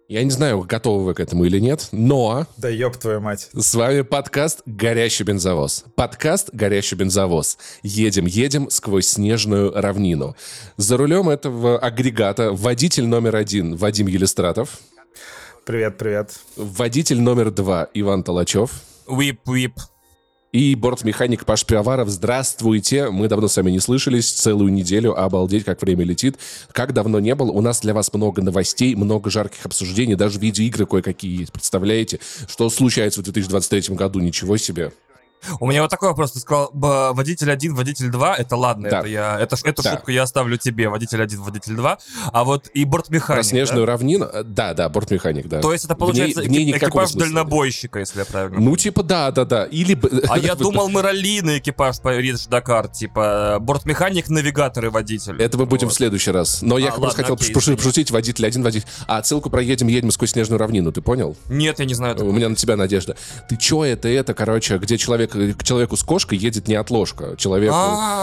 Я не знаю, готовы вы к этому или нет, но... Да ёб твою мать. С вами подкаст «Горящий бензовоз». Подкаст «Горящий бензовоз». Едем сквозь снежную равнину. За рулем этого агрегата водитель номер 1 Вадим Елистратов. Привет. Водитель номер 2 Иван Толачев. Уип. И бортмеханик Паш Пивоваров. Здравствуйте. Мы давно с вами не слышались. Целую неделю. Обалдеть, как время летит. Как давно не было. У нас для вас много новостей, много жарких обсуждений. Даже видеоигры кое-какие есть. Представляете, что случается в 2023 году? Ничего себе. У меня вот такой вопрос. Ты сказал, водитель 1, водитель 2, это ладно, да. Эту шутку я оставлю тебе, водитель 1, водитель 2, а вот и бортмеханик, про снежную равнину? Да, бортмеханик, да. То есть это получается экипаж дальнобойщика, если я правильно понимаю. Ну, типа, да. Или... А я думал, мы раллийный экипаж поедешь в Дакар, типа бортмеханик, навигатор и водитель. Это мы будем в следующий раз. Но я просто хотел пошутить, водитель 1, водитель... А отсылку про едем сквозь снежную равнину, ты понял? Нет, я не знаю. У меня на тебя надежда. Ты чё, это, короче, где к человеку с кошкой едет не отложка. Человеку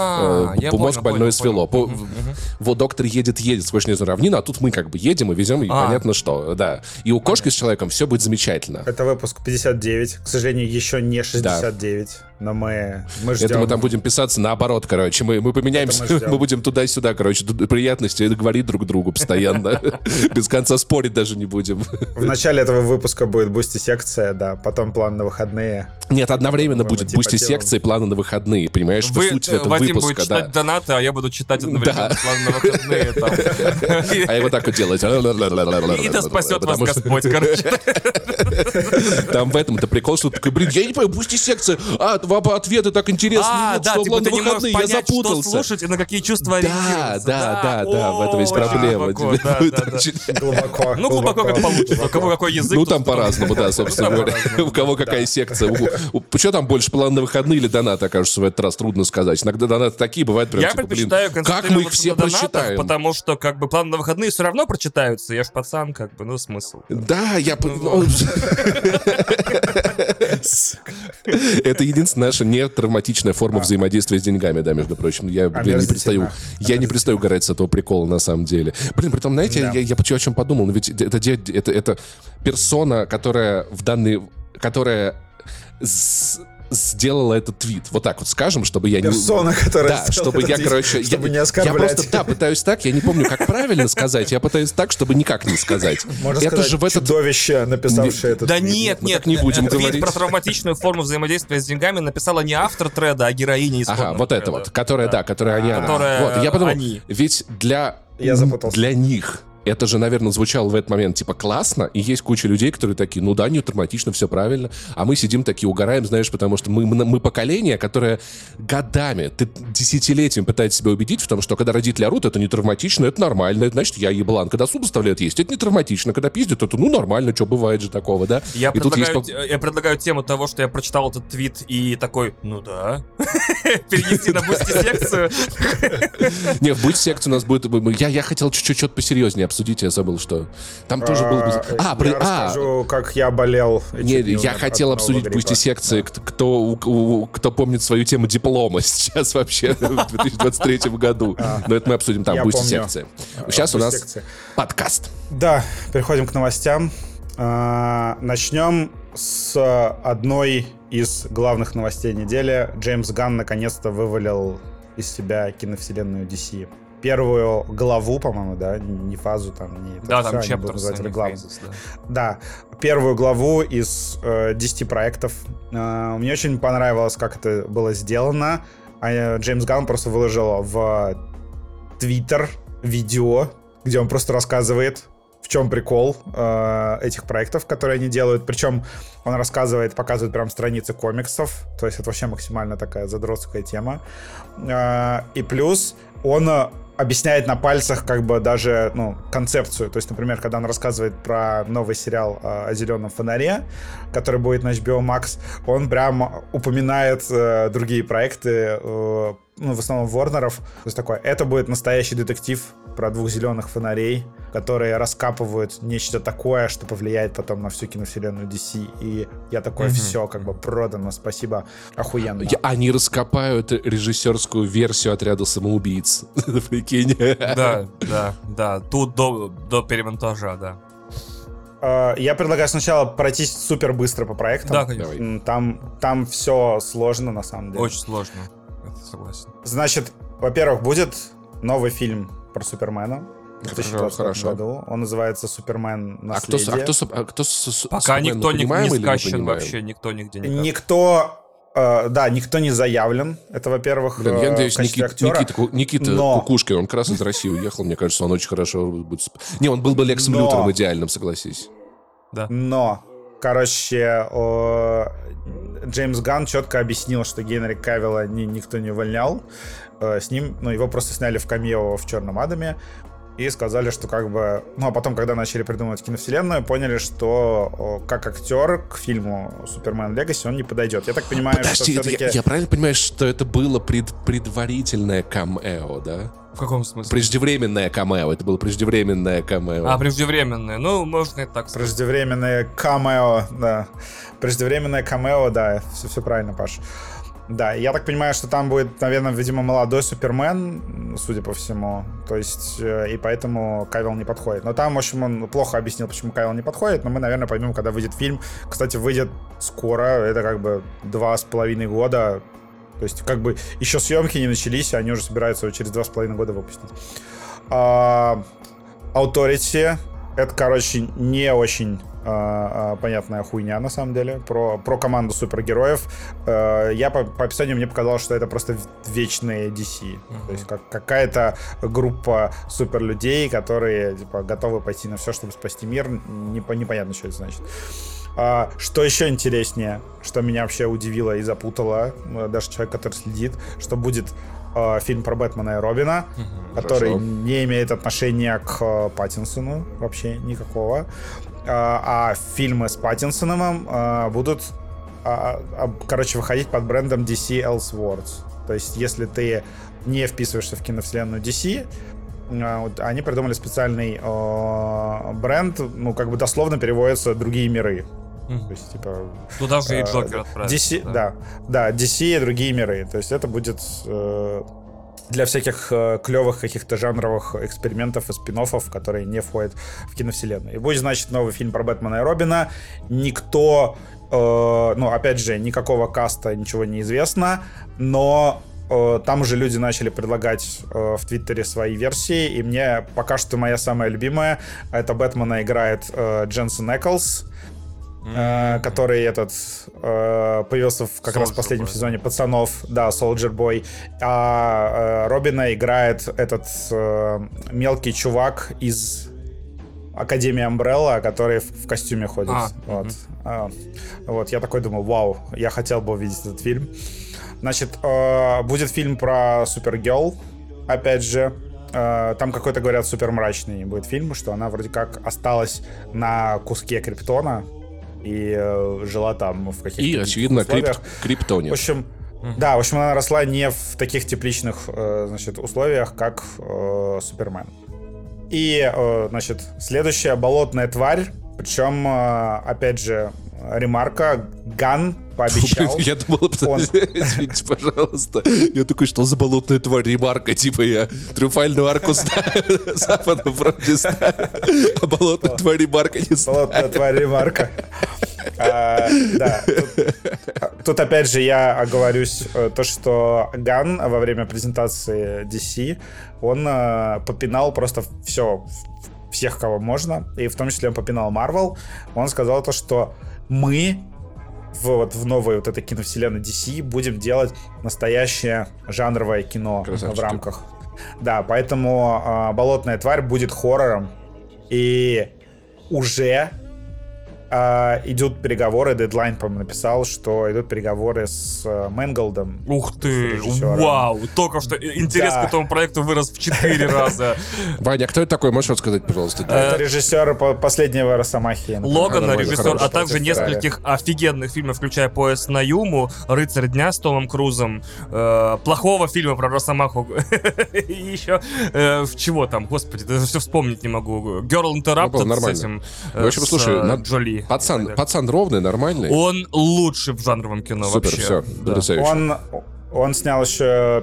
мозг больной свело. Вот доктор едет сквозь снежную равнину, а тут мы как бы едем и везем, и понятно что. Да. И у кошки с человеком все будет замечательно. Это выпуск 59. К сожалению, еще не 69. Да. Но мы ждем. Это мы там будем писаться наоборот, короче. Мы поменяемся, мы будем туда-сюда, короче. Приятности говорить друг другу постоянно. Без конца спорить даже не будем. В начале этого выпуска будет бусти-секция, да. Потом план на выходные. Нет, одновременно будет бусти-секция и планы на выходные. Понимаешь, что суть этого Вадим выпуска, будет читать донаты, а я буду читать одновременно планы на выходные. А я вот так вот делать. И да спасет вас Господь, короче. Там в этом-то прикол, что такой, я не понимаю, бусти-секция. Ответы так интересные, да, что типа ты не можешь выходные, я понять, запутался. что слушать и на какие чувства ориентироваться. Да, в этом есть проблема. Глубоко. Ну, глубоко как получится. У кого какой язык. Ну, там по-разному, да, собственно говоря. У кого какая секция. Что там больше, план на выходные или донаты, окажется, в этот раз трудно сказать. Иногда донаты такие бывают прям, я предпочитаю как мы их все прочитаем? Потому что, как бы, планы на выходные все равно прочитаются. Я ж пацан, как бы, ну, смысл. Да, Это единственная наша нетравматичная форма взаимодействия с деньгами, да, между прочим. Я не перестаю угорать с этого прикола, на самом деле. Притом, знаете, я о чем подумал, но ведь это персона, которая сделала этот твит. Вот так вот скажем, чтобы я не... Персона, которая чтобы я, короче... Чтобы не оскорблять. Я просто, пытаюсь так, я не помню, как правильно сказать, я пытаюсь так, чтобы никак не сказать. Можно сказать, чудовище, написавшее этот Да твит. нет, не будем твит говорить. про травматичную форму взаимодействия с деньгами написала не автор треда, а героиня из Ага, вот это вот, которая они. Которая я подумал, они. ведь Я запутался. для них это же, наверное, звучало в этот момент типа классно, и есть куча людей, которые такие, ну да, не травматично, все правильно, а мы сидим такие, угораем, знаешь, потому что мы поколение, которое годами, десятилетиями пытается себя убедить в том, что когда родители орут, это не травматично, это нормально, это значит, я еблан. Когда суп заставляют есть, это не травматично, когда пиздят, это ну нормально, что бывает же такого, да? Я предлагаю тему того, что я прочитал этот твит и такой, ну да, перенести на бусти-секцию. Не, в бусти-секцию у нас будет... Я хотел чуть-чуть что-то посерьезнее обсудить, я забыл, что... Там тоже был... Я расскажу, как я болел. Нет, я хотел обсудить бусти-секции, кто помнит свою тему диплома сейчас вообще в 2023 году. Но это мы обсудим там, бусти-секции. Сейчас у нас подкаст. Да, переходим к новостям. Начнем с одной из главных новостей недели. Джеймс Ганн наконец-то вывалил из себя киновселенную DC. Первую главу, по-моему, да, не фазу, там, не... Да, там chapters, phases, да. Первую главу из 10 проектов. Мне очень понравилось, как это было сделано. Джеймс Ганн просто выложил в Твиттер видео, где он просто рассказывает, в чем прикол этих проектов, которые они делают. Причем он показывает прям страницы комиксов. То есть это вообще максимально такая задротская тема. И плюс он объясняет на пальцах как бы даже концепцию. То есть, например, когда он рассказывает про новый сериал о зеленом фонаре, который будет на HBO Max, он прям упоминает другие проекты, в основном Ворнеров. То есть такое, это будет настоящий детектив про двух зеленых фонарей, которые раскапывают нечто такое, что повлияет потом на всю киновселенную DC. И я такой, все, как бы продано, спасибо, охуенно. Они раскопают режиссерскую версию «Отряда самоубийц». Прикинь. Да. Тут до перемонтажа, да. Я предлагаю сначала пройтись супер быстро по проектам. Да, конечно. Там все сложно, на самом деле. Очень сложно. Это согласен. Значит, во-первых, будет новый фильм про Супермена в 2020 году. Он называется «Супермен. Наследие». Пока никто не скачан вообще, никто нигде не никто не заявлен. Это, во-первых, Блин, я надеюсь, актера. Никита Кукушкин, он как раз из России уехал, мне кажется, он очень хорошо будет... Не, он был бы Лексом Лютером идеальным, согласись. Да. Но, короче, Джеймс Ганн четко объяснил, что Генри Кавилла никто не увольнял. С ним, его просто сняли в камео в «Черном Адаме». И сказали, что как бы... а потом, когда начали придумывать киновселенную, поняли, что как актер к фильму «Супермен Легаси» он не подойдет. Я так понимаю, подожди, что все-таки... я правильно понимаю, что это было предварительное камео, да? В каком смысле? Преждевременное камео. Это было преждевременное камео. Преждевременное. Ну, можно и так сказать. Преждевременное камео, да. Преждевременное камео, да. Все правильно, Паш. Да, я так понимаю, что там будет, наверное, видимо, молодой Супермен, судя по всему. То есть, и поэтому Кавилл не подходит. Но там, в общем, он плохо объяснил, почему Кавилл не подходит, но мы, наверное, поймем, когда выйдет фильм. Кстати, выйдет скоро, это как бы 2,5 года. То есть, как бы, еще съемки не начались, а они уже собираются через 2,5 года выпустить. Authority. Это, короче, не очень понятная хуйня, на самом деле, про команду супергероев. Я по описанию мне показалось, что это просто вечные DC. То есть какая-то группа суперлюдей, которые типа готовы пойти на все, чтобы спасти мир. Непонятно, что это значит. Что еще интереснее, что меня вообще удивило и запутало, даже человек, который следит, что будет фильм про Бэтмена и Робина, который не имеет отношения к Паттинсону вообще никакого. А фильмы с Паттинсоном будут, выходить под брендом DC Elseworlds. То есть, если ты не вписываешься в киновселенную DC, они придумали специальный бренд, дословно переводится «другие миры». То есть, типа... Туда же и Джокер отправится. DC, да, DC и другие миры. То есть, это будет... для всяких клевых каких-то жанровых экспериментов и спин-оффов, которые не входят в киновселенную. И будет, значит, новый фильм про Бэтмена и Робина. Никто, опять же, никакого каста, ничего не известно, но там уже люди начали предлагать в Твиттере свои версии, и мне пока что моя самая любимая, это Бэтмена играет Дженсен Эклс, который появился как раз в последнем сезоне «Пацанов», да, Soldier Boy, а Робина играет этот мелкий чувак из Академии Umbrella, который в костюме ходит. Вот, я такой думаю, вау, я хотел бы увидеть этот фильм. Значит, будет фильм про Супергерл, опять же. Там какой-то, говорят, супер мрачный будет фильм, что она вроде как осталась на куске Криптона и жила там в каких-то... И, очевидно, Криптоне. В общем, она росла не в таких тепличных, условиях, как Супермен. И, следующая болотная тварь, причем, опять же, ремарка, Ганн пообещал... Я думал, извините, пожалуйста. Я такой, что за болотная тварь ремарка? Типа я Триумфальную арку знаю, Западную вроде знаю, а болотная тварь ремарка не знаю. Болотная тварь ремарка. Да. Тут опять же я оговорюсь, то, что Ганн во время презентации DC, он попинал просто всех, кого можно, и в том числе он попинал Marvel. Он сказал то, что мы в новой вот этой киновселенной DC будем делать настоящее жанровое кино в рамках. Да, поэтому «Болотная тварь» будет хоррором, и уже идут переговоры, Deadline, по-моему, написал, что идут переговоры с Мэнголдом. Ух ты, вау, только что интерес к этому проекту вырос в 4 раза. Ваня, кто это такой, можешь рассказать, пожалуйста? Это режиссер последнего Росомахи. Логана, режиссер, а также нескольких офигенных фильмов, включая «Поезд на Юму», «Рыцарь дня» с Томом Крузом, плохого фильма про Росомаху, и еще чего там, господи, даже все вспомнить не могу. Girl Interrupted с этим, с Джоли. Пацан ровный, нормальный. Он лучший в жанровом кино. Супер, вообще. все, потрясающе. Он снял еще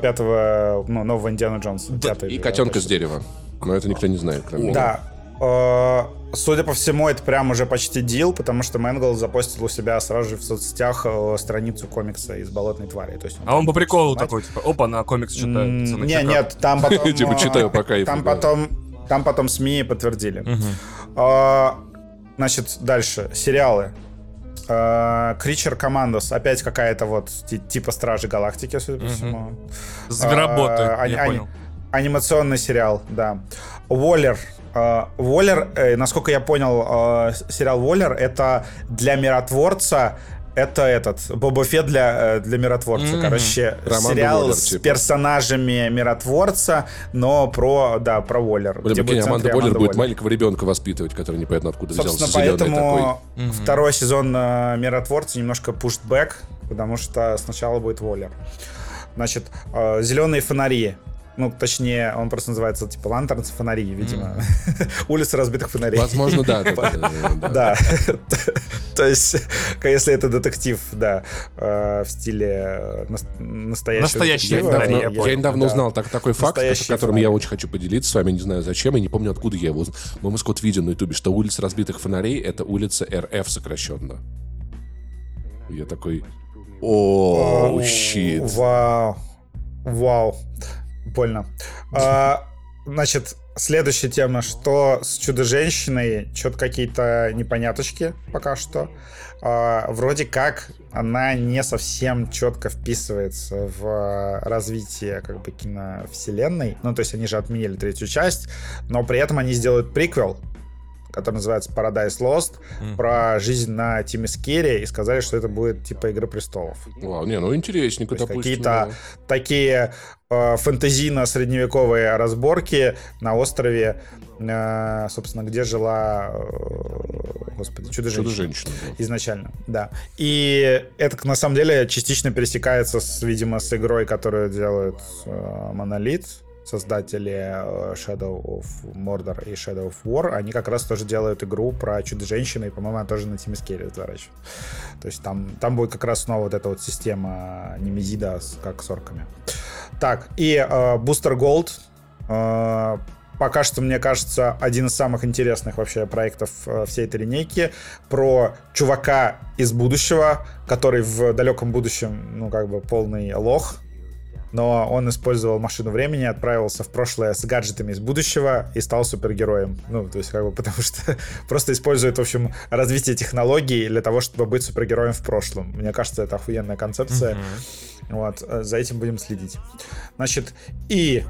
нового Индиана Джонса. И «Котенка с дерева». Но это никто не знает, кроме меня. Да. судя по всему, это прям уже почти дил, потому что Мэнгл запостил у себя сразу же в соцсетях страницу комикса из «Болотной твари». То есть он по приколу такой, типа, опа, на комикс читаю. Нет, там потом... Типа читаю по кайфу. Там потом СМИ подтвердили. Значит, дальше. Сериалы. Creature Commandos. Опять какая-то вот типа Стражи Галактики, судя по всему. Звероботы, я понял. Анимационный сериал, да. Уоллер. Уоллер, насколько я понял, сериал Уоллер — это для миротворца. Это Боба Фетт для миротворца. Короче, Роман сериал Уоллер, с типа. персонажами миротворца, но про Уоллер. Блин, прикинь, Аманда Уоллер будет маленького ребенка воспитывать, который непонятно откуда взялся. Собственно, поэтому такой. второй сезон миротворца немножко pushed back, потому что сначала будет Уоллер. Значит, зеленые фонари. Ну, точнее, он просто называется, типа, Лантернс, фонари, видимо. Улица разбитых фонарей. Возможно, да. Да. То есть, если это детектив, да, в стиле настоящего фонари. Я недавно узнал такой факт, которым я очень хочу поделиться с вами, не знаю зачем, и не помню, откуда я его узнал. По-моему, скот видел на ютубе, что улица разбитых фонарей — это улица РФ сокращенно. Я такой... Оу, щит. Вау. Больно. Значит, следующая тема, что с Чудо-женщиной, что-то какие-то непоняточки пока что. Вроде как она не совсем четко вписывается в развитие как бы киновселенной. Ну, то есть они же отменили третью часть, но при этом они сделают приквел, который называется Paradise Lost, про жизнь на Тимискере, и сказали, что это будет типа «Игры престолов». Вау, ну интересненько, допустим. Какие-то такие фэнтезийно-средневековые разборки на острове, собственно, где жила, господи, Чудо-женщина изначально, да. И это, на самом деле, частично пересекается, видимо, с игрой, которую делают Monolith, создатели Shadow of Mordor и Shadow of War. Они как раз тоже делают игру про Чудо-женщину, и, по-моему, она тоже на Тимискере разворачивает. То есть там будет как раз снова вот эта вот система Немезида, как с орками. Так, и Booster Gold. Пока что, мне кажется, один из самых интересных вообще проектов всей этой линейки. Про чувака из будущего, который в далеком будущем, ну, как бы полный лох. Но он использовал машину времени, отправился в прошлое с гаджетами из будущего и стал супергероем. Ну, то есть, как бы, потому что просто использует, в общем, развитие технологий для того, чтобы быть супергероем в прошлом. Мне кажется, это охуенная концепция. Вот, за этим будем следить. Значит, и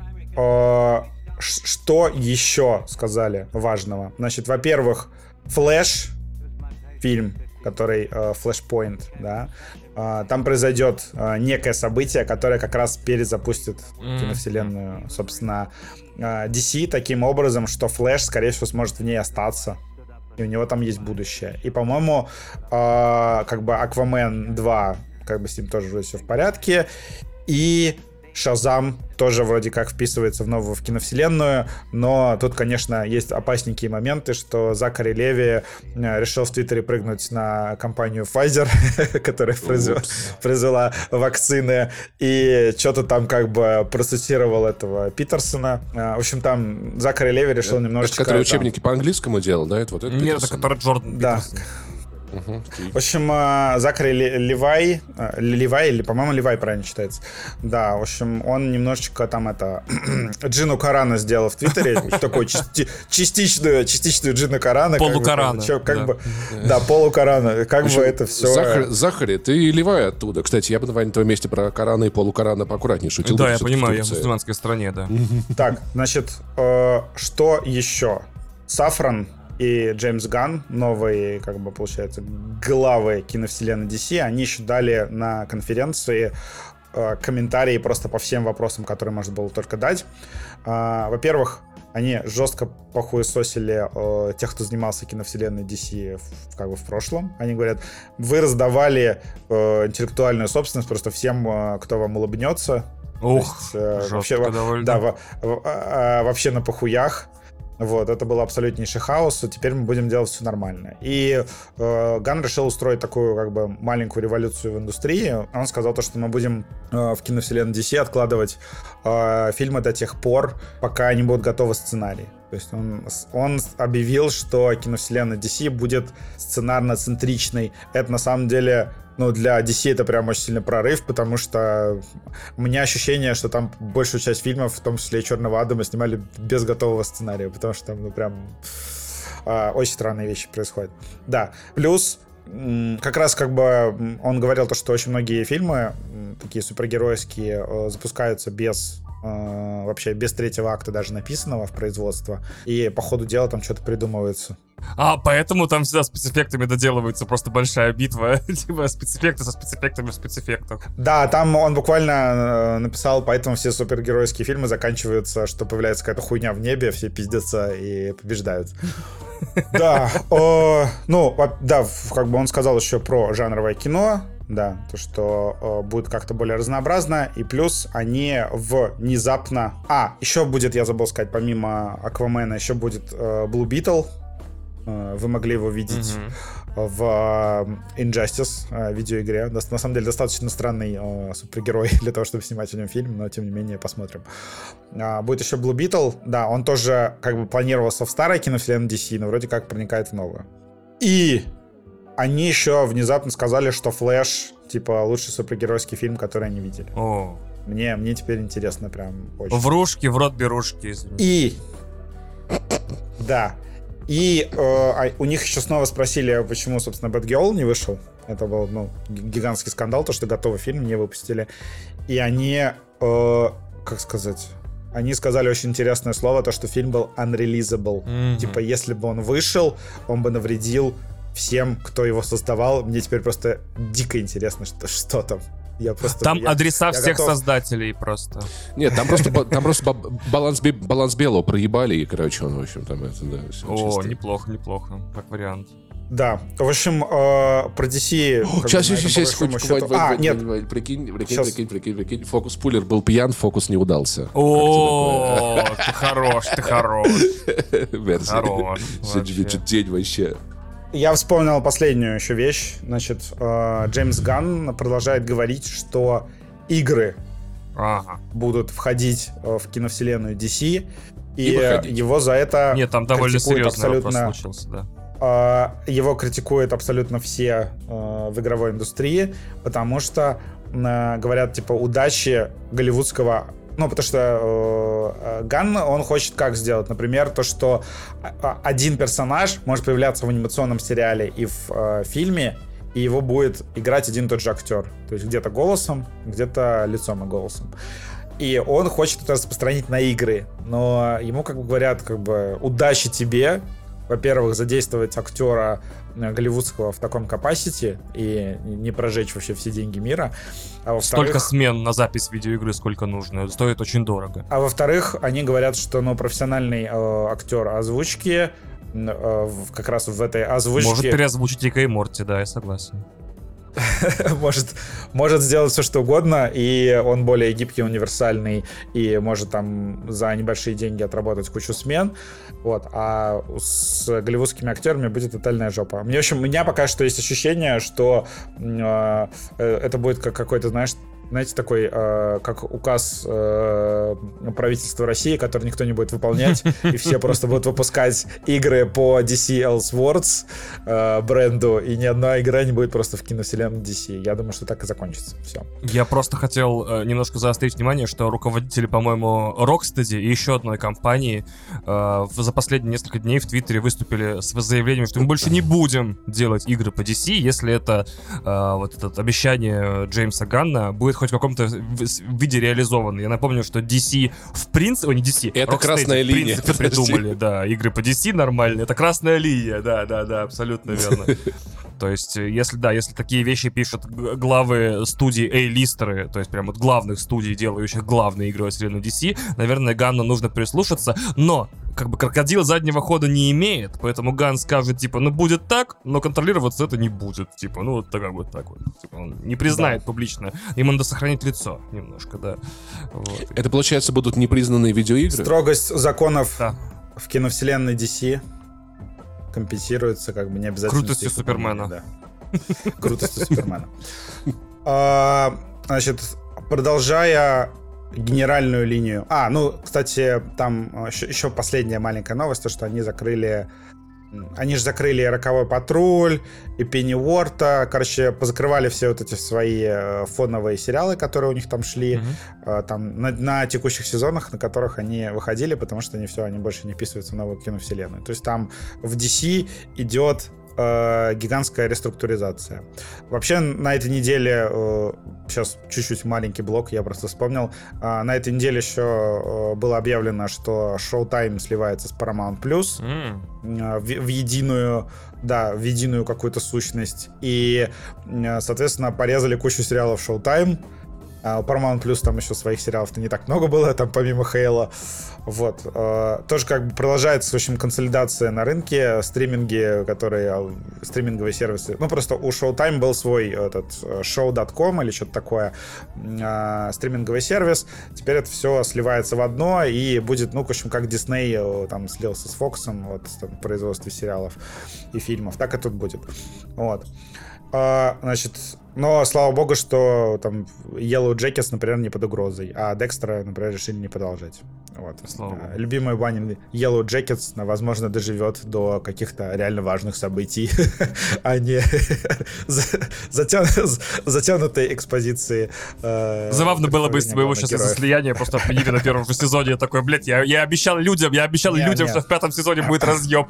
что еще сказали важного? Значит, во-первых, Флэш, фильм, который Flashpoint, да, там произойдет некое событие, которое как раз перезапустит киновселенную, собственно, DC таким образом, что Флэш, скорее всего, сможет в ней остаться, и у него там есть будущее. И, по-моему, как бы Аквамен 2, как бы с ним тоже вроде все в порядке, и Шазам тоже вроде как вписывается в новую киновселенную, но тут, конечно, есть опасненькие моменты, что Закари Леви решил в Твиттере прыгнуть на компанию Pfizer, которая произвела вакцины, и что-то там как бы процитировал этого Питерсона. В общем, там Закари Леви решил немножечко... Это который учебники по английскому делал, да? Это вот это? Нет, это который Джордан Питерсон. В общем, Закари Левай, или, по-моему, Левай правильно читается. Да, в общем, он немножечко там Джину Карана сделал в Твиттере. Такой частичную Джину Карана. Полукарана. Да, полукарана. Как бы это все... Захари, ты Левай оттуда. Кстати, я бы на твоем месте про Карана и полукарана поаккуратнее шутил. Да, я понимаю, я в мусульманской стране, да. Так, значит, что еще? Сафран и Джеймс Ганн, новые, как бы, получается, главы киновселенной DC, они еще дали на конференции комментарии просто по всем вопросам, которые можно было только дать. Во-первых, они жестко похуесосили тех, кто занимался киновселенной DC как бы в прошлом. Они говорят, вы раздавали интеллектуальную собственность просто всем, кто вам улыбнется. Ух, вообще, да, вообще на похуях. Вот, это был абсолютнейший хаос, теперь мы будем делать все нормально. И Ганн решил устроить такую, как бы, маленькую революцию в индустрии. Он сказал то, что мы будем в киновселенной DC откладывать фильмы до тех пор, пока не будут готовы сценарии. То есть он объявил, что киновселенная DC будет сценарно-центричной. Это на самом деле, для DC это прям очень сильный прорыв, потому что у меня ощущение, что там большую часть фильмов, в том числе и «Черного Адама», снимали без готового сценария, потому что там, прям очень странные вещи происходят. Да, плюс как раз он говорил то, что очень многие фильмы, такие супергеройские, запускаются вообще без третьего акта даже написанного в производство, и по ходу дела там что-то придумывается. Поэтому там всегда спецэффектами доделывается просто большая битва, типа спецэффекты со спецэффектами в спецэффектах. Да, там он буквально написал, поэтому все супергеройские фильмы заканчиваются, что появляется какая-то хуйня в небе, все пиздятся и побеждают. Да, он сказал еще про жанровое кино, да, то, что будет как-то более разнообразно, и плюс они внезапно... еще будет, я забыл сказать, помимо Аквамена, еще будет Blue Beetle. Вы могли его видеть в Injustice видеоигре. На самом деле достаточно странный супергерой для того, чтобы снимать о нем фильм, но тем не менее посмотрим. Будет еще Blue Beetle. Да, он тоже планировался в старой киновселенной DC, но вроде как проникает в новую. И они еще внезапно сказали, что Флэш лучший супергеройский фильм, который они видели. Мне теперь интересно прям очень. Врушки, в рот берушки. И у них еще снова спросили, почему, собственно, Бэтгерл не вышел. Это был, гигантский скандал, то, что готовый фильм не выпустили. И они, они сказали очень интересное слово, то, что фильм был unreleasable. Если бы он вышел, он бы навредил всем, кто его создавал. Мне теперь просто дико интересно, что там. Там адреса всех создателей просто. Нет, там просто баланс белого проебали, и, короче, он, в общем, там это, да, все чисто. Неплохо, как вариант. Да, в общем, про DC... Сейчас, нет. Прикинь, фокус-пулер был пьян, фокус не удался. Ты хорош. Мерси. День вообще. Я вспомнил последнюю еще вещь. Значит, Джеймс Ганн продолжает говорить, что игры будут входить в киновселенную DC, и его за это... Нет, там довольно серьезный вопрос случился, да. Его критикуют абсолютно все в игровой индустрии, потому что говорят, удачи голливудского... потому что Ганн, он хочет как сделать? Например, то, что один персонаж может появляться в анимационном сериале и в фильме, и его будет играть один и тот же актер. То есть где-то голосом, где-то лицом и голосом. И он хочет это распространить на игры. Но ему говорят, удачи тебе. Во-первых, задействовать актера голливудского в таком capacity и не прожечь вообще все деньги мира. А во-вторых, столько смен на запись видеоигры, сколько нужно. Это стоит очень дорого. А во-вторых, они говорят, что профессиональный актер озвучки как раз в этой озвучке... Может переозвучить Рика и Морти, да, я согласен. может сделать все, что угодно, и он более гибкий, универсальный, и может там за небольшие деньги отработать кучу смен. А с голливудскими актерами будет тотальная жопа. У меня пока что есть ощущение, что это будет как какой-то, знаете, такой, как указ правительства России, который никто не будет выполнять, и все просто будут выпускать игры по DC Elseworlds бренду, и ни одна игра не будет просто в киновселенной DC. Я думаю, что так и закончится. Все. Я просто хотел немножко заострить внимание, что руководители, по-моему, Rocksteady и еще одной компании за последние несколько дней в Твиттере выступили с заявлением, что мы больше не будем делать игры по DC, если это это обещание Джеймса Ганна будет хоть в каком-то виде реализовано. Я напомню, что DC в принципе... не DC, это красная линия. В принципе, придумали, да, игры по DC нормальные. Это красная линия, да, абсолютно верно. То есть, если такие вещи пишут главы студий A-листеры, то есть прям главных студий, делающих главные игры во вселенной DC, наверное, Ганну нужно прислушаться, но крокодил заднего хода не имеет, поэтому Ганн скажет, будет так, но контролироваться это не будет, так вот. Он не признает публично, ему надо сохранить лицо немножко, да. Это, получается, будут непризнанные видеоигры? Строгость законов в киновселенной DC компенсируется, не обязательно... Крутостью Супермена. Да. Крутостью Супермена. Значит, продолжая генеральную линию. Кстати, там еще последняя маленькая новость, то, что они же закрыли «Роковой патруль», и Пенниуорта. Короче, позакрывали все вот эти свои фоновые сериалы, которые у них там шли, там на текущих сезонах, на которых они выходили, потому что они больше не вписываются в новую киновселенную. То есть там в DC идет гигантская реструктуризация. Вообще, на этой неделе, сейчас чуть-чуть маленький блок, я просто вспомнил, на этой неделе еще было объявлено, что Showtime сливается с Paramount+, в единую какую-то сущность. И, соответственно, порезали кучу сериалов Showtime. У Paramount Plus там еще своих сериалов-то не так много было, там помимо Хейла. Вот. Тоже как бы продолжается, в общем, консолидация на рынке, стриминговые сервисы. Просто у Showtime был свой этот show.com или что-то такое, стриминговый сервис. Теперь это все сливается в одно и будет, в общем, как Disney там слился с Fox в производстве сериалов и фильмов. Так и тут будет. Вот. Но слава богу, что там Yellow Jackets, например, не под угрозой, а Декстера, например, решили не продолжать. Вот. Любимый Ванин Yellow Jackets, возможно, доживет до каких-то реально важных событий, а не затянутой экспозиции. Забавно было бы из твоего сейчас слияния просто отменили на первом же сезоне. Я такой, блядь, я обещал людям, что в 5-м сезоне будет разъеб.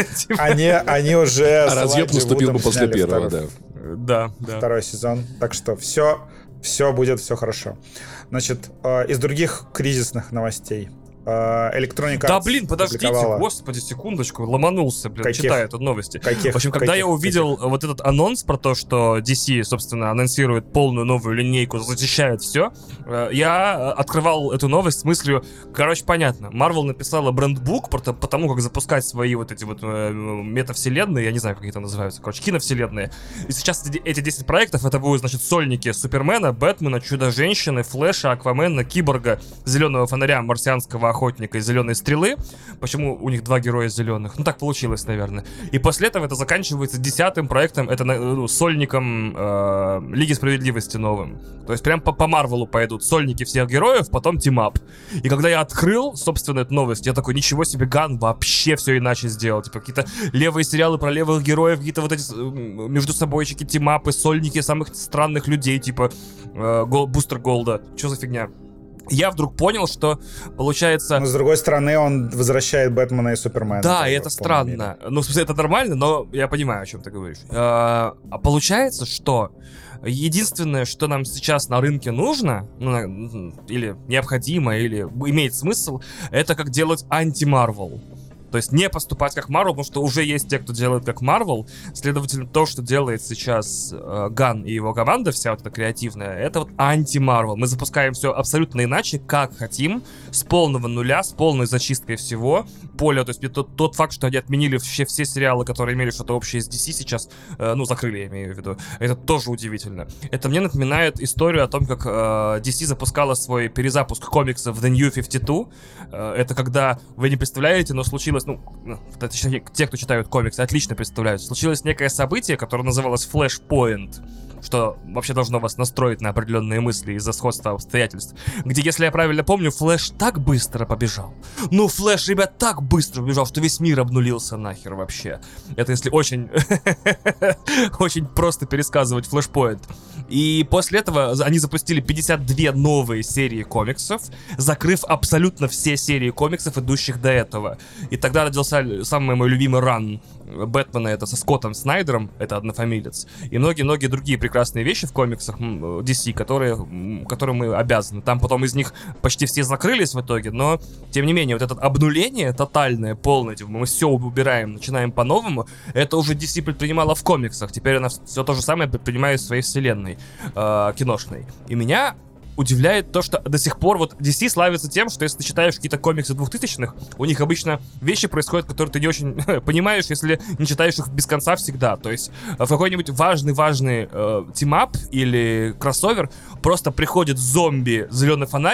Они уже... А разъеб наступил бы после первого, да. Да. Второй сезон. Так что все будет, все хорошо. Значит, из других кризисных новостей. Electronic Arts. Да, блин, подождите, господи, секундочку, ломанулся, читаю тут новости. В общем, когда я увидел вот этот анонс про то, что DC, собственно, анонсирует полную новую линейку, защищает все, я открывал эту новость с мыслью, понятно, Marvel написала брендбук по тому, как запускать свои вот эти вот метавселенные, я не знаю, как они там называются, киновселенные. И сейчас эти 10 проектов, это будут, значит, сольники Супермена, Бэтмена, Чудо-женщины, Флэша, Аквамена, Киборга, Зеленого фонаря, Марсианского охотника и Зеленой стрелы. Почему у них 2 героя зеленых? Так получилось, наверное. И после этого это заканчивается 10-м проектом, это сольником Лиги Справедливости новым. То есть прям по Марвелу пойдут сольники всех героев, потом тимап. И когда я открыл, собственно, эту новость, я такой, ничего себе, Ган вообще все иначе сделал. Типа какие-то левые сериалы про левых героев, какие-то вот эти между собойчики, тимапы, сольники самых странных людей, типа Бустер Голда. Что за фигня? Я вдруг понял, что получается... Но с другой стороны, он возвращает Бэтмена и Супермена. Да, и это странно. В смысле, это нормально, но я понимаю, о чем ты говоришь. А получается, что единственное, что нам сейчас на рынке нужно, или необходимо, или имеет смысл, это как делать анти-Марвел. То есть не поступать как Marvel, потому что уже есть те, кто делает как Marvel. Следовательно, то, что делает сейчас Ган и его команда, вся вот эта креативная, это вот анти-Marvel. Мы запускаем все абсолютно иначе, как хотим, с полного нуля, с полной зачисткой всего. Поля, то есть тот факт, что они отменили все сериалы, которые имели что-то общее с DC сейчас, закрыли, я имею в виду, это тоже удивительно. Это мне напоминает историю о том, как DC запускала свой перезапуск комиксов The New 52. Это когда, вы не представляете, но случилось, точнее, те, кто читают комиксы, отлично представляют, случилось некое событие, которое называлось Flashpoint, что вообще должно вас настроить на определенные мысли из-за сходства обстоятельств, где, если я правильно помню, Флэш так быстро побежал. Флэш, ребят, так быстро побежал, что весь мир обнулился нахер вообще. Это если очень очень просто пересказывать Flashpoint. И после этого они запустили 52 новые серии комиксов, закрыв абсолютно все серии комиксов, идущих до этого. И тогда родился самый мой любимый ран Бэтмена, это со Скоттом Снайдером, это однофамилец, и многие-многие другие прекрасные вещи в комиксах DC, которым мы обязаны. Там потом из них почти все закрылись в итоге, но, тем не менее, вот это обнуление тотальное, полное, типа, мы все убираем, начинаем по-новому, это уже DC предпринимала в комиксах, теперь она все то же самое предпринимает в своей вселенной киношной. И меня удивляет то, что до сих пор вот DC славится тем, что если ты читаешь какие-то комиксы 2000-х, у них обычно вещи происходят, которые ты не очень понимаешь, если не читаешь их без конца всегда. То есть в какой-нибудь важный тимап или кроссовер просто приходит зомби Зеленый фонарь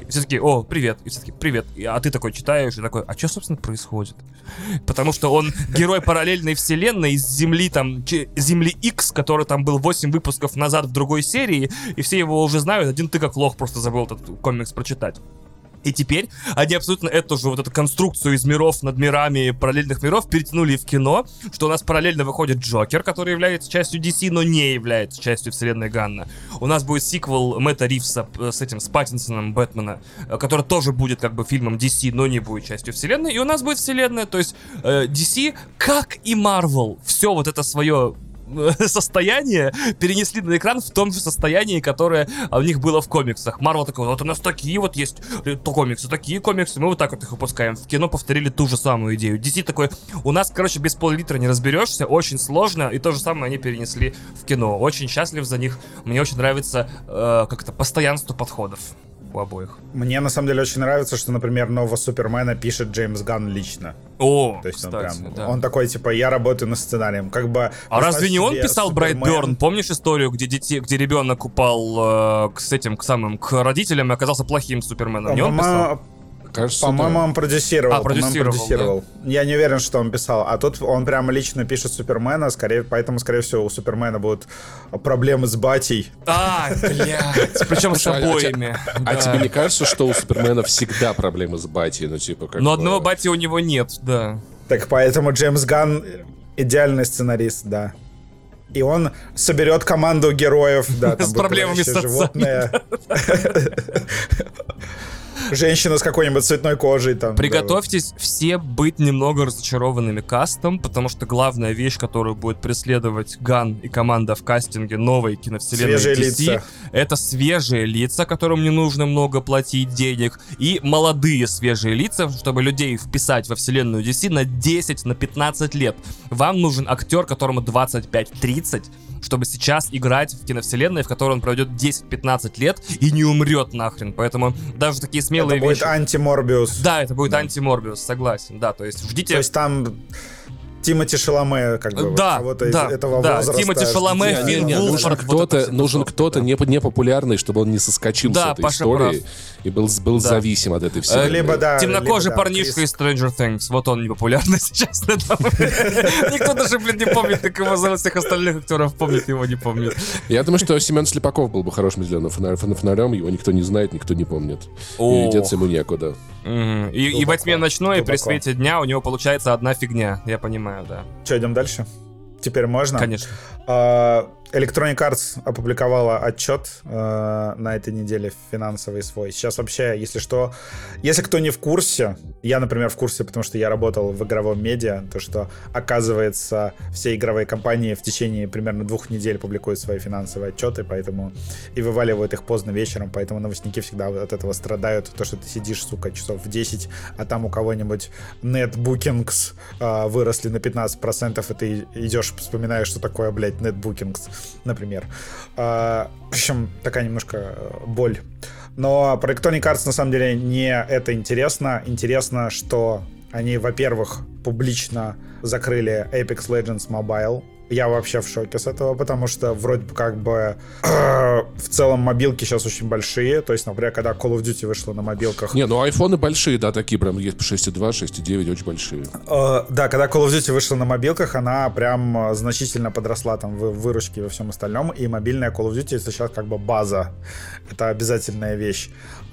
И все такие, о, привет. И все такие, привет. А ты такой читаешь и такой, а что, собственно, происходит? Потому что он герой параллельной вселенной из Земли, там, Земли X, который там был 8 выпусков назад в другой серии, и все его уже знают, один ты как лох просто забыл этот комикс прочитать. И теперь они абсолютно эту же вот эту конструкцию из миров над мирами параллельных миров перетянули в кино, что у нас параллельно выходит Джокер, который является частью DC, но не является частью вселенной Ганна. У нас будет сиквел Мэтта Ривса с Паттинсоном Бэтмена, который тоже будет как бы фильмом DC, но не будет частью вселенной. И у нас будет вселенная, то есть DC, как и Marvel, все вот это свое состояние перенесли на экран в том же состоянии, которое у них было в комиксах. Марвел такой, вот у нас такие вот есть такие комиксы, мы вот так вот их выпускаем. В кино повторили ту же самую идею. DC такой, у нас, короче, без пол-литра не разберешься, очень сложно, и то же самое они перенесли в кино. Очень счастлив за них, мне очень нравится как-то постоянство подходов у обоих. Мне на самом деле очень нравится, что, например, нового Супермена пишет Джеймс Ганн лично. О, то есть кстати, он такой, типа, я работаю над сценарием. Как бы. А разве не он писал Брайтберн? Помнишь историю, где ребенок упал к родителям и оказался плохим Суперменом? Не он писал? Кажется, по-моему, он продюсировал. Да. Я не уверен, что он писал. А тут он прямо лично пишет Супермена, поэтому, скорее всего, у Супермена будут проблемы с батей. Блядь. Причем с обоими. А тебе не кажется, что у Супермена всегда проблемы с батей? Ну, типа, как. Но одного бати у него нет, да. Так поэтому Джеймс Ганн идеальный сценарист, да. И он соберет команду героев, да, там с проблемами с животные. Женщина с какой-нибудь цветной кожей там. Приготовьтесь все быть немного разочарованными кастом, потому что главная вещь, которую будет преследовать Ганн и команда в кастинге новой киновселенной свежие DC, лица. Это свежие лица, которым не нужно много платить денег, и молодые свежие лица, чтобы людей вписать во вселенную DC на 10-15 лет. Вам нужен актер, которому 25-30, чтобы сейчас играть в киновселенной, в которой он проведет 10-15 лет и не умрет нахрен. Поэтому даже такие смелые вещи... Это будет анти-Морбиус. Да, это будет анти-Морбиус, согласен. Да, то есть ждите... То есть там... Тимоти Шаломе, как бы, кого-то из этого возраста. Тимоти Шаломе, нужен кто-то непопулярный, чтобы он не соскочил с этой истории и был зависим от этой вселенной. Темнокожий парнишка из Stranger Things, вот он непопулярный сейчас. Никто даже, не помнит, как его зовут, всех остальных актеров помнит, его не помнит. Я думаю, что Семен Слепаков был бы хорошим зеленым фонарем, его никто не знает, никто не помнит. И деться ему некуда. И во тьме ночной, и при свете дня у него получается одна фигня, я понимаю. Да. Что, идем дальше? Теперь можно? Конечно. Electronic Arts опубликовала отчет на этой неделе финансовый свой. Сейчас вообще, если что, если кто не в курсе, я, например, в курсе, потому что я работал в игровом медиа, то что, оказывается, все игровые компании в течение примерно 2 недель публикуют свои финансовые отчеты, поэтому и вываливают их поздно вечером, поэтому новостники всегда от этого страдают, то, что ты сидишь, сука, часов в 10, а там у кого-нибудь NetBookings выросли на 15%, и ты идешь, вспоминаешь, что такое, блядь, NetBookings, например. В общем, такая немножко боль. Но про Electronic Arts на самом деле не это интересно. Интересно, что они, во-первых, публично закрыли Apex Legends Mobile. Я вообще в шоке с этого, потому что вроде бы как бы в целом мобилки сейчас очень большие. То есть, например, когда Call of Duty вышла на мобилках... Не, ну айфоны большие, да, такие прям есть 6.2, 6.9, очень большие. Да, когда Call of Duty вышла на мобилках, она прям значительно подросла там в выручке и во всем остальном. И мобильная Call of Duty это сейчас как бы база. Это обязательная вещь.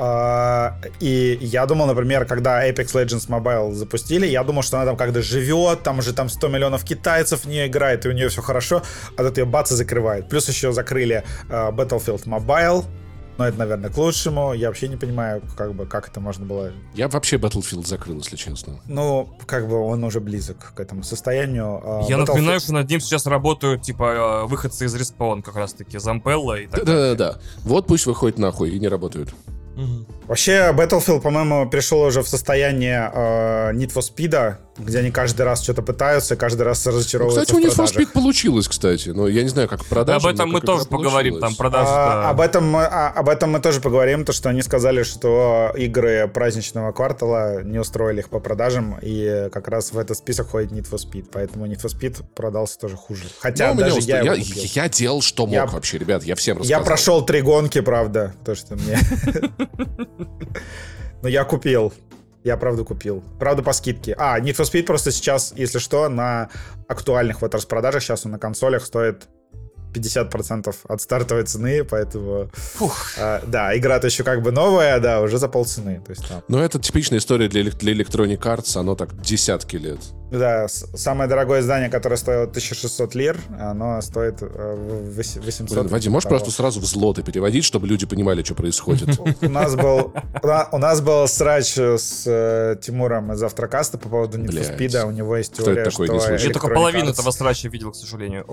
И я думал, например, когда Apex Legends Mobile запустили, я думал, что она там как-то живет, там уже там 100 миллионов китайцев в нее играет, и у нее все хорошо, а тут ее бац и закрывает. Плюс еще закрыли Battlefield Mobile, но это, наверное, к лучшему. Я вообще не понимаю, как это можно было... Я вообще Battlefield закрыл, если честно. Ну, как бы он уже близок к этому состоянию. Я напоминаю, что над ним сейчас работают, типа, выходцы из Respawn, как раз-таки, Зампелла и так далее. Да. Вот пусть выходит нахуй и не работают. Вообще, Battlefield, по-моему, пришел уже в состояние Need for Speed, где они каждый раз что-то пытаются, каждый раз разочаровываются. Кстати, у Need for Speed получилось, кстати. Но я не знаю, как продажи. Об этом мы тоже поговорим, там продажи. Об этом мы тоже поговорим, то что они сказали, что игры праздничного квартала не устроили их по продажам, и как раз в этот список входит Need for Speed, поэтому Need for Speed продался тоже хуже. Хотя даже я делал, что мог вообще, ребят, я всем рассказал. Я прошел 3 гонки, правда, то, что мне... Но я купил. Я правда купил. Правда по скидке. Need for Speed просто сейчас, если что, на актуальных вот распродажах, сейчас он на консолях стоит 50% от стартовой цены, поэтому... да, игра-то еще как бы новая, да, уже за полцены. То есть, там... Но это типичная история для Electronic Arts, оно так десятки лет. Да, самое дорогое издание, которое стоило 1600 лир, оно стоит 800. Блин, Вадим, можешь просто сразу в злоты переводить, чтобы люди понимали, что происходит? У нас был срач с Тимуром из Автрокаста по поводу Need for Speed, у него есть теория, что... Я только половину этого срача видел, к сожалению.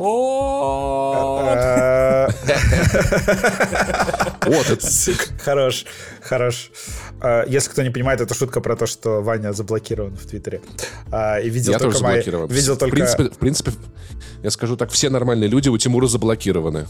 Хорош. Если кто не понимает, это шутка про то, что Ваня заблокирован в Твиттере. И видел я тоже заблокирован. В принципе, я скажу так, все нормальные люди у Тимура заблокированы.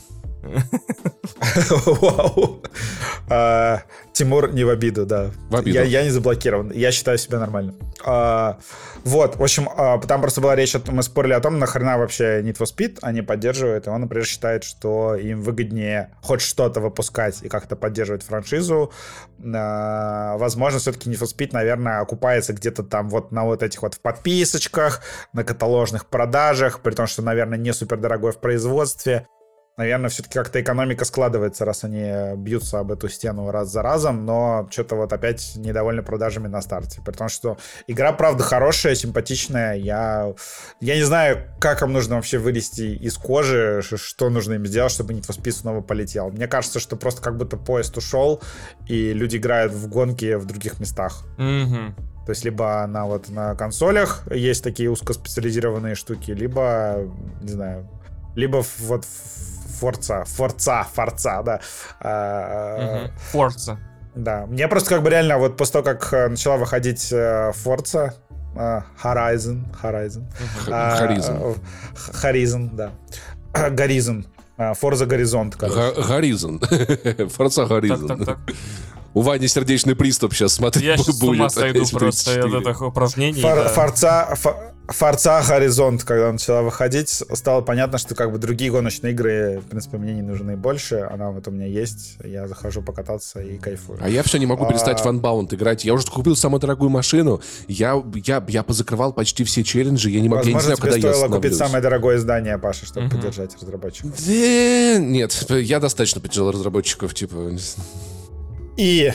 Вау. Тимур не в обиду, да. В обиду. Я не заблокирован. Я считаю себя нормальным. Вот, в общем, там просто была речь, мы спорили о том, нахрена вообще Need for Speed они поддерживают. И он, например, считает, что им выгоднее хоть что-то выпускать и как-то поддерживать франшизу. Возможно, все-таки Need for Speed, наверное, окупается где-то там вот на вот этих вот в подписочках, на каталожных продажах, при том, что, наверное, не супердорогой в производстве. Наверное, все-таки как-то экономика складывается, раз они бьются об эту стену раз за разом, но что-то вот опять недовольны продажами на старте. Потому что игра, правда, хорошая, симпатичная. Я не знаю, как им нужно вообще вылезти из кожи, что нужно им сделать, чтобы Need for Speed снова полетел. Мне кажется, что просто как будто поезд ушел, и люди играют в гонки в других местах. То есть либо на консолях есть такие узкоспециализированные штуки, либо, не знаю, либо вот Forza, да. Forza. Да. Мне просто как бы реально вот после того, как начала выходить Forza, Horizon, да. Horizon. Forza Horizon. Horizon. Forza Horizon. Так. У Вани сердечный приступ сейчас, смотри, я будет. Я сейчас с ума сойду просто от этих упражнений. Forza Horizon, когда начала выходить, стало понятно, что как бы другие гоночные игры, в принципе, мне не нужны больше. Она вот у меня есть, я захожу покататься и кайфую. А я все не могу перестать в Unbound играть. Я уже купил самую дорогую машину, я позакрывал почти все челленджи, я не знаю, когда я остановлюсь. Возможно, тебе стоило купить самое дорогое издание, Паша, чтобы поддержать разработчиков. Нет, я достаточно поддержал разработчиков, типа... И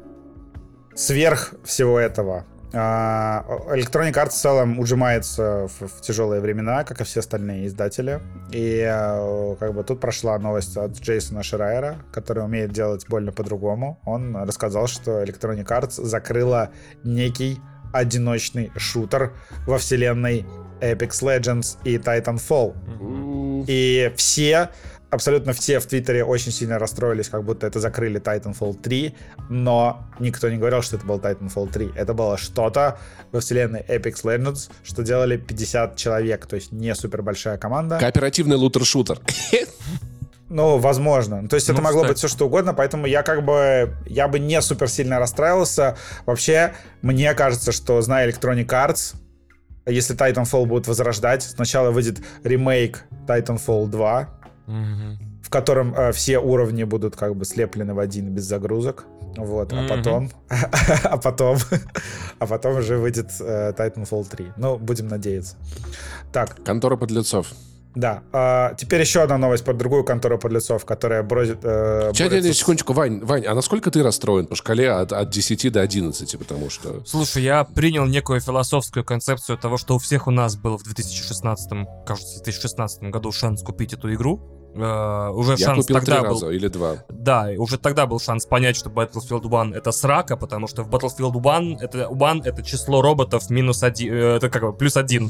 сверх всего этого Electronic Arts в целом ужимается в тяжелые времена, как и все остальные издатели. И как бы тут прошла новость от Джейсона Шрайера, который умеет делать больно по-другому. Он рассказал, что Electronic Arts закрыла некий одиночный шутер во вселенной Apex Legends и Titanfall. И абсолютно все в Твиттере очень сильно расстроились, как будто это закрыли Titanfall 3, но никто не говорил, что это был Titanfall 3. Это было что-то во вселенной Apex Legends, что делали 50 человек, то есть не супер большая команда. Кооперативный лутер-шутер. Ну, возможно. То есть это могло быть все что угодно, поэтому я бы не супер сильно расстраивался. Вообще, мне кажется, что, зная Electronic Arts, если Titanfall будут возрождать, сначала выйдет ремейк Titanfall 2, в котором все уровни будут как бы слеплены в один без загрузок. Вот, а потом уже выйдет Titanfall 3. Ну, будем надеяться. Так. Контора подлецов. Да. Теперь еще одна новость про другую контору подлецов, которая бросит... Секундочку, Вань, а насколько ты расстроен по шкале от 10 до 11? Потому что... Слушай, я принял некую философскую концепцию того, что у всех у нас был в 2016 году шанс купить эту игру. Уже я шанс купил тогда 3 раза или 2. Да, уже тогда был шанс понять, что Battlefield 1 это срака, потому что в Battlefield 1 это число роботов минус 1, это как бы плюс 1.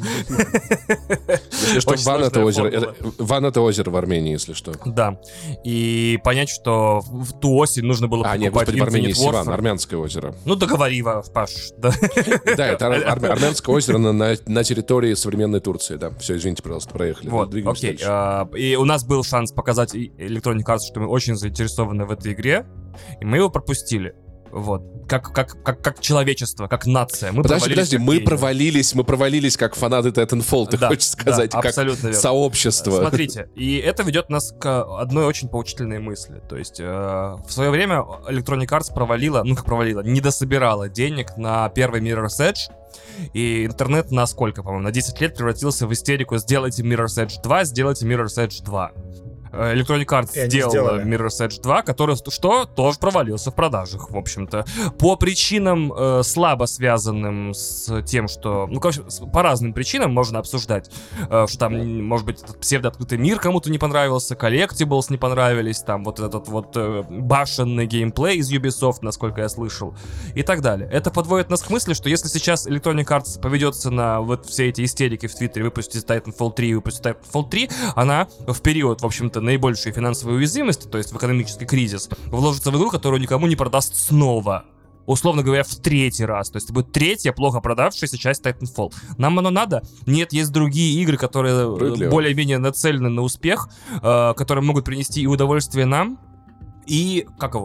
Если что, Ван это озеро в Армении, если что. Да. И понять, что в ту осень нужно было покупать нет, господи, в Армении Infinite Warfare. Сиван, армянское озеро. Ну, договори, Паш. Да, это армянское озеро на территории современной Турции, да. Все, извините, пожалуйста, проехали. Вот, окей. И у нас был шанс показать Electronic Arts, что мы очень заинтересованы в этой игре, и мы его пропустили. Вот. Как человечество, как нация. Подожди, мы провалились как фанаты Titanfall, ты хочешь сказать, как сообщество. Смотрите, и это ведет нас к одной очень поучительной мысли. То есть в свое время Electronic Arts не дособирала денег на первый Mirror's Edge, и интернет на сколько, по-моему, на 10 лет превратился в истерику: сделайте Mirror's Edge 2, сделайте Mirror's Edge 2. Electronic Arts сделала Mirror's Edge 2, который, тоже провалился в продажах, в общем-то. По причинам, слабо связанным с тем, что... по разным причинам можно обсуждать. Что там, может быть, этот псевдооткрытый мир кому-то не понравился, Collectibles не понравились, там вот этот вот башенный геймплей из Ubisoft, насколько я слышал, и так далее. Это подводит нас к мысли, что если сейчас Electronic Arts поведется на вот все эти истерики в Твиттере, выпустит Titanfall 3, она в период, в общем-то, наибольшей финансовой уязвимости, то есть в экономический кризис, вложится в игру, которую никому не продаст снова. Условно говоря, в 3-й раз. То есть это будет 3-я плохо продавшаяся часть Titanfall. Нам оно надо? Нет, есть другие игры, которые более-менее нацелены на успех, которые могут принести и удовольствие нам, и, как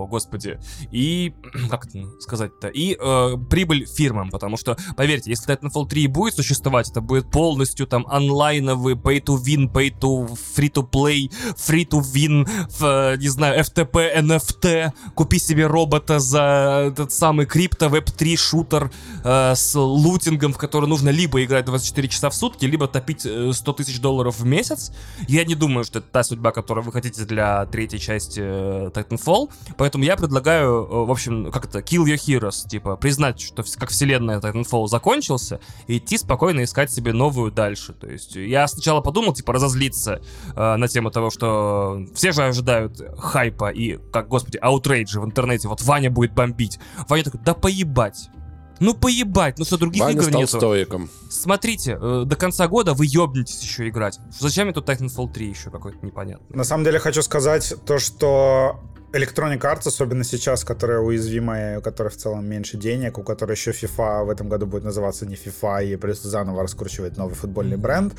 это сказать-то, и прибыль фирмам, потому что, поверьте, если Titanfall 3 будет существовать, это будет полностью там онлайновый pay-to-win, free-to-play, free-to-win, не знаю, FTP, NFT, купи себе робота за этот самый крипто Web3 шутер с лутингом, в который нужно либо играть 24 часа в сутки, либо топить $100 тысяч в месяц. Я не думаю, что это та судьба, которую вы хотите для 3-й части Titanfall, поэтому я предлагаю, в общем, kill your heroes, типа, признать, что как вселенная Titanfall закончился, и идти спокойно искать себе новую дальше. То есть я сначала подумал, типа, разозлиться на тему того, что все же ожидают хайпа и, аутрейджа в интернете, вот Ваня будет бомбить. Ваня такой: да поебать. Ну что, других Ваня игр стал нету. стоиком. Смотрите, до конца года вы ёбнетесь еще играть. Зачем мне тут Titanfall 3 еще какой-то непонятный? На самом деле хочу сказать то, что Electronic Arts, особенно сейчас, которая уязвимая, у которой в целом меньше денег, у которой еще FIFA в этом году будет называться не FIFA, и придется заново раскручивать новый футбольный бренд,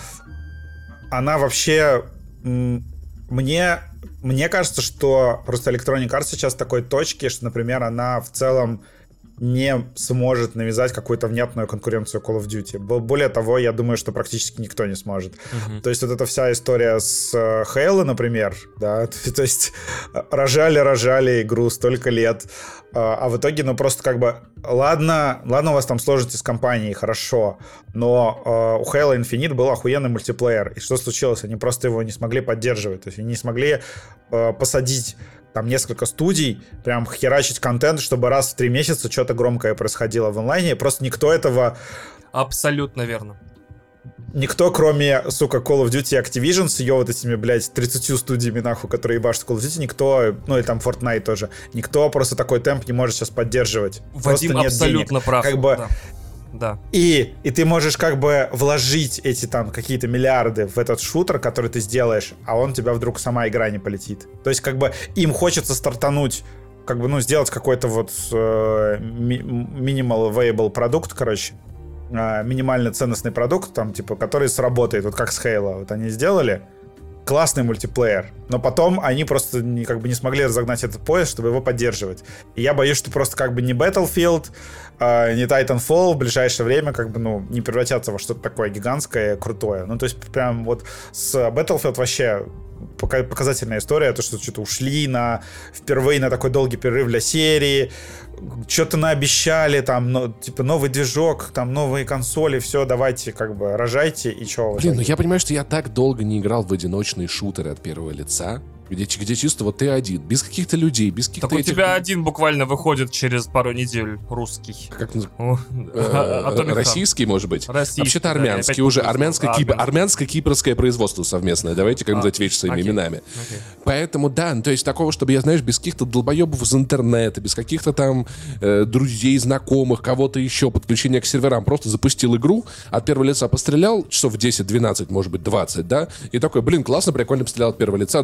она вообще... Мне кажется, что просто Electronic Arts сейчас в такой точке, что, например, она в целом не сможет навязать какую-то внятную конкуренцию Call of Duty. Более того, я думаю, что практически никто не сможет. То есть вот эта вся история с Halo, например, да, то есть рожали игру столько лет, а в итоге, просто ладно, у вас там сложности с компанией, хорошо, но у Halo Infinite был охуенный мультиплеер, и что случилось? Они просто его не смогли поддерживать, то есть они не смогли посадить там несколько студий, прям херачить контент, чтобы раз в 3 месяца что-то громкое происходило в онлайне. Просто никто этого... Абсолютно верно. Никто, кроме, Call of Duty Activision с ее вот этими, 30 студиями, нахуй, которые ебашат Call of Duty, никто, и там Fortnite тоже, никто просто такой темп не может сейчас поддерживать. Вадим абсолютно прав. Да. И ты можешь вложить эти там какие-то миллиарды в этот шутер, который ты сделаешь, а он у тебя вдруг сама игра не полетит. То есть им хочется стартануть, сделать какой-то вот minimal viable продукт, минимально ценностный продукт, там, который сработает, вот как с Halo. Вот они сделали классный мультиплеер, но потом они просто не смогли разогнать этот поезд, чтобы его поддерживать. И я боюсь, что просто не Battlefield, не Titanfall в ближайшее время не превратятся во что-то такое гигантское, крутое. То есть прям вот с Battlefield вообще показательная история, то, что что-то ушли впервые на такой долгий перерыв для серии, что-то наобещали, там, новый движок, там, новые консоли, все, давайте, рожайте, и чё. Блин, я понимаю, что я так долго не играл в одиночные шутеры от первого лица, где чисто вот ты один, без каких-то людей, без каких-то так у тебя один буквально выходит через пару недель, русский. Как российский, может быть? Российский. Вообще-то армянский уже. Армянско-кипрское производство совместное. Давайте называть вещи своими именами. Поэтому, да, то есть такого, чтобы я, без каких-то долбоебов из интернета, без каких-то там друзей, знакомых, кого-то еще, подключения к серверам, просто запустил игру, от первого лица пострелял, часов 10-12, может быть, 20, да, и такой, классно, прикольно пострелял от первого лица, до свидания.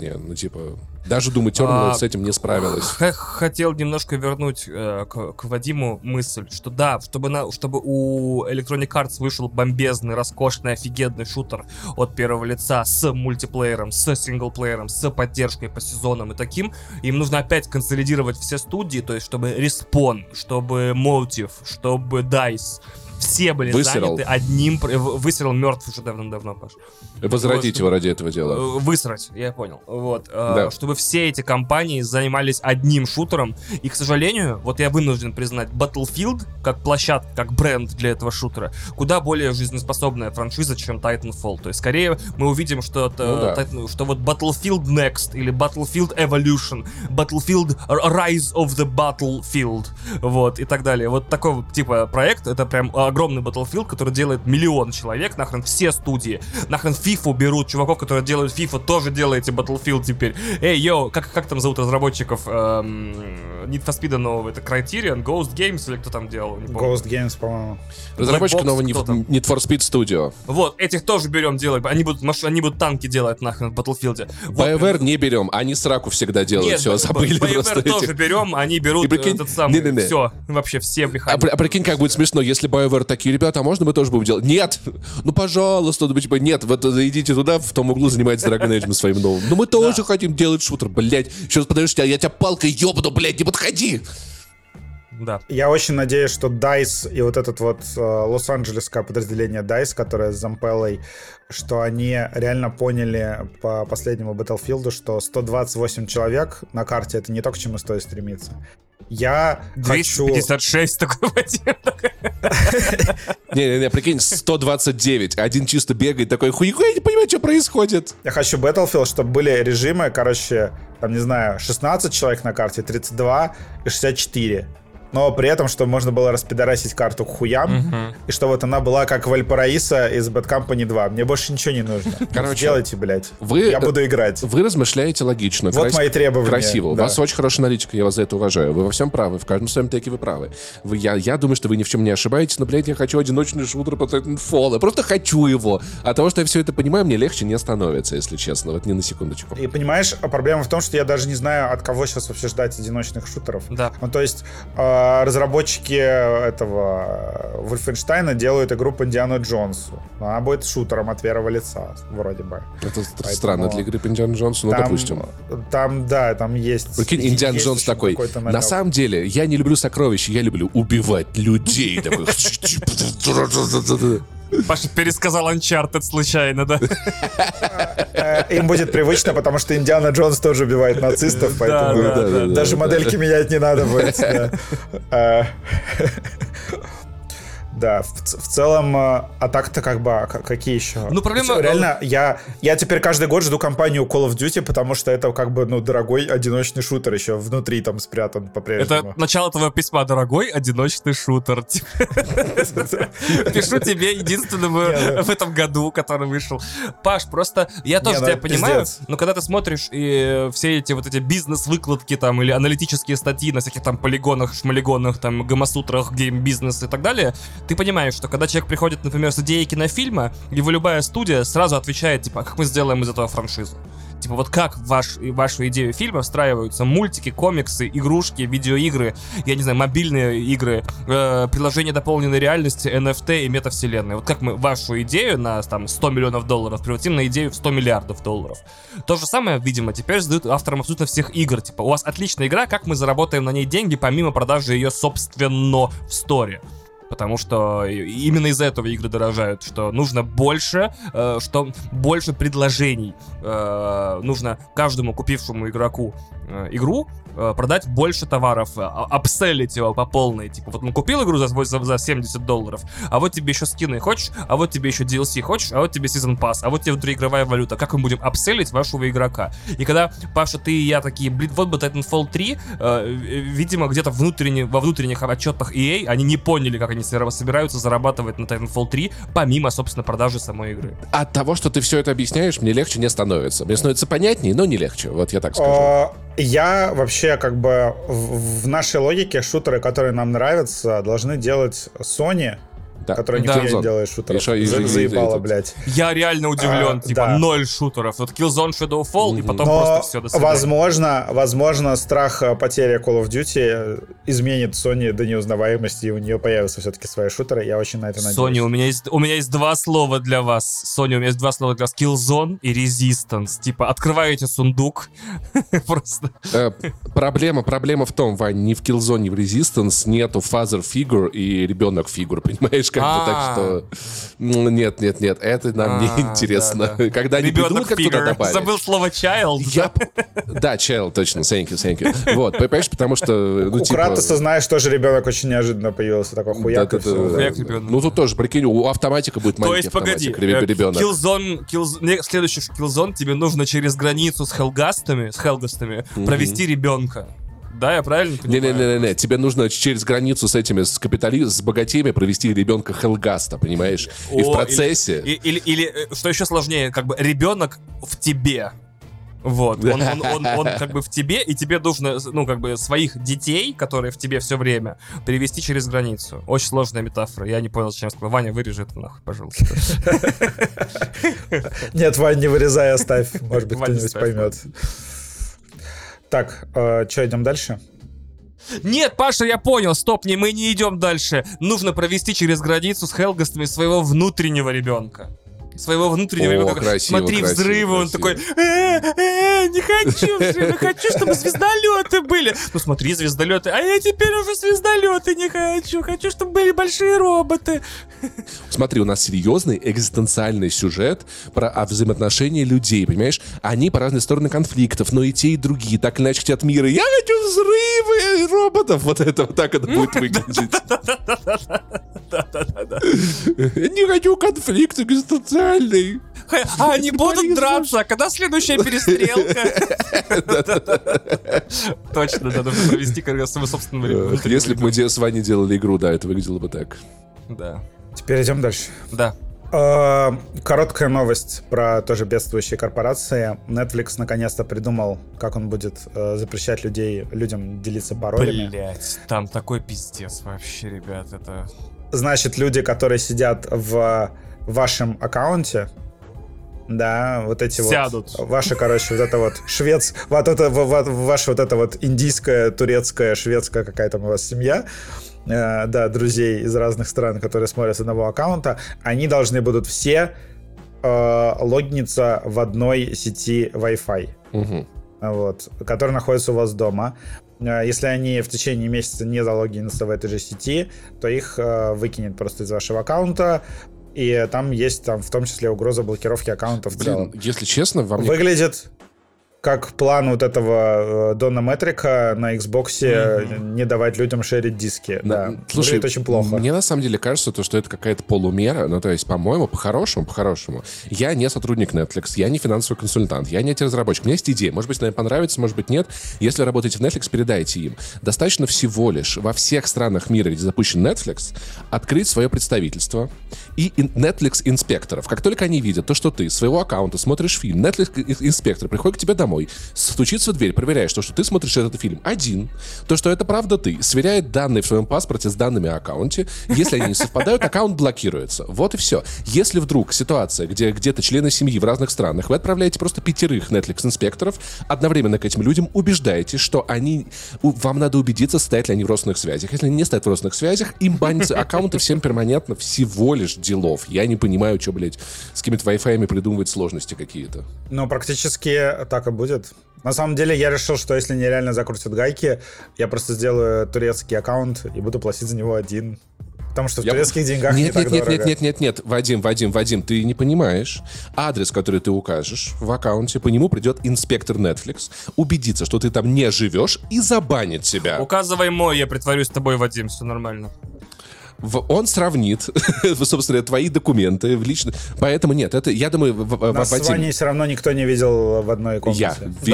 фигня. Ну, типа, даже Doom Eternal с этим не справилась. Хотел немножко вернуть к Вадиму мысль, что да, чтобы у Electronic Arts вышел бомбезный, роскошный, офигенный шутер от первого лица с мультиплеером, с синглплеером, с поддержкой по сезонам и таким, им нужно опять консолидировать все студии, то есть чтобы Respawn, чтобы Motive, чтобы DICE, все были заняты одним... Высрал мертв уже давно, Паш. Возродить его ради этого дела. Высрать, я понял. Вот. Да. Чтобы все эти компании занимались одним шутером. И, к сожалению, вот я вынужден признать, Battlefield, как площадка, как бренд для этого шутера, куда более жизнеспособная франшиза, чем Titanfall. То есть, скорее, мы увидим, что вот Battlefield Next или Battlefield Evolution, Battlefield Rise of the Battlefield, вот, и так далее. Вот такой типа проект, это прям огромный Battlefield, который делает 1 миллион человек, нахрен все студии, нахрен FIFA берут чуваков, которые делают FIFA, тоже делаете Battlefield теперь. Эй, йоу, как там зовут разработчиков Need for Speed нового? Это Criterion, Ghost Games или кто там делал? Ghost Games, по-моему. Разработчик нового Need for Speed Studio. Вот, этих тоже берем, делаем. Они будут танки делать нахрен в Battlefield. BioWare не берем, они сраку всегда делают. Нет, все, забыли просто BioWare тоже берем, они берут этот самый, все, вообще все механики. А прикинь, как будет смешно, если BioWare такие, ребята, а можно мы тоже будем делать? Нет! Ну, пожалуйста, типа, нет, вот идите туда, в том углу занимайтесь Dragon Age своим новым. Ну, мы тоже хотим делать шутер, блядь. Сейчас подожди, я тебя палкой ёбну, блядь, не подходи! Да. Я очень надеюсь, что DICE и вот этот вот лос-анджелесское подразделение DICE, которое с Зампеллой, что они реально поняли по последнему Battlefield, что 128 человек на карте — это не то, к чему стоит стремиться. Я 256 такой Вадим. Не, прикинь, 129. Один чисто бегает такой, хуй-хуй, я не понимаю, что происходит. Я хочу Battlefield, чтобы были режимы, короче, там, не знаю, 16 человек на карте, 32 и 64. Но при этом, чтобы можно было распидорасить карту к хуям, и чтобы вот она была как Вальпараисо из Bad Company 2. Мне больше ничего не нужно. Короче, сделайте, блядь. Я буду играть. Вы размышляете логично. Вот мои требования. Красиво. Да. У вас очень хорошая аналитика, я вас за это уважаю. Вы во всем правы, в каждом своем теке вы правы. Я думаю, что вы ни в чем не ошибаетесь, но, блядь, я хочу одиночный шутер по Titanfall. Я просто хочу его. От того, что я все это понимаю, мне легче не становится, если честно. Вот ни на секундочку. И понимаешь, проблема в том, что я даже не знаю, от кого сейчас вообще ждать одиночных шутеров. Да. Ну, то есть, разработчики этого Wolfenstein делают игру по Индиану Джонсу. Она будет шутером от первого лица, вроде бы. Это странно для игры по Индиану Джонсу, ну, допустим. Там есть... Прикинь, Индиана Джонс такой, на самом деле, я не люблю сокровища, я люблю убивать людей. Паша пересказал Uncharted случайно, да? Им будет привычно, потому что Индиана Джонс тоже убивает нацистов, поэтому даже модельки менять не надо будет. Да, в целом, а так-то как бы, какие еще? Ну, проблема... Реально, я теперь каждый год жду компанию Call of Duty, потому что это как бы, дорогой одиночный шутер еще внутри там спрятан по-прежнему. Это начало твоего письма, дорогой одиночный шутер. Пишу тебе единственному в этом году, который вышел. Паш, просто я тоже тебя понимаю, но когда ты смотришь и все эти вот эти бизнес-выкладки там или аналитические статьи на всяких там полигонах, шмалигонах, там, гамасутрах, гейм-бизнес и так далее, ты понимаешь, что когда человек приходит, например, с идеей кинофильма, его любая студия сразу отвечает, типа, как мы сделаем из этого франшизу? Типа, вот как в вашу идею фильма встраиваются мультики, комиксы, игрушки, видеоигры, я не знаю, мобильные игры, приложения дополненной реальности, NFT и метавселенной. Вот как мы вашу идею на там, $100 миллионов превратим на идею в $100 миллиардов. То же самое, видимо, теперь задают авторам абсолютно всех игр. Типа, у вас отличная игра, как мы заработаем на ней деньги, помимо продажи ее собственно в сторе? Потому что именно из-за этого игры дорожают, что нужно больше, что больше предложений. Нужно каждому купившему игроку игру продать больше товаров, апселлить его по полной. Типа, вот он купил игру за $70, а вот тебе еще скины хочешь, а вот тебе еще DLC хочешь, а вот тебе Season Pass, а вот тебе внутриигровая валюта. Как мы будем апселлить вашего игрока? И когда Паша, ты и я такие, блин, вот бы Titanfall 3, видимо, где-то во внутренних отчетах EA они не поняли, как они собираются зарабатывать на Titanfall 3, помимо, собственно, продажи самой игры. От того, что ты все это объясняешь, мне легче не становится. Мне становится понятнее, но не легче. Вот я так скажу. Я вообще как бы в нашей логике шутеры, которые нам нравятся, должны делать Sony, который никто не делает шутеров. Заебало, блядь. Я реально удивлен, типа, 0 шутеров. Вот Killzone Shadowfall, и потом просто все, до свидания. Возможно, страх потери Call of Duty изменит Sony до неузнаваемости, и у нее появятся все-таки свои шутеры. Я очень на это надеюсь. Sony, у меня есть 2 слова для вас. Sony, у меня есть 2 слова для вас. Killzone и Resistance. Типа, открываете сундук. Просто. Проблема в том, Вань, ни в Killzone, ни в Resistance нету father figure и ребенок фигур, понимаешь? Так что... Нет, это нам не интересно. Когда они придумают, как туда добавить. Забыл слово child. Да, child, точно. Thank you. Вот, понимаешь, потому что... У Кратоса, знаешь, тоже ребенок очень неожиданно появился. Такой хуяк. Ну, тут тоже, прикинь, у автоматика будет маленький автоматик, ребенок. Следующий Killzone, тебе нужно через границу с Хелгастами провести ребенка. Да, я правильно понимаю? Не, тебе нужно через границу с этими, с богатеями провести ребенка Хелгаста, понимаешь? И в процессе... Или, что еще сложнее, как бы ребенок в тебе. Вот, он как бы в тебе, и тебе нужно, ну, как бы своих детей, которые в тебе все время, перевести через границу. Очень сложная метафора, я не понял, зачем я сказал. Ваня, вырежи это нахуй, пожалуйста. Нет, Вань, не вырезай, оставь, может быть, кто-нибудь поймет. Так, что, идем дальше? Нет, Паша, я понял, стоп, мы не идем дальше. Нужно провести через границу с Хелгастами своего внутреннего ребенка. Своего внутреннего ребенка. Красиво, смотри, красиво, взрывы, он такой, не хочу взрывы, хочу, чтобы звездолеты были. Ну смотри, звездолеты, а я теперь уже звездолеты не хочу, чтобы были большие роботы. Смотри, у нас серьезный экзистенциальный сюжет про взаимоотношения людей, понимаешь? Они по разные стороны конфликтов, но и те, и другие так или иначе хотят мира. Я хочу взрывы роботов, вот это вот так это будет выглядеть. Не хочу конфликт экзистенциальный. А они будут драться? Когда следующая перестрелка? Точно, надо провести своего собственного ребенка. Если бы мы с Ваней делали игру, да, это выглядело бы так. Да. Теперь идем дальше. Да. Короткая новость про тоже бедствующие корпорации. Netflix наконец-то придумал, как он будет запрещать людям делиться паролями. Блять, там такой пиздец вообще, ребят, это... Значит, люди, которые сидят в вашем аккаунте, да, вот эти сядут. Вот ваши, короче, вот это вот ваша вот эта вот индийская, турецкая, шведская какая-то у вас семья, да, друзей из разных стран, которые смотрят с одного аккаунта, они должны будут все логиниться в одной сети Wi-Fi, вот, которая находится у вас дома. Если они в течение месяца не залогинятся в этой же сети, то их выкинет просто из вашего аккаунта. И там есть в том числе угроза блокировки аккаунтов в целом. Если честно, вам выглядит как план вот этого Дона Метрика на Xbox не давать людям шерить диски. Да. Слушай, выглядит очень плохо. Мне на самом деле кажется, что это какая-то полумера. Ну, то есть, по-моему, по-хорошему, я не сотрудник Netflix, я не финансовый консультант, я не IT-разработчик. У меня есть идея. Может быть, она понравится, может быть, нет. Если работаете в Netflix, передайте им. Достаточно всего лишь во всех странах мира, где запущен Netflix, открыть свое представительство и Netflix инспекторов. Как только они видят то, что ты с своего аккаунта смотришь фильм, Netflix инспектор приходит к тебе домой, стучится в дверь, проверяет, что ты смотришь этот фильм один, то, что это правда ты, сверяет данные в своем паспорте с данными о аккаунте. Если они не совпадают, аккаунт блокируется. Вот и все. Если вдруг ситуация, где где-то члены семьи в разных странах, вы отправляете просто 5 Netflix-инспекторов, одновременно к этим людям убеждаете, что вам надо убедиться, стоят ли они в родственных связях. Если они не стоят в родственных связях, им банятся аккаунты всем перманентно, всего лишь делов. Я не понимаю, что, блядь, с какими-то Wi-Fi придумывать сложности какие-то. Ну, практически так и будет. На самом деле, я решил, что если нереально закрутят гайки, я просто сделаю турецкий аккаунт и буду платить за него один. Потому что в турецких деньгах не так дорого. Нет, Вадим, ты не понимаешь. Адрес, который ты укажешь в аккаунте, по нему придет инспектор Netflix, убедится, что ты там не живешь, и забанит тебя. Указывай мой, я притворюсь тобой, Вадим, все нормально. Он сравнит, собственно, твои документы в лично. Поэтому нет, это, я думаю... Нас с Ваней все равно никто не видел в одной комнате.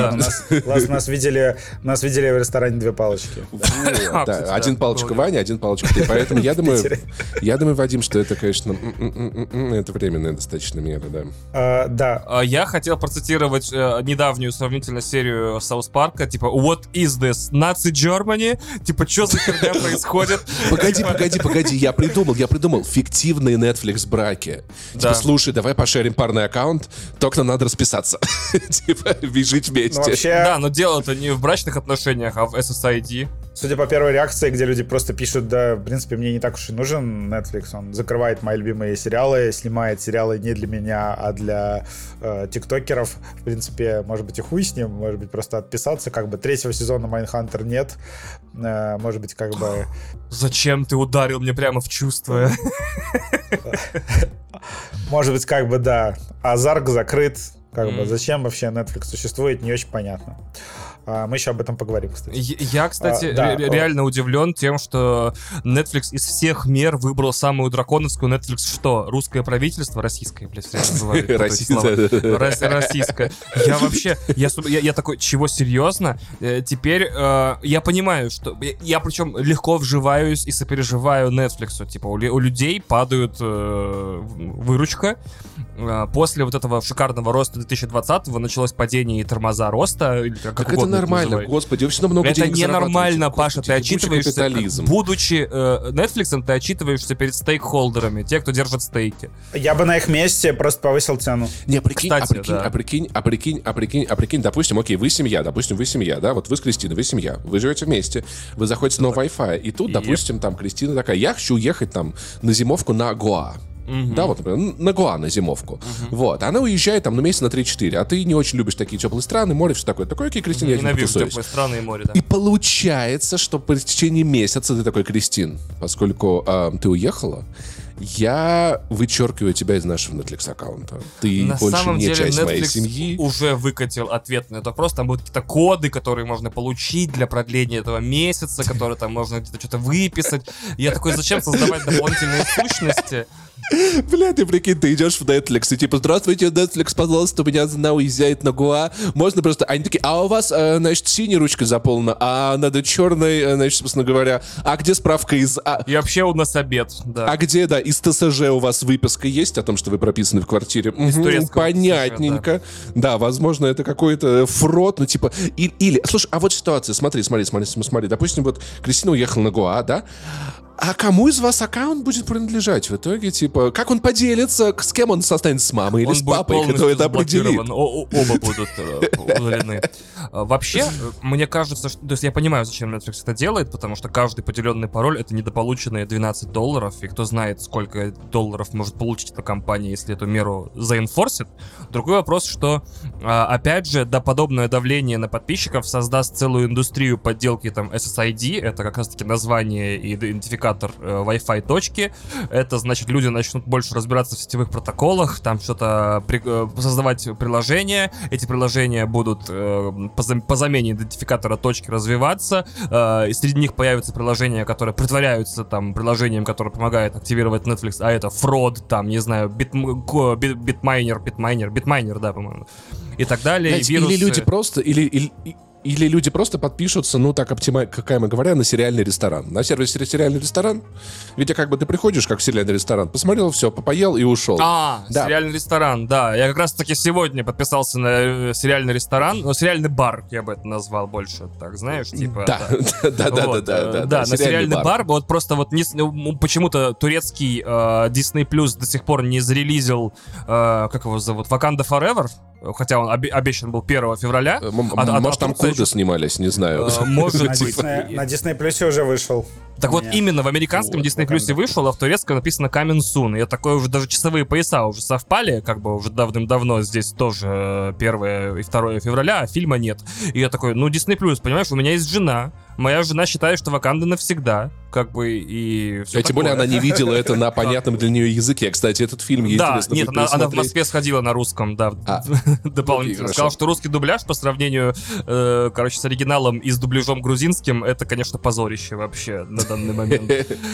Нас видели в ресторане 2 палочки. Да, 1 палочка Ваня, 1 палочка ты. Поэтому я думаю, Вадим, что это, конечно, это временная достаточно мера, да. Да. Я хотел процитировать недавнюю сравнительную серию Саус Парка, типа, what is this? Nazi Germany? Типа, что за херня происходит? Погоди. Подожди, я придумал. Фиктивные Netflix-браки. Типа, слушай, давай пошерим парный аккаунт, только надо расписаться. Типа, жить вместе. Да, но дело-то не в брачных отношениях, а в SSID. Судя по первой реакции, где люди просто пишут, да, в принципе, мне не так уж и нужен Netflix, он закрывает мои любимые сериалы, снимает сериалы не для меня, а для тиктокеров. В принципе, может быть, и хуй с ним, может быть, просто отписаться, как бы третьего сезона Mindhunter нет, может быть, как бы... Зачем ты ударил мне прямо в чувства? Может быть, как бы, да, Озарк закрыт, как бы, зачем вообще Netflix существует, не очень понятно. Мы еще об этом поговорим, кстати. Я, кстати, реально удивлен тем, что Netflix из всех мер выбрал самую драконовскую. Netflix что? Русское правительство? Российское, блядь, все время бывает. Российское. Я вообще, я такой, чего, серьезно? Теперь я понимаю, что... Я причем легко вживаюсь и сопереживаю Netflix. Типа у людей падают выручка. После вот этого шикарного роста 2020-го началось падение и тормоза роста. Так это нормально, называют. Господи, очень много это денег зарабатываете. Это ненормально, Паша, ты отчитываешься, будучи Netflix, ты отчитываешься перед стейкхолдерами, те, кто держит стейки. Я бы на их месте просто повысил цену. Не, прикинь, прикинь, допустим, окей, вы семья, да, вот вы с Кристиной, вы семья, вы живете вместе, вы заходите на Wi-Fi, и тут, допустим, там Кристина такая, я хочу уехать там на зимовку на Гоа. Да, вот, например, на Гоа на зимовку. Вот, она уезжает там на месяц на 3-4, а ты не очень любишь такие теплые страны, море, все такое. Такой, окей, Кристин, я ненавижу теплые страны и море, да. И получается, что по течение месяца ты такой, Кристин, поскольку ты уехала, я вычеркиваю тебя из нашего Netflix аккаунта. Ты на больше самом не деле, часть Netflix моей семьи. Уже выкатил ответ на этот вопрос. Там будут какие-то коды, которые можно получить для продления этого месяца, которые там можно где-то что-то выписать. Я такой, зачем создавать дополнительные сущности? Бля, ты прикинь, ты идешь в Netflix и типа, здравствуйте, Netflix, пожалуйста, у меня жена уезжает на Гоа. Можно просто... Они такие, а у вас, значит, синей ручкой заполнена, а надо черной, значит, собственно говоря, а где справка из... И вообще у нас обед, да. А где, да, из ТСЖ у вас выписка есть о том, что вы прописаны в квартире? Понятненько. ТСЖ, да, возможно, это какой-то фрод, ну типа... Или... Слушай, а вот ситуация, смотри. Допустим, вот Кристина уехала на Гоа, да? А кому из вас аккаунт будет принадлежать в итоге? Типа, как он поделится, с кем он останется, с мамой или с папой, кто это определит? Оба будут удалены. Вообще, мне кажется, что... То есть я понимаю, зачем Netflix это делает, потому что каждый поделенный пароль — это недополученные $12, и кто знает, сколько долларов может получить эта компания, если эту меру заинфорсит. Другой вопрос, что, опять же, подобное давление на подписчиков создаст целую индустрию подделки там SSID, это как раз-таки название и идентификатор Wi-Fi точки. Это значит, люди начнут больше разбираться в сетевых протоколах, там что-то создавать приложения. Эти приложения будут по замене идентификатора точки развиваться. И среди них появятся приложения, которые притворяются там приложением, которое помогает активировать Netflix, а это фрод, там, не знаю, битмайнер, да, по-моему. И так далее. Знаете, или люди просто... Или люди просто подпишутся, ну так как говоря, на сериальный ресторан. На сервисе сериальный ресторан, ведь как бы ты приходишь как в сериальный ресторан, посмотрел, все, поел и ушел. Да. Сериальный ресторан, да. Я как раз таки сегодня подписался на сериальный ресторан, но сериальный бар, я бы это назвал больше, так, знаешь, типа... Да, на сериальный бар. Вот просто вот почему-то турецкий Disney Plus до сих пор не зарелизил, как его зовут, Wakanda Forever, хотя он обещан был 1 февраля. Может, там курды снимались, не знаю. Может быть. На Disney Plus уже вышел. Так вот, именно в американском Disney Plus вышел, а в турецком написано Coming Soon. И такое уже даже часовые пояса уже совпали, как бы уже давным-давно здесь тоже 1 и 2 февраля, а фильма нет. И я такой, ну, Disney Plus, понимаешь, у меня есть жена. Моя жена считает, что Ваканда навсегда, как бы, и все такое. Тем более она не видела это на понятном для нее языке. Кстати, этот фильм ей интересно будет пересмотреть. Она в Москве сходила на русском, да, дополнительно. Сказала, что русский дубляж по сравнению, с оригиналом и с дубляжом грузинским, это, конечно, позорище вообще на данный момент.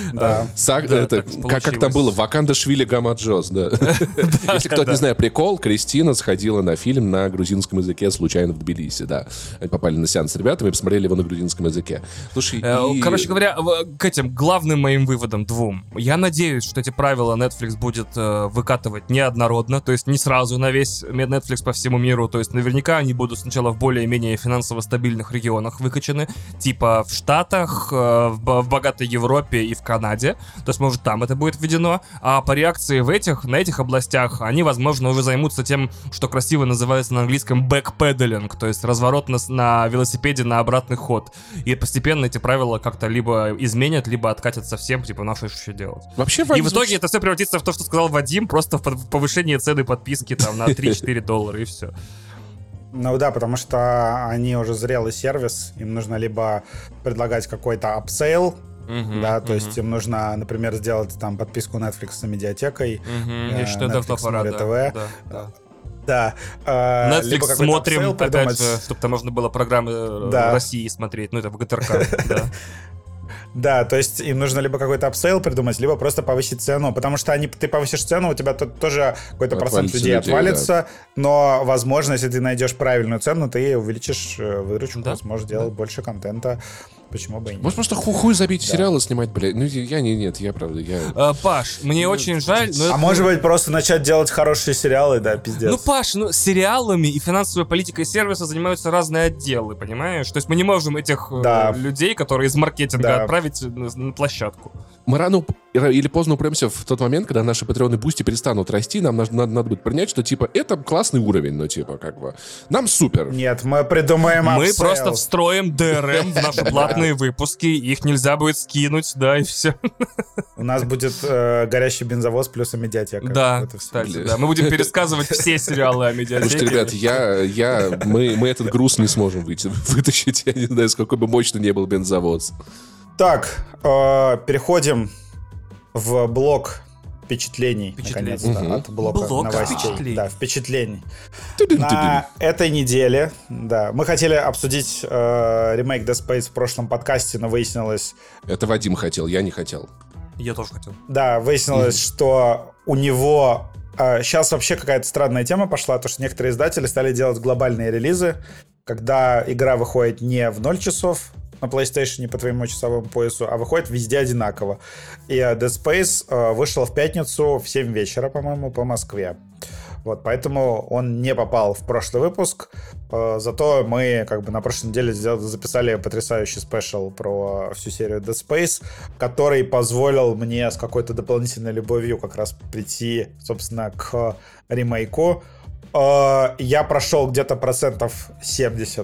Как там было? Ваканда Швили Гамаджос, да. Если кто-то не знает прикол, Кристина сходила на фильм на грузинском языке случайно в Тбилиси, да. Они попали на сеанс с ребятами, посмотрели его на грузинском языке. языке. Слушай, короче говоря, к этим главным моим выводам двум. Я надеюсь, что эти правила Netflix будет выкатывать неоднородно, то есть не сразу на весь Netflix по всему миру, то есть наверняка они будут сначала в более-менее финансово стабильных регионах выкачаны, типа в Штатах, в богатой Европе и в Канаде, то есть, может, там это будет введено, а по реакции на этих областях они, возможно, уже займутся тем, что красиво называется на английском backpedaling, то есть разворот на велосипеде на обратный ход. И постепенно эти правила как-то либо изменят, либо откатят совсем, типа, ну что еще делать. Вообще, и в итоге это все превратится в то, что сказал Вадим, просто в повышение цены подписки там на $3-4, и все. Ну да, потому что они уже зрелый сервис, им нужно либо предлагать какой-то апсейл, да, то есть им нужно, например, сделать там подписку Netflix с медиатекой, я считаю, давно пора, да. Netflix смотрим, опять же, чтобы там можно было программы России смотреть, ну это в ГТРК, да. Да, то есть им нужно либо какой-то апсейл придумать, либо просто повысить цену, потому что ты повысишь цену, у тебя тут тоже какой-то процент людей отвалится, но, возможно, если ты найдешь правильную цену, ты увеличишь выручку, сможешь делать больше контента. Почему бы и нет? Может, просто хуй забить сериалы снимать, блядь. Ну, я правда. Паш, мне очень жаль. А может быть, просто начать делать хорошие сериалы, да, пиздец. Ну, Паш, сериалами и финансовой политикой сервиса занимаются разные отделы, понимаешь? То есть мы не можем этих людей, которые из маркетинга, отправить на площадку. Мы рано или поздно упремся в тот момент, когда наши патреоны Бусти перестанут расти, нам надо будет принять, что, типа, это классный уровень, но, типа, как бы, нам супер. Нет, мы придумаем апсейл. Мы просто встроим DRM в наши платные выпуски, их нельзя будет скинуть, да, и все. У нас будет горящий бензовоз плюс медиатека. Да, кстати, да. Мы будем пересказывать все сериалы о медиатеке. Слушайте, ребят, мы этот груз не сможем вытащить, я не знаю, сколько бы мощно не был бензовоз. Так, переходим в блок впечатлений, наконец-то, от блока новостей. Да, впечатлений. На этой неделе, да, мы хотели обсудить ремейк Dead Space в прошлом подкасте, но выяснилось... Это Вадим хотел, я не хотел. Я тоже хотел. Да, выяснилось, что у него... Сейчас вообще какая-то странная тема пошла, то что некоторые издатели стали делать глобальные релизы, когда игра выходит не в 0 часов на PlayStation по твоему часовому поясу, а выходит везде одинаково. И Dead Space вышел в пятницу в 7 вечера, по-моему, по Москве. Вот, поэтому он не попал в прошлый выпуск. Зато мы как бы на прошлой неделе записали потрясающий спешл про всю серию Dead Space, который позволил мне с какой-то дополнительной любовью как раз прийти, собственно, к ремейку. Я прошел где-то 70%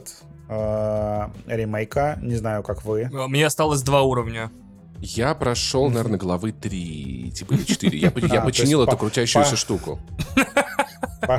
ремейка. Не знаю, как вы. Мне осталось 2 уровня. Я прошел, наверное, главы 3, типа, или 4. Я починил эту крутящуюся штуку. Паш,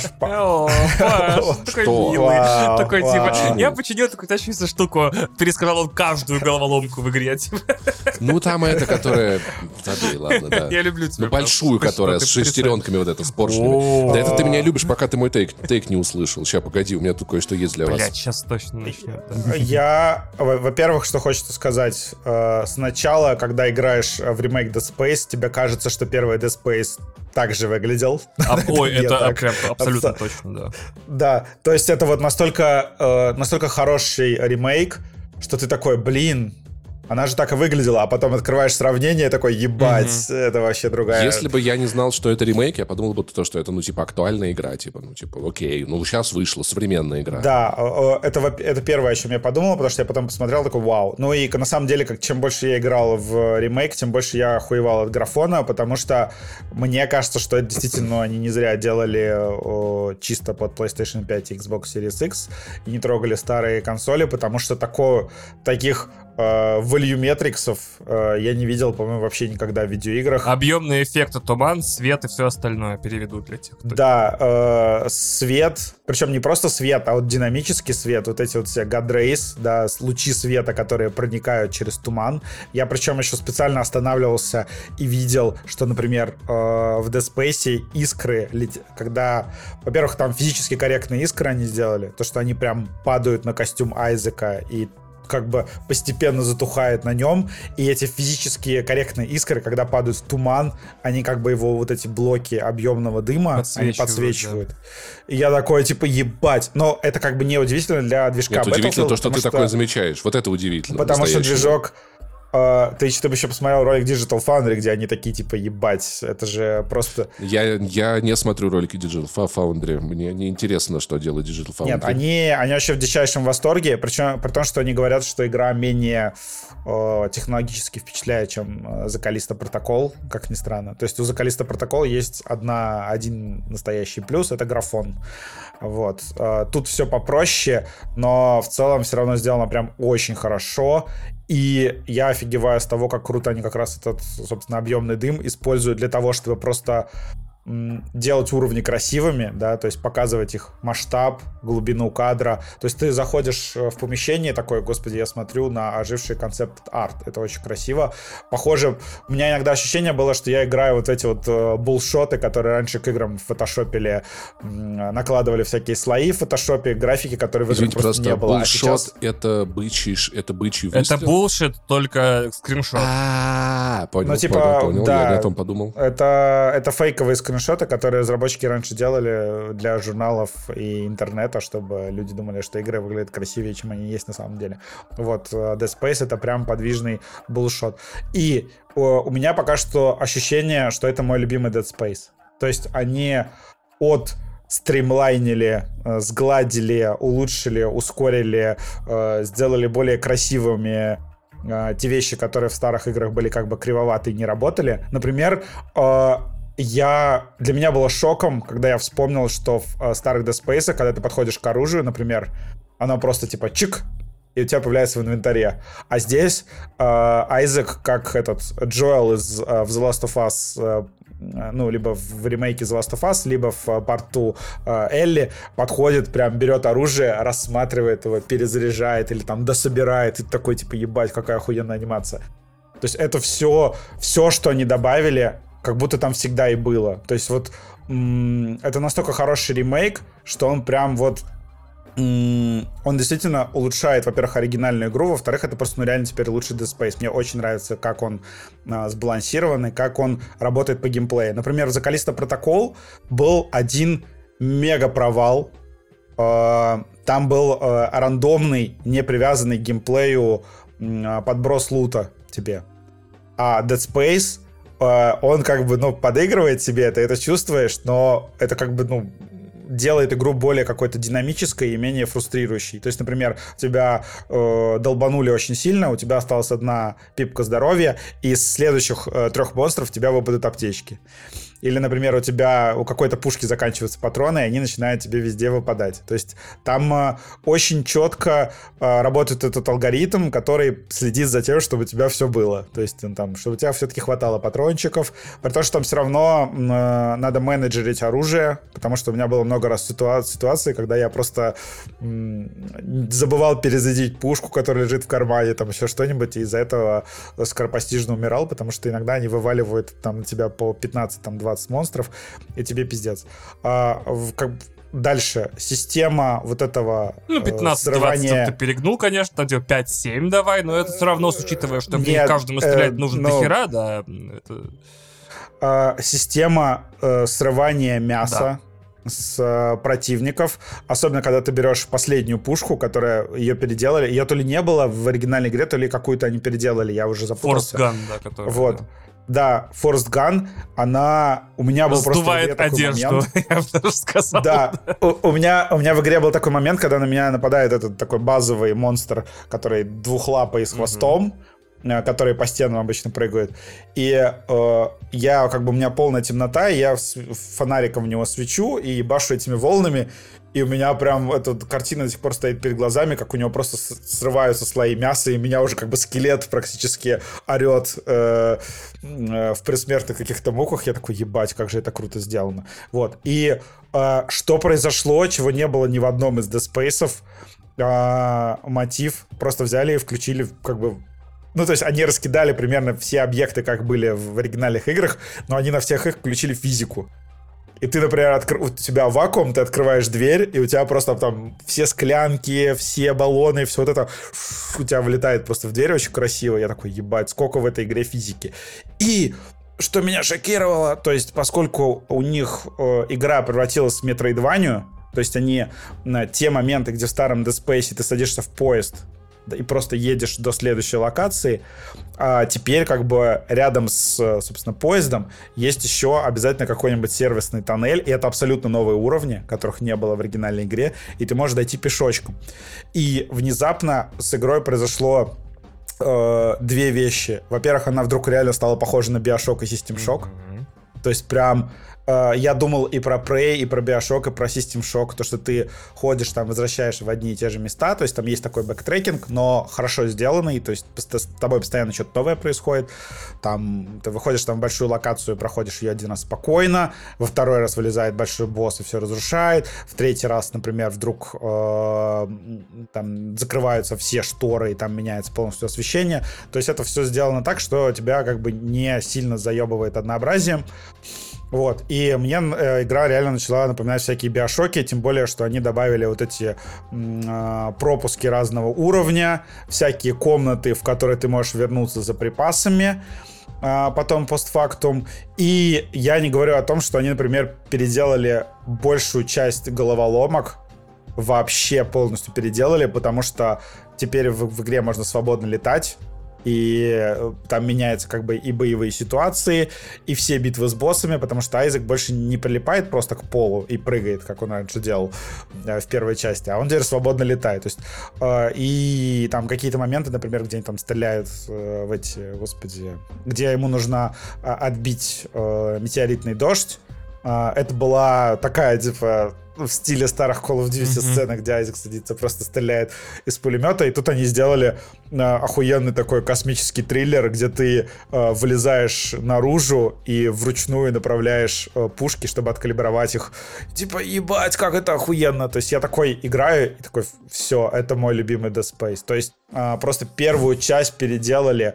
такой милый. Такой, типа, я починил эту крутящуюся штуку. Пересказал он каждую головоломку в игре. Ну, там это, которая... Забей, ладно, да. Я люблю тебя. Ну, большую, которая с шестеренками вот эта, с поршнями. Да это ты меня любишь, пока ты мой тейк не услышал. Сейчас, погоди, у меня тут кое-что есть для вас. Блядь, сейчас точно начнет. Я, во-первых, что хочется сказать. Сначала, когда играешь в ремейк Dead Space, тебе кажется, что первый Dead Space так же выглядел. Ой, это прям абсолютно точно, да. Да, то есть это вот настолько хороший ремейк, что ты такой, блин, она же так и выглядела, а потом открываешь сравнение, такой, ебать, это вообще другая. Если бы я не знал, что это ремейк, я подумал бы, что это, ну, типа, актуальная игра, типа, ну, типа, окей, ну, сейчас вышла современная игра. Да, это первое, о чем я подумал, потому что я потом посмотрел, такой, вау. Ну, и на самом деле, чем больше я играл в ремейк, тем больше я охуевал от графона, потому что мне кажется, что это действительно они не зря делали чисто под PlayStation 5 и Xbox Series X и не трогали старые консоли, потому что таких волюметриксов я не видел, по-моему, вообще никогда в видеоиграх. Объемные эффекты, туман, свет и все остальное переведут для тех, кто... Да, свет, причем не просто свет, а вот динамический свет, вот эти вот все God Rays, да, лучи света, которые проникают через туман. Я причем еще специально останавливался и видел, что, например, в Dead Space искры, когда, во-первых, там физически корректные искры они сделали, то, что они прям падают на костюм Айзека и как бы постепенно затухает на нем, и эти физические корректные искры, когда падают в туман, они как бы его вот эти блоки объемного дыма, они подсвечивают. Да. И я такой, типа, ебать. Но это как бы не удивительно для движка Battlefield. Удивительно то, что ты такое замечаешь. Вот это удивительно. Потому что движок... Ты бы еще посмотрел ролик Digital Foundry, где они такие, типа, ебать, это же просто... Я не смотрю ролики Digital Foundry, мне не интересно, что делает Digital Foundry. Нет, они вообще в дичайшем восторге, причем при том, что они говорят, что игра менее технологически впечатляет, чем The Callisto Protocol, как ни странно. То есть у The Callisto Protocol есть один настоящий плюс, это графон. Вот. Тут все попроще, но в целом все равно сделано прям очень хорошо. И я офигеваю с того, как круто они как раз этот, собственно, объемный дым используют для того, чтобы просто делать уровни красивыми, да, то есть показывать их масштаб, глубину кадра. То есть ты заходишь в помещение такое, господи, я смотрю на оживший концепт-арт. Это очень красиво. Похоже, у меня иногда ощущение было, что я играю вот эти вот булшоты, которые раньше к играм в фотошопили, накладывали всякие слои в фотошопе, графики, которые в играх просто не было. Булшот сейчас... это бычий выстрел? Это булшит, только скриншот. Понял, ну, типа, понял. Да, я на том подумал. Это фейковые скриншоты, которые разработчики раньше делали для журналов и интернета, чтобы люди думали, что игры выглядят красивее, чем они есть на самом деле. Вот, Dead Space — это прям подвижный булшот. И у меня пока что ощущение, что это мой любимый Dead Space. То есть они стримлайнили, сгладили, улучшили, ускорили, сделали более красивыми те вещи, которые в старых играх были как бы кривоваты и не работали. Например, для меня было шоком, когда я вспомнил, что в старых Dead Space, когда ты подходишь к оружию, например, оно просто типа чик, и у тебя появляется в инвентаре. А здесь Айзек, как этот Джоэл из в The Last of Us, ну, либо в ремейке The Last of Us, либо в Part 2 Элли, подходит, прям берет оружие, рассматривает его, перезаряжает или там дособирает, и ты такой, типа, ебать, какая охуенная анимация. То есть это все, что они добавили, как будто там всегда и было. То есть вот это настолько хороший ремейк, что он прям вот он действительно улучшает, во-первых, оригинальную игру, во-вторых, это просто реально теперь лучший Dead Space. Мне очень нравится, как он сбалансированный, как он работает по геймплею. Например, в The Callisto Protocol был один мега провал. Там был рандомный, не привязанный к геймплею подброс лута тебе. А Dead Space, он как бы, подыгрывает тебе, ты это чувствуешь, но это как бы, делает игру более какой-то динамической и менее фрустрирующей. То есть, например, тебя долбанули очень сильно, у тебя осталась одна пипка здоровья, и из следующих 3 монстров у тебя выпадут аптечки. Или, например, у какой-то пушки заканчиваются патроны, и они начинают тебе везде выпадать. То есть там очень четко работает этот алгоритм, который следит за тем, чтобы у тебя все было. То есть чтобы у тебя все-таки хватало патрончиков. При том, что там все равно надо менеджерить оружие, потому что у меня было много раз ситуаций, когда я просто забывал перезарядить пушку, которая лежит в кармане, там еще что-нибудь, и из-за этого скоропостижно умирал, потому что иногда они вываливают там на тебя по 15-20 монстров, и тебе пиздец. Дальше. Система вот этого 15-20 срывания... ты перегнул, конечно, 5-7 давай, но это все равно, учитывая, что каждому стрелять нужно дохера, да. Система срывания мяса с противников, особенно когда ты берешь последнюю пушку, которая ее переделали. Ее то ли не было в оригинальной игре, то ли какую-то они переделали, я уже запутался. Force Gun, да, который... Вот. Да, Forced Gun, она... У меня был просто в игре такой момент. Я бы даже сказал. Да, у меня в игре был такой момент, когда на меня нападает этот такой базовый монстр, который двухлапый с хвостом, который по стенам обычно прыгает. И я, как бы, у меня полная темнота, и я фонариком в него свечу и ебашу этими волнами. И у меня прям эта картина до сих пор стоит перед глазами, как у него просто срываются слои мяса, и меня уже как бы скелет практически орет в предсмертных каких-то муках. Я такой, ебать, как же это круто сделано. Вот. И что произошло, чего не было ни в одном из Dead Space'ов, мотив просто взяли и включили как бы... то есть они раскидали примерно все объекты, как были в оригинальных играх, но они на всех их включили физику. и ты, например, у тебя вакуум, ты открываешь дверь, и у тебя просто там все склянки, все баллоны, все вот это у тебя вылетает просто в дверь, очень красиво. Я такой, ебать, сколько в этой игре физики. И что меня шокировало, то есть поскольку у них игра превратилась в метроидванию, то есть они на те моменты, где в старом Dead Space ты садишься в поезд и просто едешь до следующей локации, а теперь как бы рядом с, собственно, поездом есть еще обязательно какой-нибудь сервисный тоннель, и это абсолютно новые уровни, которых не было в оригинальной игре, и ты можешь дойти пешочком. И внезапно с игрой произошло две вещи. Во-первых, она вдруг реально стала похожа на BioShock и System Shock. То есть прям я думал и про Prey, и про BioShock, и про System Shock, то, что ты ходишь там, возвращаешь в одни и те же места, то есть там есть такой бэктрекинг, но хорошо сделанный, то есть с тобой постоянно что-то новое происходит, там ты выходишь там в большую локацию, проходишь ее один раз спокойно, во второй раз вылезает большой босс и все разрушает, в третий раз, например, вдруг там закрываются все шторы и там меняется полностью освещение, то есть это все сделано так, что тебя как бы не сильно заебывает однообразием. Вот, и мне игра реально начала напоминать всякие биошоки, тем более, что они добавили вот эти пропуски разного уровня, всякие комнаты, в которые ты можешь вернуться за припасами, потом постфактум. И я не говорю о том, что они, например, переделали большую часть головоломок, вообще полностью переделали, потому что теперь в игре можно свободно летать, и там меняются как бы и боевые ситуации, и все битвы с боссами, потому что Айзек больше не прилипает просто к полу и прыгает, как он раньше делал в первой части, а он теперь свободно летает. То есть, и там какие-то моменты, например, где они там стреляют в эти, господи, где ему нужно отбить метеоритный дождь. Это была такая, типа, в стиле старых Call of Duty сцены, где Айзек садится, просто стреляет из пулемета, и тут они сделали охуенный такой космический триллер, где ты вылезаешь наружу и вручную направляешь пушки, чтобы откалибровать их. Типа, ебать, как это охуенно! То есть я такой играю, и такой, все, это мой любимый Dead Space. То есть просто первую часть переделали,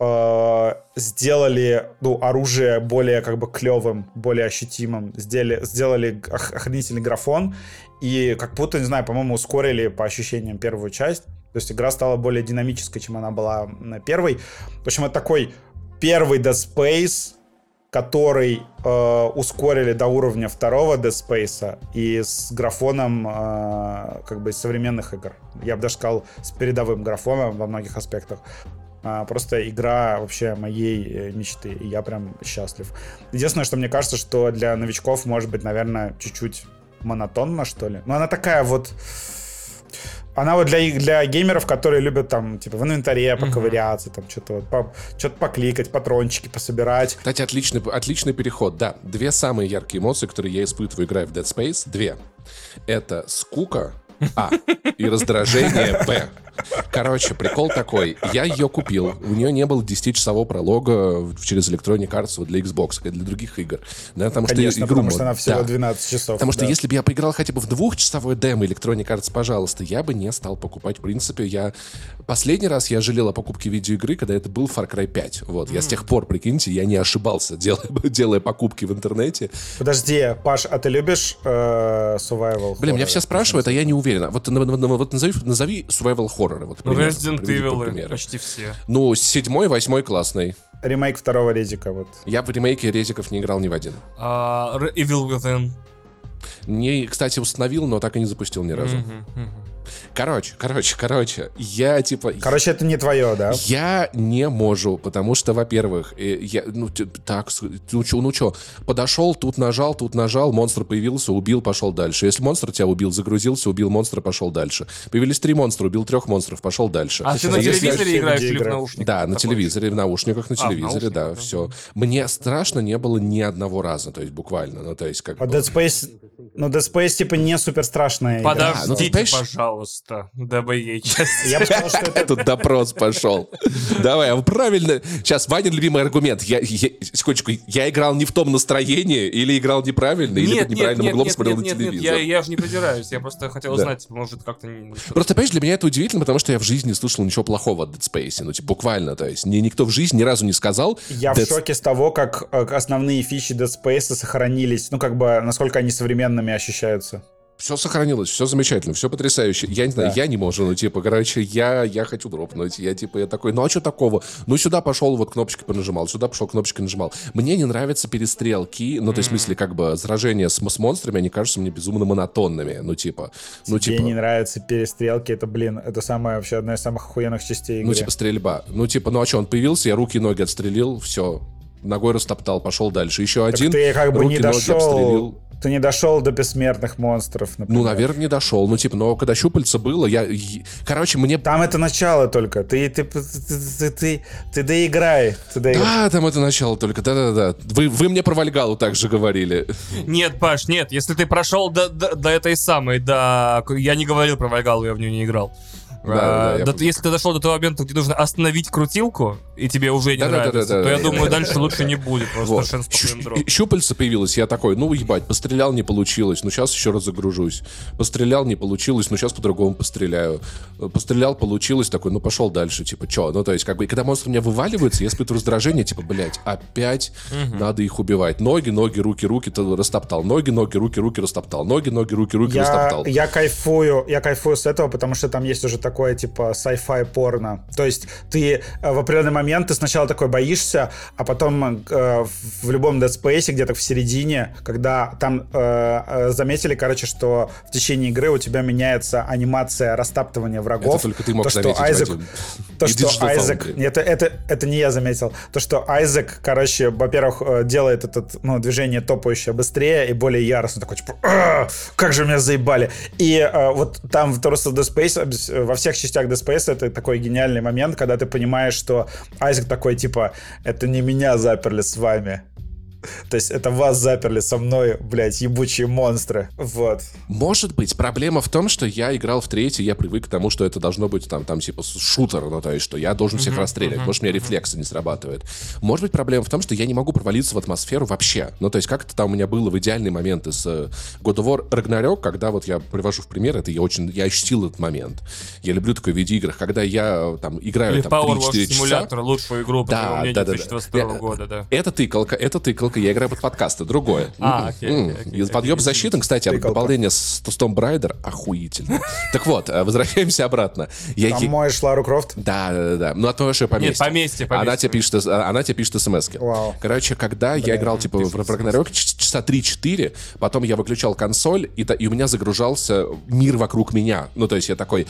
сделали, ну, оружие более как бы клевым, более ощутимым, сделали охренительный графон и как будто, не знаю, по-моему, ускорили по ощущениям первую часть. То есть игра стала более динамической, чем она была на первой. В общем, это такой первый Dead Space, который ускорили до уровня второго Dead Space и с графоном как бы из современных игр. Я бы даже сказал, с передовым графоном во многих аспектах. Просто игра вообще моей мечты, и я прям счастлив. Единственное, что мне кажется, что для новичков может быть, наверное, чуть-чуть монотонно, что ли. Но она такая вот... Она вот для геймеров, которые любят там, типа, в инвентаре поковыряться, там, что-то покликать, патрончики пособирать. Кстати, отличный переход, да. Две самые яркие эмоции, которые я испытываю, играя в Dead Space, две. Это скука, А, и раздражение, Б. Короче, прикол такой. Я ее купил. У нее не было 10-часового пролога через Electronic Arts вот для Xbox и для других игр. Да, потому конечно, что игру потому что она всего 12 часов. Потому что если бы я поиграл хотя бы в 2-часовой демо Electronic Arts, пожалуйста, я бы не стал покупать. В принципе, последний раз я жалел о покупке видеоигры, когда это был Far Cry 5. Вот. Я с тех пор, прикиньте, я не ошибался, делая покупки в интернете. Подожди, Паш, а ты любишь survival horror? Блин, меня все спрашивают, а я не уверен. Вот назови survival horror. Вот, Resident Evil почти все. Ну, 7-й, 8-й классный. Ремейк второго Резика. Вот. Я в ремейке Резиков не играл ни в один. Evil Within. Кстати, установил, но так и не запустил ни разу. Короче, я типа... Короче, это не твое, да? Я не могу, потому что, во-первых, подошел, тут нажал, монстр появился, убил, пошел дальше. Если монстр тебя убил, загрузился, убил монстра, пошел дальше. Появились 3 монстра, убил 3 монстров, пошел дальше. А ты на телевизоре играешь или в наушниках? Да, на телевизоре, в наушниках, на телевизоре, да, все. Мне страшно не было ни одного раза, то есть буквально, ну то есть как... А Dead Space Ну, Dead Space, типа, не супер страшная игра. Подождите, пожалуйста, дабы ей часть. Я бы сказал, что это... Тут допрос пошел. Давай, правильно. Сейчас Ваня любимый аргумент. Секундочку, я играл не в том настроении, или играл неправильно, или под неправильным углом смотрел на телевизор. Нет, я же не придираюсь. Я просто хотел узнать, может, как-то... Просто, понимаешь, для меня это удивительно, потому что я в жизни не слышал ничего плохого от Dead Space. Ну, типа, буквально, то есть мне никто в жизни ни разу не сказал. Я в шоке с того, как основные фичи Dead Space сохранились. Ну, как бы, насколько они современными ощущаются. Все сохранилось, все замечательно, все потрясающе. Я не знаю, я не могу, ну, типа, короче, я хочу дропнуть. Я такой, ну, а что такого? Ну, сюда пошел, вот кнопочки понажимал, сюда пошел, кнопочки нажимал. Мне не нравятся перестрелки, ну, то есть, в смысле, как бы, сражения с монстрами, они кажутся мне безумно монотонными, ну, типа. Тебе не нравятся перестрелки, это, блин, это самая, вообще, одна из самых охуенных частей игры. Ну, типа, стрельба. Ну, типа, ну, а что, он появился, я руки и ноги отстрелил, все, ногой растоптал, пошел дальше. Еще так один, ты как бы руки, не дошел... ноги обстрелил. Ты не дошел до бессмертных монстров, например. Ну, наверное, не дошел. Ну, типа, но когда щупальца было, короче, мне... Там это начало только. Ты доиграй. Да, там это начало только. Да. Вы мне про Вальгалу также говорили. Нет, Паш, нет. Если ты прошел до этой самой, да... Я не говорил про Вальгалу, я в нее не играл. Если ты дошел до того момента, где нужно остановить крутилку, и тебе уже не нравится, то я думаю, дальше лучше не будет. Щупальца появилось, я такой, ну, ебать, пострелял, не получилось, ну, сейчас еще раз загружусь. Пострелял, не получилось, ну, сейчас по-другому постреляю. Пострелял, получилось, такой, ну, пошел дальше, типа, че? Ну, то есть, как бы, и когда монстры у меня вываливаются, я испытываю раздражение, типа, блядь, опять надо их убивать. Ноги, руки, растоптал. Ноги, руки, растоптал. Ноги, руки, растоптал. Я кайфую с этого, потому что там есть уже такое, типа, sci-fi порно. То есть ты в определенный момент, ты сначала такой боишься, а потом в любом Dead Space, где-то в середине, когда там заметили, короче, что в течение игры у тебя меняется анимация растаптывания врагов. Это только ты мог заметить, Айзек... Это не я заметил. То, что Айзек, короче, во-первых, делает это движение топающее быстрее и более яростно. Такой, типа, как же меня заебали. И вот там просто Dead Space, во всех частях Dead Space это такой гениальный момент, когда ты понимаешь, что Айзек такой, типа, это не меня заперли с вами. То есть это вас заперли со мной, блядь, ебучие монстры. Вот. Может быть, проблема в том, что я играл в третий, я привык к тому, что это должно быть там типа шутер, ну то есть, что я должен всех расстрелять. Может, у меня рефлексы не срабатывают. Может быть, проблема в том, что я не могу провалиться в атмосферу вообще. Ну то есть, как это там у меня было в идеальные моменты с God of War Ragnarok, когда вот я привожу в пример, это я ощутил этот момент. Я люблю такой в видеоиграх, когда я там играю там 3-4 часа. Симулятор, лучшую игру, по твоему мнению, 2022 года, да. Это тыкалка, я играю под подкасты, другое. Подъем засчитан, кстати, дополнение с Tomb Raider охуительно. Так вот, возвращаемся обратно. Там моешь Лару Крофт? Да. Ну, а то что поместье. Нет, поместье. Она тебе пишет смс-ки. Короче, когда я играл, типа, в Ragnarok часа 3-4, потом я выключал консоль, и у меня загружался мир вокруг меня. Ну, то есть я такой,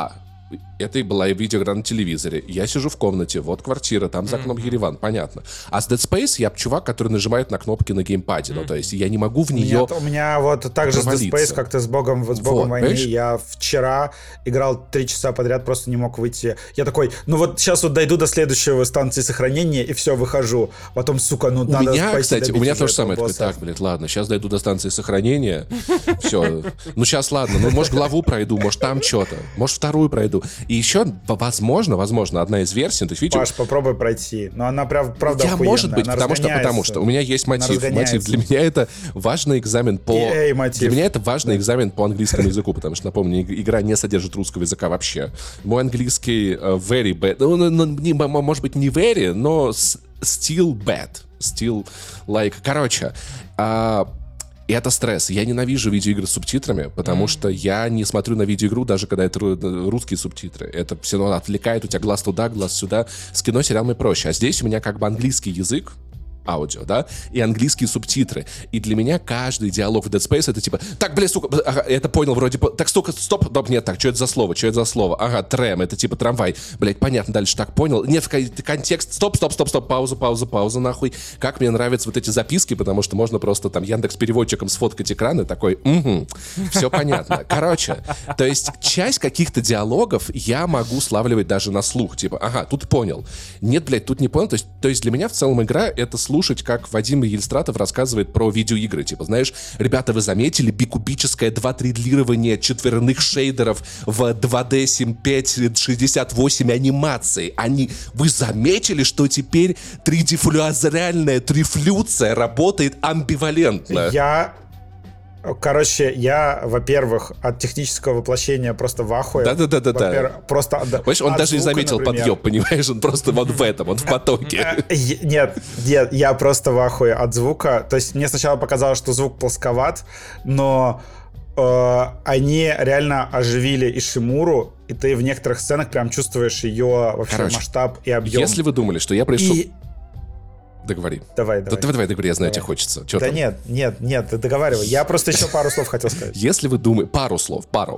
это и была видеоигра на телевизоре. Я сижу в комнате, вот квартира, там за окном Ереван, понятно. А с Dead Space я чувак, который нажимает на кнопки на геймпаде. Ну, то есть я не могу в нее у меня вот так же с Dead Space, как-то с Богом войны. Понимаешь? Я вчера играл 3 часа подряд, просто не мог выйти. Я такой, ну вот сейчас вот дойду до следующего станции сохранения, и все, выхожу. Потом, сука, надо спасти. Кстати, у меня то же самое. Такой, так, блядь, ладно, сейчас дойду до станции сохранения. Все. Ну, сейчас ладно. Ну, может, главу пройду, может, там что-то. Может, вторую пройду. И еще, возможно, одна из версий, то есть, видите... Паш, попробуй пройти. Но она правда охуенная. Может быть, потому что у меня есть мотив. Для меня это важный экзамен по... Для меня это важный экзамен по английскому языку, потому что, напомню, игра не содержит русского языка вообще. Мой английский very bad. Ну, может быть, не very, но still bad. Still like... Короче, и это стресс. Я ненавижу видеоигры с субтитрами, потому что я не смотрю на видеоигру, даже когда это русские субтитры. Это все равно отвлекает, у тебя глаз туда, глаз сюда. С кино, сериалами проще. А здесь у меня как бы английский язык, аудио, да, и английские субтитры. И для меня каждый диалог в Dead Space это типа, так, блин, сука, это понял вроде, так, стоп, нет, так, что это за слово, ага, трэм, это типа трамвай, блять, понятно, дальше так, понял, нет, контекст, стоп, пауза, нахуй, как мне нравятся вот эти записки, потому что можно просто там Яндекс-переводчиком сфоткать экран и такой, все понятно. Короче, то есть часть каких-то диалогов я могу славливать даже на слух, типа, ага, тут понял, нет, блять, тут не понял, то есть для меня в целом игра это слух слушать, как Вадим Ельстратов рассказывает про видеоигры. Типа, знаешь, ребята, вы заметили бикубическое 2-3-длирование четверных шейдеров в 2D 7.5 68 анимации? Вы заметили, что теперь 3D-флюазореальная трифлюция работает амбивалентно? Я, во-первых, от технического воплощения просто в ахуе. Да. Просто понимаешь, он даже не заметил подъеб, понимаешь? Он просто вот в этом, он в потоке. Нет, я просто в ахуе от звука. То есть мне сначала показалось, что звук плосковат, но они реально оживили Ишимуру, и ты в некоторых сценах прям чувствуешь ее вообще масштаб и объем. Если вы думали, что я пришел... Договори. Давай, договори, я знаю, тебе хочется. Чё да там? Нет, ты договаривай. Я просто еще пару слов хотел сказать. Если вы думали... Пару слов, пару.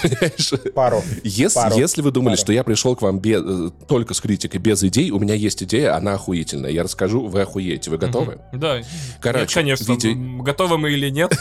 Если вы думали, что я пришел к вам только с критикой, без идей, у меня есть идея, она охуительная. Я расскажу, вы охуеете. Вы готовы? Да. Короче, нет, конечно. Готовы мы или нет?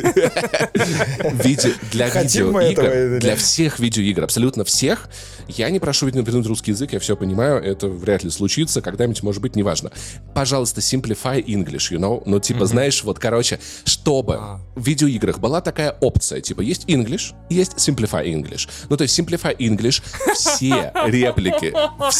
Для видеоигр, для всех видеоигр, абсолютно всех, я не прошу вернуть русский язык, я все понимаю, это вряд ли случится, когда-нибудь, может быть, неважно. Пожалуйста, simplify English, you know? Ну, типа, знаешь, вот, короче, чтобы в видеоиграх была такая опция, типа, есть English, есть simplify English. Ну, то есть simplify English, все реплики.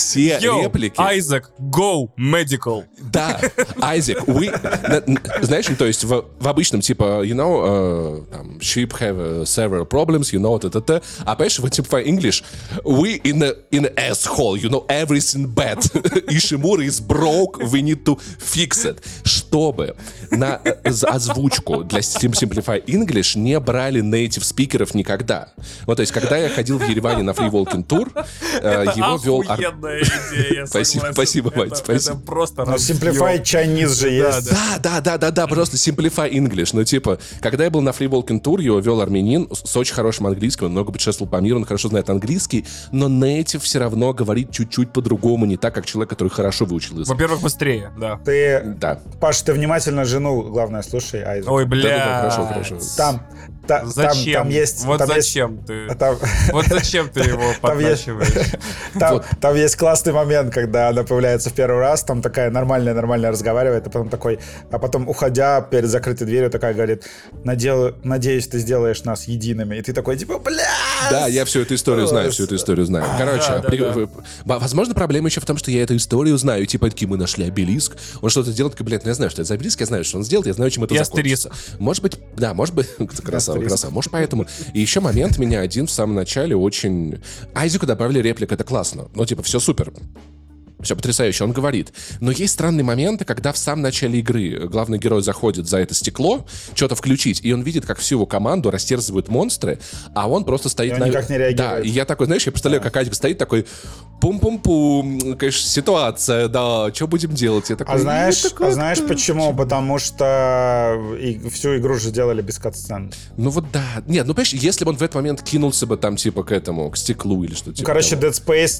Isaac, go, medical. Да, Isaac, знаешь, то есть в обычном, типа, you know, там, sheep have several problems, you know, т-т-т. А, понимаешь, в simplify English, we in an asshole, you know, everything bad. Ишимура is broke, we need to fix it. Чтобы на озвучку для Simplify English не брали native спикеров никогда. Вот, то есть, когда я ходил в Ереване на Free Walking Tour, его вел... охуенная идея, Спасибо, Вадь, спасибо. Это просто... Но Simplify Chinese же есть. Да, просто Simplify English. Ну, типа, когда я был на Free Walking Tour, его вел армянин с очень хорошим английским, он много путешествовал по миру, он хорошо знает английский, но native все равно говорит чуть-чуть по-другому, не так, как человек, который хорошо выучил язык. Во-первых, быстрее, да. Паш, ты внимательно жену, главное, слушай, Айзек. Ой, бля. Да, хорошо. Зачем? Там есть... Вот зачем ты? Вот зачем ты его подначиваешь? Там есть классный момент, когда она появляется в первый раз, там такая нормальная разговаривает, а потом, уходя перед закрытой дверью, такая говорит: надеюсь, ты сделаешь нас едиными. И ты такой, типа, бля! Да, я всю эту историю знаю. Короче, возможно, проблема еще в том, что я эту историю знаю. Типа, такие, мы нашли обелиск, он что-то делает, такой, блядь, я знаю, что это за обелиск, я знаю, что он сделает, я знаю, чем это закончится. Может быть, красава. Может, поэтому. И еще момент меня один в самом начале очень... Айзеку добавили реплик, это классно. Ну, типа, все супер. Все потрясающе, он говорит. Но есть странные моменты, когда в самом начале игры главный герой заходит за это стекло, что-то включить, и он видит, как всю его команду растерзывают монстры, а он просто стоит на... никак не реагирует. Да, и я такой, знаешь, я представляю, как Айзек стоит такой, пум-пум-пум, конечно, ситуация, да, что будем делать? Я такой, знаешь почему? Потому что всю игру же делали без катсцен. Ну вот да. Нет, ну понимаешь, если бы он в этот момент кинулся бы там типа к стеклу или что-то типа. Короче, Dead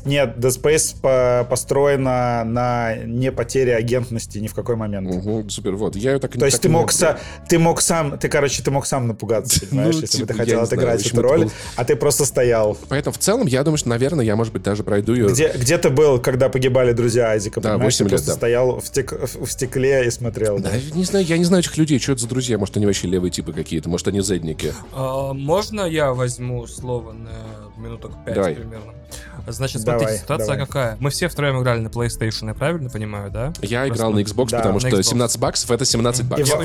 Space построен на не потере агентности ни в какой момент. Угу, супер, вот. Я так. То есть ты мог сам напугаться, понимаешь, если бы ты хотел отыграть эту роль, а ты просто стоял. Поэтому в целом я думаю, что, наверное, я, может быть, даже пройду ее. Где ты был, когда погибали друзья Айзека? Да, 8 лет, просто стоял в стекле и смотрел. Да, не знаю, я не знаю этих людей, что это за друзья, может, они вообще левые типы какие-то, может, они зедники. Можно я возьму слово на минуток 5 примерно? Значит, смотрите, ситуация какая. Мы все втроем играли на PlayStation, я правильно понимаю, да? Я играл на Xbox, потому что 17 баксов — это 17 баксов.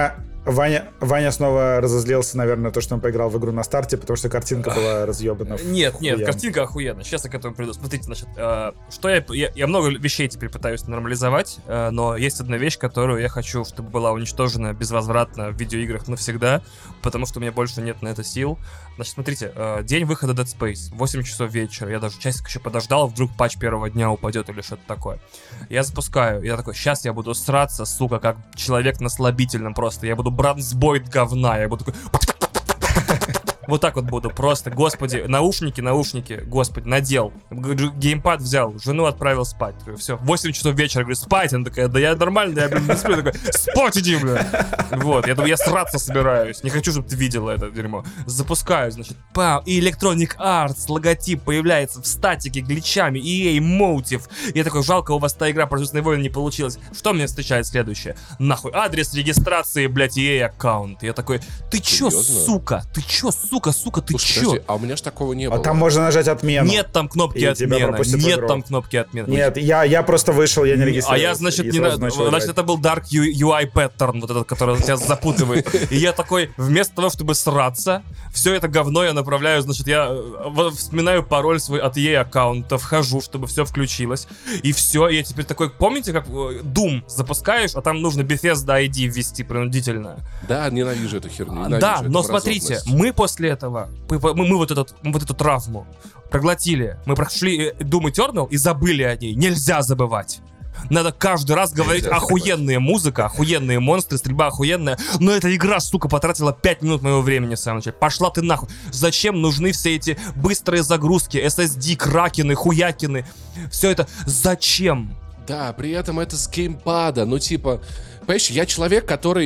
Ваня снова разозлился, наверное, то, что он поиграл в игру на старте, потому что картинка была разъебана. Нет, картинка охуенная. Сейчас я к этому приду. Смотрите, значит, что я много вещей теперь пытаюсь нормализовать, но есть одна вещь, которую я хочу, чтобы была уничтожена безвозвратно в видеоиграх навсегда, потому что у меня больше нет на это сил. Значит, смотрите, день выхода Dead Space, 8 часов вечера. Я даже часик еще подождал, вдруг патч первого дня упадет или что-то такое. Я запускаю, я такой, сейчас я буду сраться, сука, как человек на слабительном просто. Я буду бронзбойт говна, я буду такой... Вот так вот буду просто, господи, наушники, господи, надел. Геймпад взял, жену отправил спать. Все, 8 часов вечера, говорю, спать. Она такая, да я нормально, я, блин, не сплю. Такой, спать иди, блин. Вот, я думаю, я сраться собираюсь. Не хочу, чтобы ты видела это дерьмо. Запускаю, значит, пау, и Electronic Arts, логотип появляется в статике, гличами, EA Motive. Я такой, жалко, у вас та игра про Звездные войны не получилась. Что мне встречает следующее? Нахуй, адрес регистрации, блядь, EA аккаунт. Я такой, ты чё, сука? Ты чё, сука, ты Слушай, чё? подожди, а у меня ж такого не было. А там можно нажать отмену. Нет там кнопки отмены. Нет там кнопки отмены. Нет, я просто вышел, я не регистрировался. А я, значит, значит, это был Dark UI Pattern, вот этот, который тебя запутывает. И я такой, вместо того, чтобы сраться, все это говно я направляю, значит, я вспоминаю пароль свой от EA аккаунта, вхожу, чтобы все включилось. И все, и я теперь такой, помните, как Doom запускаешь, а там нужно Bethesda ID ввести принудительно? Да, ненавижу эту херню. Да, но смотрите, мы после этого, мы вот эту травму проглотили, мы прошли Doom Eternal и забыли о ней. Нельзя забывать. Надо каждый раз говорить, охуенная музыка, охуенные монстры, стрельба охуенная. Но эта игра, сука, потратила 5 минут моего времени в самом начале. Пошла ты нахуй. Зачем нужны все эти быстрые загрузки, SSD, кракены, хуякины? Все это зачем? Да, при этом это с геймпада. Ну, типа, понимаешь, я человек,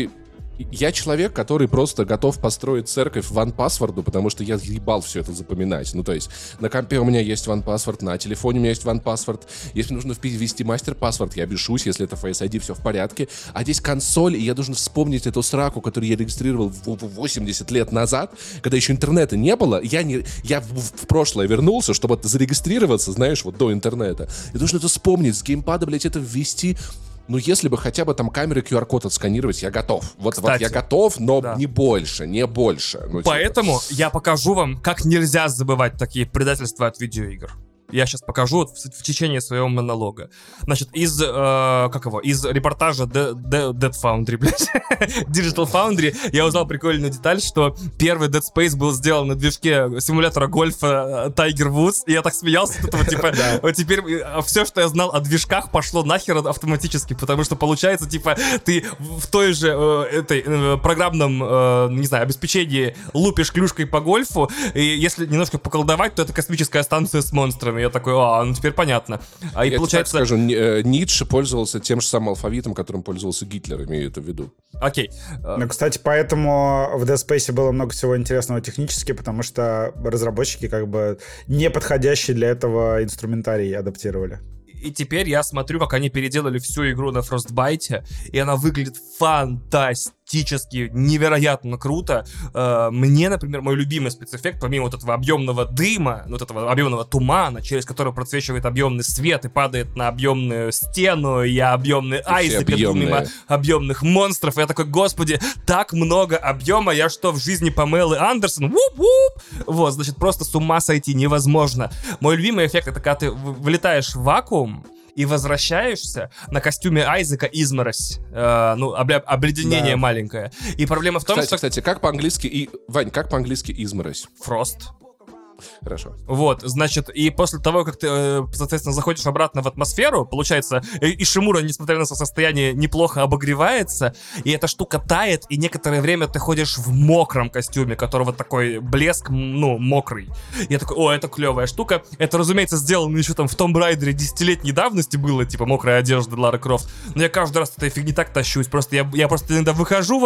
который просто готов построить церковь OnePassword, потому что я ебал все это запоминать. Ну, то есть, на компе у меня есть OnePassword, на телефоне у меня есть OnePassword. Если нужно ввести мастер-паспорт, я бешусь, если это Face ID, все в порядке. А здесь консоль, и я должен вспомнить эту сраку, которую я регистрировал 80 лет назад, когда еще интернета не было. Я в прошлое вернулся, чтобы зарегистрироваться, знаешь, вот до интернета. Я должен это вспомнить, с геймпада, блядь, это ввести. Ну, если бы хотя бы там камеры QR-код отсканировать, я готов. Вот я готов, но да. не больше. Ну, поэтому я покажу вам, как нельзя забывать такие предательства от видеоигр. Я сейчас покажу в течение своего монолога. Значит, из репортажа Dead Foundry, блядь, Digital Foundry, я узнал прикольную деталь, что первый Dead Space был сделан на движке симулятора гольфа Tiger Woods, и я так смеялся от этого, типа, вот теперь все, что я знал о движках, пошло нахер автоматически, потому что получается, типа, ты в той же программном, не знаю, обеспечении лупишь клюшкой по гольфу, и если немножко поколдовать, то это космическая станция с монстрами. Я такой, ну теперь понятно. А и я получается... так скажу, Ницше пользовался тем же самым алфавитом, которым пользовался Гитлер, имею это в виду. Окей. Ну, кстати, поэтому в Dead Space было много всего интересного технически, потому что разработчики как бы не подходящий для этого инструментарий адаптировали. И теперь я смотрю, как они переделали всю игру на Frostbite, и она выглядит фантастически, невероятно круто. Мне, например, мой любимый спецэффект, помимо вот этого объемного дыма, вот этого объемного тумана, через который просвечивает объемный свет и падает на объемную стену, и объемный Айзек, мимо объемных монстров, и я такой, господи, так много объема, я что, в жизни Памелы Андерсон? Вуп-вуп! Вот, значит, просто с ума сойти невозможно. Мой любимый эффект — это когда ты вылетаешь в вакуум, и возвращаешься на костюме Айзека изморозь. Обледенение маленькое. И проблема в том, что... Кстати, как по-английски... Вань, как по-английски изморозь? Фрост. Хорошо. Вот, значит, и после того, как ты, соответственно, заходишь обратно в атмосферу, получается, Ишимура, несмотря на свое состояние, неплохо обогревается, и эта штука тает, и некоторое время ты ходишь в мокром костюме, которого такой блеск, мокрый. Я такой, это клевая штука. Это, разумеется, сделано еще там в Tomb Raider 10-летней давности было, типа, мокрая одежда Лары Крофт. Но я каждый раз от этой фигни так тащусь. Просто я просто иногда выхожу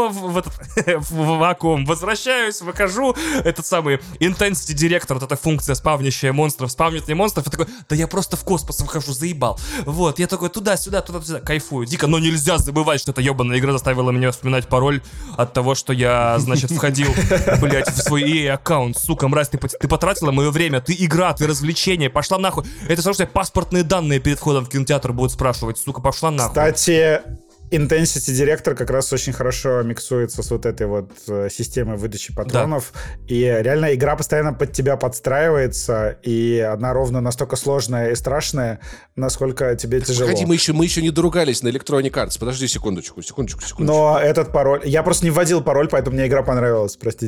в вакуум, возвращаюсь, выхожу, этот самый Intensity Director, вот эта функция, спавнящая монстров, спавнит мне монстров, и такой, да я просто в космос выхожу, заебал. Вот, я такой туда-сюда, туда-сюда, кайфую. Дико, но нельзя забывать, что эта ебаная игра заставила меня вспоминать пароль от того, что я, значит, входил, блять, в свой EA аккаунт. Сука, мразь, ты потратила мое время, ты игра, ты развлечение, пошла нахуй. Это все, что паспортные данные перед входом в кинотеатр будут спрашивать, сука, пошла нахуй. Кстати, Intensity Director как раз очень хорошо миксуется с вот этой вот системой выдачи патронов. Да. И реально игра постоянно под тебя подстраивается, и она ровно настолько сложная и страшная, насколько тебе тяжело. Погоди, мы еще не доругались на Electronic Arts. Подожди секундочку. Но этот пароль... Я просто не вводил пароль, поэтому мне игра понравилась, простите.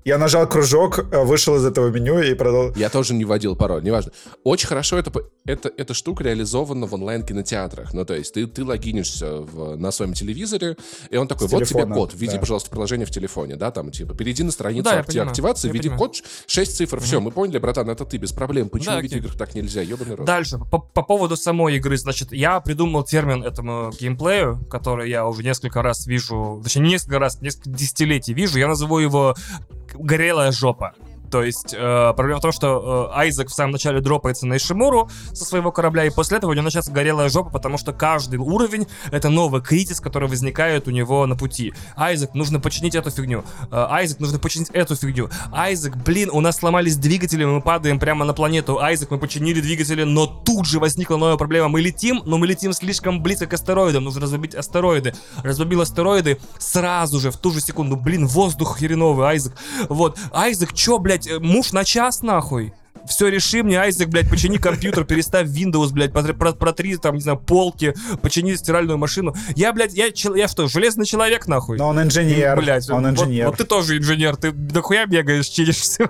Я нажал кружок, вышел из этого меню и продал. Я тоже не вводил пароль, неважно. Очень хорошо эта штука реализована в онлайн-кинотеатрах. Ну, то есть ты логинишься на своем телевизоре, и он такой, вот тебе код, введи, пожалуйста, приложение в телефоне, да, там, типа, перейди на страницу активации, введи код, 6 цифр, все, мы поняли, братан, это ты, без проблем. Почему в видеоиграх так нельзя, ёбаный рот? Дальше, по поводу самой игры, значит, я придумал термин этому геймплею, который я уже несколько раз вижу, точнее, не несколько раз, несколько десятилетий вижу, я назову его «горелая жопа». То есть проблема в том, что Айзек в самом начале дропается на Ишимуру со своего корабля, и после этого у него начинается горелая жопа, потому что каждый уровень — это новый кризис, который возникает у него на пути. Айзек, нужно починить эту фигню. Айзек, нужно починить эту фигню. Айзек, блин, у нас сломались двигатели, мы падаем прямо на планету. Айзек, мы починили двигатели, но тут же возникла новая проблема. Мы летим, но мы летим слишком близко к астероидам. Нужно разбомбить астероиды. Разбомбил астероиды сразу же, в ту же секунду. Блин, воздух хреновый, Айзек. Вот. Айзек, чё, блядь, муж на час, нахуй? Все, реши мне, Айзек, блядь, почини компьютер, переставь Windows, блядь, протри, там, не знаю, полки, почини стиральную машину. Я, блядь, я что, железный человек, нахуй? Но он инженер, блядь, он инженер. Вот ты тоже инженер, ты нахуя бегаешь, чинишься?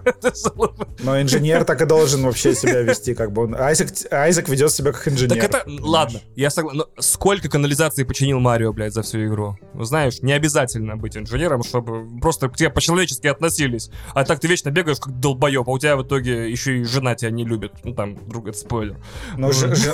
Но инженер так и должен вообще себя вести, как бы. Айзек ведет себя как инженер. Так это, ладно, я согласен, но сколько канализации починил Марио, блядь, за всю игру? Знаешь, не обязательно быть инженером, чтобы просто к тебе по-человечески относились. А так ты вечно бегаешь, как долбоеб, а у тебя в итоге еще и жена тебя не любит. Ну, там, вдруг это спойлер. Ну,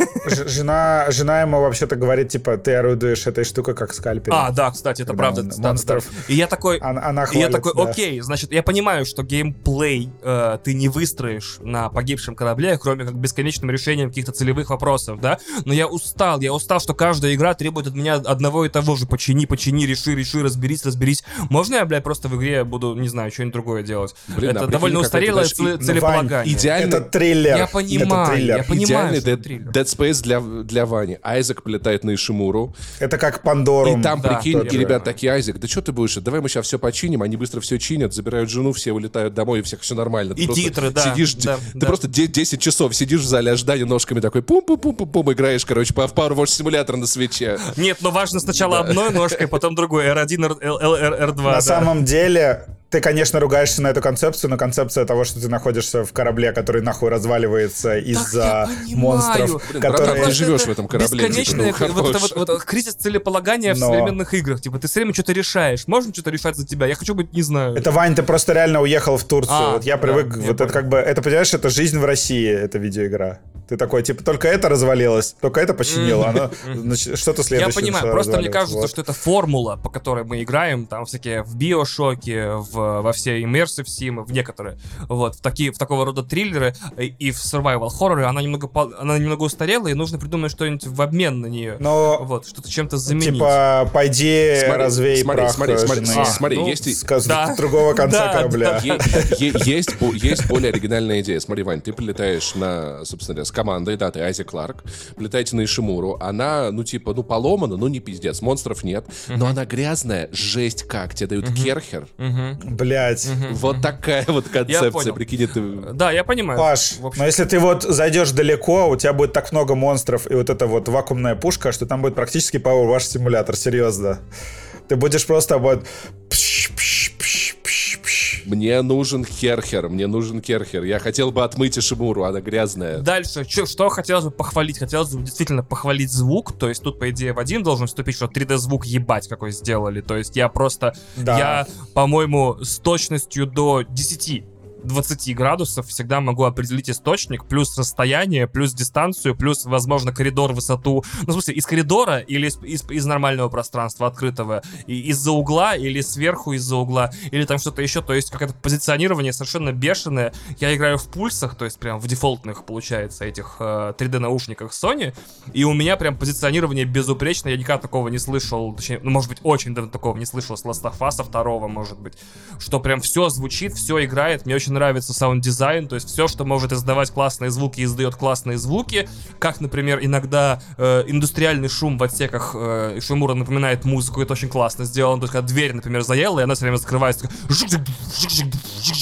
жена ему вообще-то говорит, типа, ты орудуешь этой штукой, как скальпелем. А, да, кстати, это правда. Монстров. И я такой, она хвалит, окей, значит, я понимаю, что геймплей ты не выстроишь на погибшем корабле, кроме как бесконечным решением каких-то целевых вопросов, да? Но я устал, что каждая игра требует от меня одного и того же. Почини, реши, разберись. Можно я, блядь, просто в игре буду, не знаю, что-нибудь другое делать? Блин, это довольно устарелое целеполагание. Это триллер. Я понимаю, идеальный Dead Space для Вани. Айзек прилетает на Ишимуру. Это как Пандорум. И там, прикинь, и ребят такие, Айзек, да что ты будешь? Давай мы сейчас все починим. Они быстро все чинят, забирают жену, все улетают домой, и у всех все нормально. И титры, да. Ты просто 10 часов сидишь в зале ожидания, ножками такой пум-пум-пум-пум, играешь, короче, по Power Wash симулятор на свече. Нет, но важно сначала одной ножкой, потом другой. R1, R2. На самом деле... Ты, конечно, ругаешься на эту концепцию, но концепция того, что ты находишься в корабле, который нахуй разваливается из-за монстров, которые... Ты живешь в этом корабле. Бесконечный вот кризис целеполагания в современных играх. Типа, ты все время что-то решаешь. Можно что-то решать за тебя? Я хочу быть, не знаю. Это, Вань, ты просто реально уехал в Турцию. Вот я привык, вот это как бы... Это, понимаешь, это жизнь в России, эта видеоигра. Ты такой, типа, только это развалилось, только это починило, оно что-то следующее. Я понимаю, просто мне кажется, что это формула, по которой мы играем, там всякие в Биошоке, во все Immersive Sim, в некоторые, вот, в такого рода триллеры и в survival хорроры, она немного устарела, и нужно придумать что-нибудь в обмен на нее. Но, вот, что-то чем-то заменить. Типа, пойди, развей прах Смотри, есть... С другого конца корабля. Есть более оригинальная идея. Смотри, Вань, ты прилетаешь собственно, с командой, да, ты Айзек Кларк, прилетаете на Ишимуру, она, поломана, не пиздец, монстров нет, но она грязная, жесть как, тебе дают керхер. Блять. Вот такая вот концепция, прикинь, ты... Да, я понимаю. Паш, но если ты вот зайдешь далеко, у тебя будет так много монстров и вот эта вот вакуумная пушка, что там будет практически Power Wash симулятор, серьезно. Ты будешь просто вот... Мне нужен керхер. Я хотел бы отмыть Ишимуру, она грязная. Дальше, что хотелось бы похвалить? Хотелось бы действительно похвалить звук. То есть тут, по идее, в один должен вступить, что 3D-звук ебать какой сделали. То есть я просто... Да. Я, по-моему, с точностью до 10-20 градусов всегда могу определить источник, плюс расстояние, плюс дистанцию, плюс, возможно, коридор, высоту. Ну, в смысле, из коридора или из нормального пространства открытого, из-за угла или сверху из-за угла, или там что-то еще. То есть какое-то позиционирование совершенно бешеное. Я играю в пульсах, то есть прям в дефолтных, получается, этих 3D-наушниках Sony, и у меня прям позиционирование безупречное. Я никогда такого не слышал, точнее, может быть, очень давно такого не слышал с Last of Us 2, может быть, что прям все звучит, все играет. Мне очень нравится саунд-дизайн, то есть все, что может издавать классные звуки, издает классные звуки, как, например, иногда индустриальный шум в отсеках Ишимура напоминает музыку, это очень классно сделано, то есть когда дверь, например, заела, и она все время закрывается,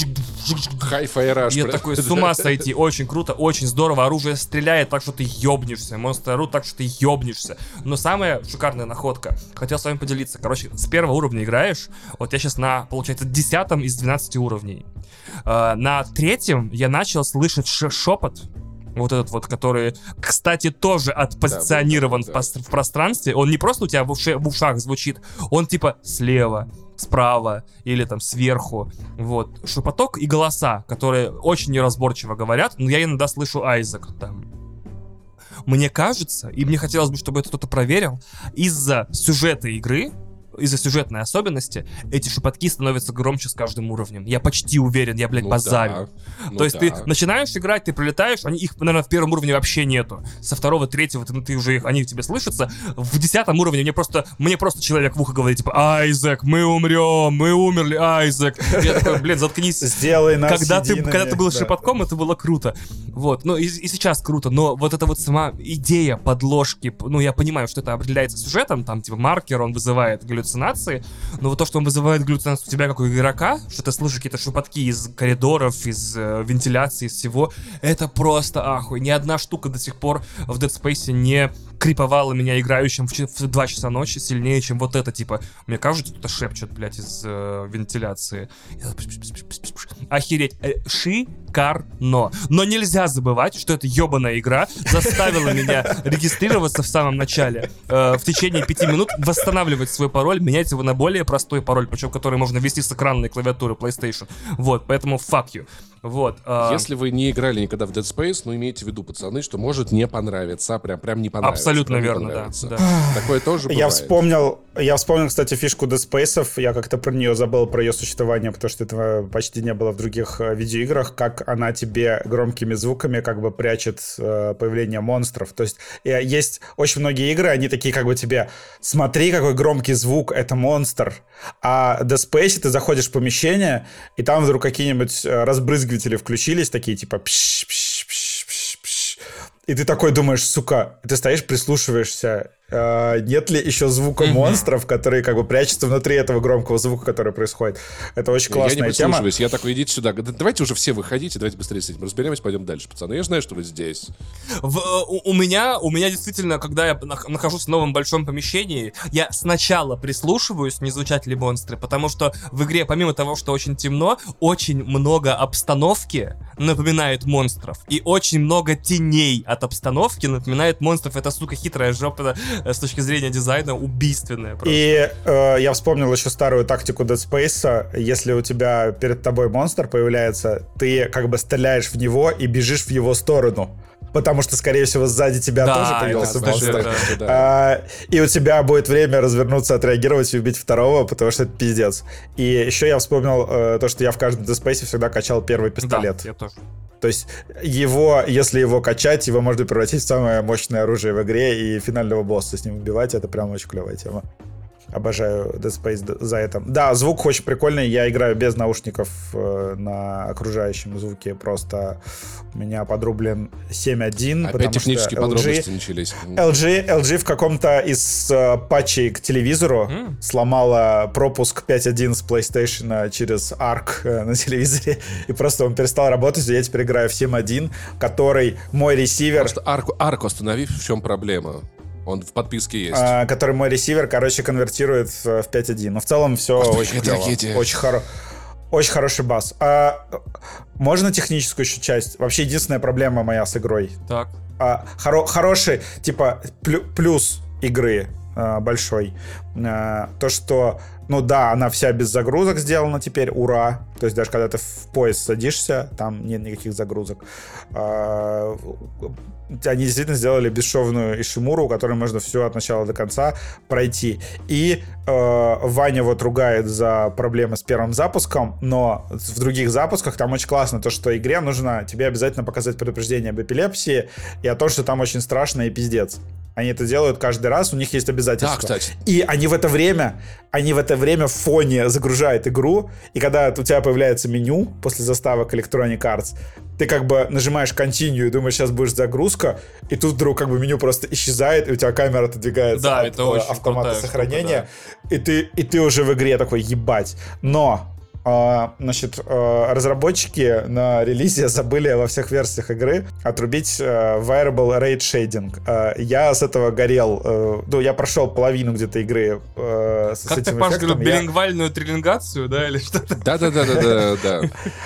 Hi-Fi Rush. Я такой, с ума сойти, очень круто, очень здорово, оружие стреляет так, что ты ёбнешься, монстры орут так, что ты ёбнешься. Но самая шикарная находка, хотел с вами поделиться, короче, с первого уровня играешь, вот я сейчас на, получается, 10 из 12 уровней. На 3 я начал слышать шепот, вот этот вот, который, кстати, тоже отпозиционирован в пространстве. Он не просто у тебя в ушах звучит, он типа слева, справа или там сверху. Вот. Шепоток и голоса, которые очень неразборчиво говорят, но я иногда слышу Айзек там. Мне кажется, и мне хотелось бы, чтобы это кто-то проверил, из-за сюжета игры, из-за сюжетной особенности, эти шепотки становятся громче с каждым уровнем. Я почти уверен, я, блядь, базарю. То есть ты начинаешь играть, ты прилетаешь, их, наверное, в первом уровне вообще нету. Со 2-го, 3-го ты уже они тебе слышатся. В 10-м уровне мне просто человек в ухо говорит, типа, Айзек, мы умрем, мы умерли, Айзек. Я такой, блин, заткнись. Сделай нас когда ты был шепотком, это было круто. Вот, ну и сейчас круто, но вот эта вот сама идея подложки, ну я понимаю, что это определяется сюжетом, там типа маркер, он вызывает галлюцинации, но вот то, что он вызывает галлюцинации у тебя как у игрока, что ты слышишь какие-то шепотки из коридоров, из вентиляции, из всего, это просто ахуй. Ни одна штука до сих пор в Dead Space не криповала меня играющим в 2 часа ночи сильнее, чем вот это, типа, мне кажется, кто-то шепчет, блядь, из вентиляции. Охереть. Шикарно. Но нельзя забывать, что эта ебаная игра заставила меня регистрироваться в самом начале, в течение 5 минут, восстанавливать свой пароль, менять его на более простой пароль, причем который можно ввести с экранной клавиатуры PlayStation. Вот, поэтому fuck you. Вот. Если вы не играли никогда в Dead Space, ну имейте в виду, пацаны, что может не понравиться, прям не понравится. Абсолютно верно, да. Такое тоже бывает. Я вспомнил, кстати, фишку Dead Space, я как-то про нее забыл, про ее существование, потому что этого почти не было в других видеоиграх, как она тебе громкими звуками как бы прячет появление монстров. То есть есть очень многие игры, они такие как бы тебе, смотри, какой громкий звук, это монстр. А в Dead Space ты заходишь в помещение, и там вдруг какие-нибудь разбрызгиватели включились, такие типа пш-пш-пш-пш-пш. И ты такой думаешь, сука, ты стоишь, прислушиваешься, нет ли еще звука монстров, которые как бы прячутся внутри этого громкого звука, который происходит. Это очень классная тема. Я не прислушиваюсь, я такой, идите сюда. Давайте уже все выходите, давайте быстрее с этим разберемся, пойдем дальше, пацаны. Я знаю, что вы здесь. У меня действительно, когда я нахожусь в новом большом помещении, я сначала прислушиваюсь, не звучат ли монстры, потому что в игре, помимо того, что очень темно, очень много обстановки напоминает монстров, и очень много теней от обстановки напоминает монстров. Это, сука, хитрая жопа с точки зрения дизайна убийственная просто. И я вспомнил еще старую тактику Dead Space. Если у тебя перед тобой монстр появляется, ты как бы стреляешь в него и бежишь в его сторону. Потому что, скорее всего, сзади тебя тоже появился монстр. И у тебя будет время развернуться, отреагировать и убить второго, потому что это пиздец. И еще я вспомнил то, что я в каждом Dead Space всегда качал первый пистолет. Да, я тоже. То есть если его качать, его можно превратить в самое мощное оружие в игре, и финального босса с ним убивать, это прям очень клевая тема. Обожаю Dead Space за это. Да, звук очень прикольный. Я играю без наушников на окружающем звуке. Просто у меня подрублен 7.1. Опять технические подробности начались. LG в каком-то из патчей к телевизору сломала пропуск 5.1 с PlayStation через ARC на телевизоре. И просто он перестал работать. И я теперь играю в 7.1, который мой ресивер... Просто ARC установи, в чем проблема. Он в подписке есть. Который мой ресивер, короче, конвертирует в 5.1. Но в целом все очень клево. Очень хороший бас. Можно техническую еще часть? Вообще единственная проблема моя с игрой. Так. Хороший, типа, плюс игры большой. То, что, ну да, она вся без загрузок сделана теперь, ура. То есть даже когда ты в поезд садишься, там нет никаких загрузок. Они действительно сделали бесшовную Ишимуру, у которой можно все от начала до конца пройти. И Ваня вот ругает за проблемы с первым запуском, но в других запусках там очень классно то, что игре нужно тебе обязательно показать предупреждение об эпилепсии и о том, что там очень страшно и пиздец. Они это делают каждый раз, у них есть обязательства. Да, кстати. И они в это время в фоне загружают игру, и когда у тебя появляется меню после заставок Electronic Arts, ты как бы нажимаешь Continue и думаешь, сейчас будет загрузка, и тут вдруг как бы меню просто исчезает, и у тебя камера отодвигается от автомата сохранения, штука, да. и ты уже в игре такой, ебать. Но Значит, разработчики на релизе забыли во всех версиях игры отрубить Variable Rate Shading. Я с этого горел. Ну, я прошел половину где-то игры с как этим ты, Паш, эффектом. говорил, билингвальную трилингацию, да, или что-то? Да.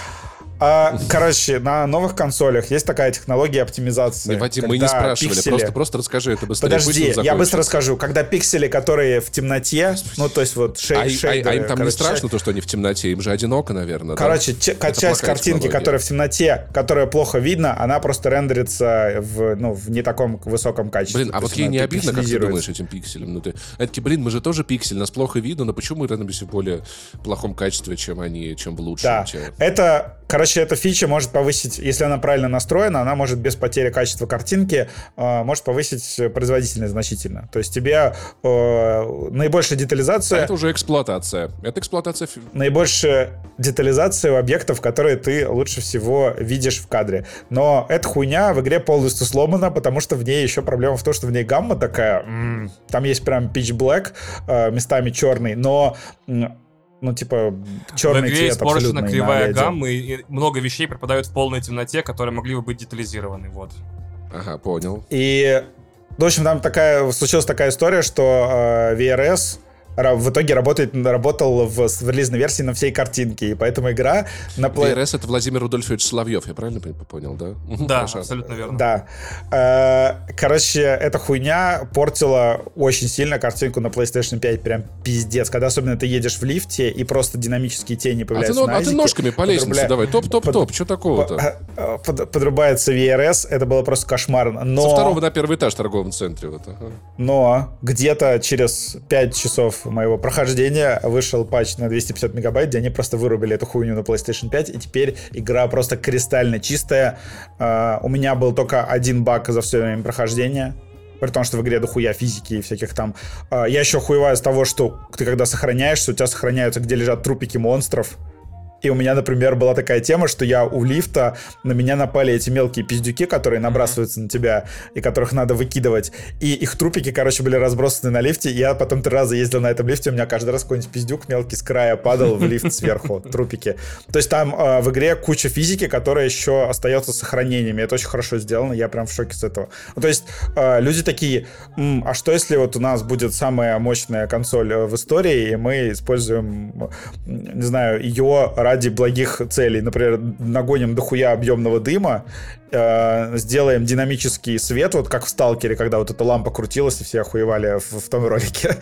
Короче, на новых консолях есть такая технология оптимизации. Вадим, мы не спрашивали, просто расскажи это быстрее. Подожди, я быстро расскажу. Когда пиксели, которые в темноте, ну, то есть вот шейдеры... А им там не страшно то, что они в темноте? Им же одиноко, наверное, короче, да? часть картинки, которая в темноте, которая плохо видно, она просто рендерится в не таком высоком качестве. Блин, а вот ей не обидно, как ты думаешь, этим пикселем? Ну, это, блин, мы же тоже пиксель, нас плохо видно, но почему мы рендеримся в более плохом качестве, чем в лучшем? Да, это... Короче, эта фича может повысить, если она правильно настроена, она может без потери качества картинки, может повысить производительность значительно. То есть тебе наибольшая детализация... Это уже эксплуатация. Это эксплуатация... Наибольшая детализация у объектов, которые ты лучше всего видишь в кадре. Но эта хуйня в игре полностью сломана, потому что в ней еще проблема в том, что в ней гамма такая... Там есть прям pitch black, местами черный, но... Ну, типа, черный цвет абсолютно. В игре испорчена кривая гамма, и много вещей пропадают в полной темноте, которые могли бы быть детализированы, вот. Ага, понял. И, в общем, там случилась такая история, что VRS в итоге работал в релизной версии на всей картинке, и поэтому игра на VRS — это Владимир Рудольфович Соловьев, я правильно понял, да? Да, абсолютно верно. Да. Короче, эта хуйня портила очень сильно картинку на PlayStation 5, прям пиздец. Когда особенно ты едешь в лифте, и просто динамические тени появляются на азике. А ты ножками по лестнице давай, топ-топ-топ, что такого-то? Подрубается VRS, это было просто кошмарно. Со второго на первый этаж в торговом центре. Вот. Но где-то через 5 часов моего прохождения вышел патч на 250 мегабайт, где они просто вырубили эту хуйню на PlayStation 5, и теперь игра просто кристально чистая. У меня был только один баг за все время прохождения, при том, что в игре дохуя физики и всяких там. Я еще хуеваю с того, что ты когда сохраняешься, у тебя сохраняются, где лежат трупики монстров. И у меня, например, была такая тема, что я у лифта, на меня напали эти мелкие пиздюки, которые набрасываются на тебя, и которых надо выкидывать. И их трупики, короче, были разбросаны на лифте. И я потом 3 раза ездил на этом лифте, у меня каждый раз какой-нибудь пиздюк мелкий с края падал в лифт сверху, трупики. То есть там в игре куча физики, которая еще остается сохранениями. Это очень хорошо сделано, я прям в шоке с этого. Ну, то есть люди такие, а что если вот у нас будет самая мощная консоль в истории, и мы используем, не знаю, ее ради благих целей. Например, нагоним дохуя объемного дыма, сделаем динамический свет, вот как в «Сталкере», когда вот эта лампа крутилась, и все охуевали в том ролике.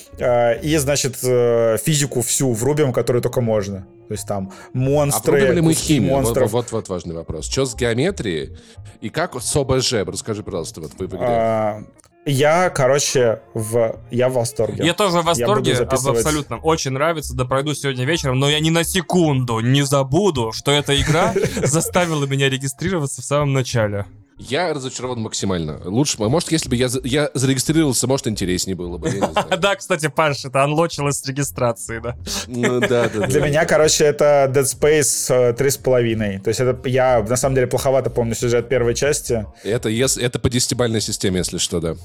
И, значит, физику всю врубим, которую только можно. То есть там монстры, врубим ли мы химию? Монстров. Вот важный вопрос. Что с геометрией? И как с ОБЖ? Расскажи, пожалуйста, вот вы в игре. Я, короче, я в восторге. Я тоже в восторге, абсолютно. Очень нравится, да пройду сегодня вечером, но я ни на секунду не забуду, что эта игра заставила меня регистрироваться в самом начале. Я разочарован максимально. Лучше, может, если бы я зарегистрировался, может, интереснее было бы. Да, кстати, Паш, это анлочилось с регистрацией, да? Да. Для меня, короче, это Dead Space 3,5. То есть это я, на самом деле, плоховато помню сюжет первой части. Это по 10-бальной системе, если что, да.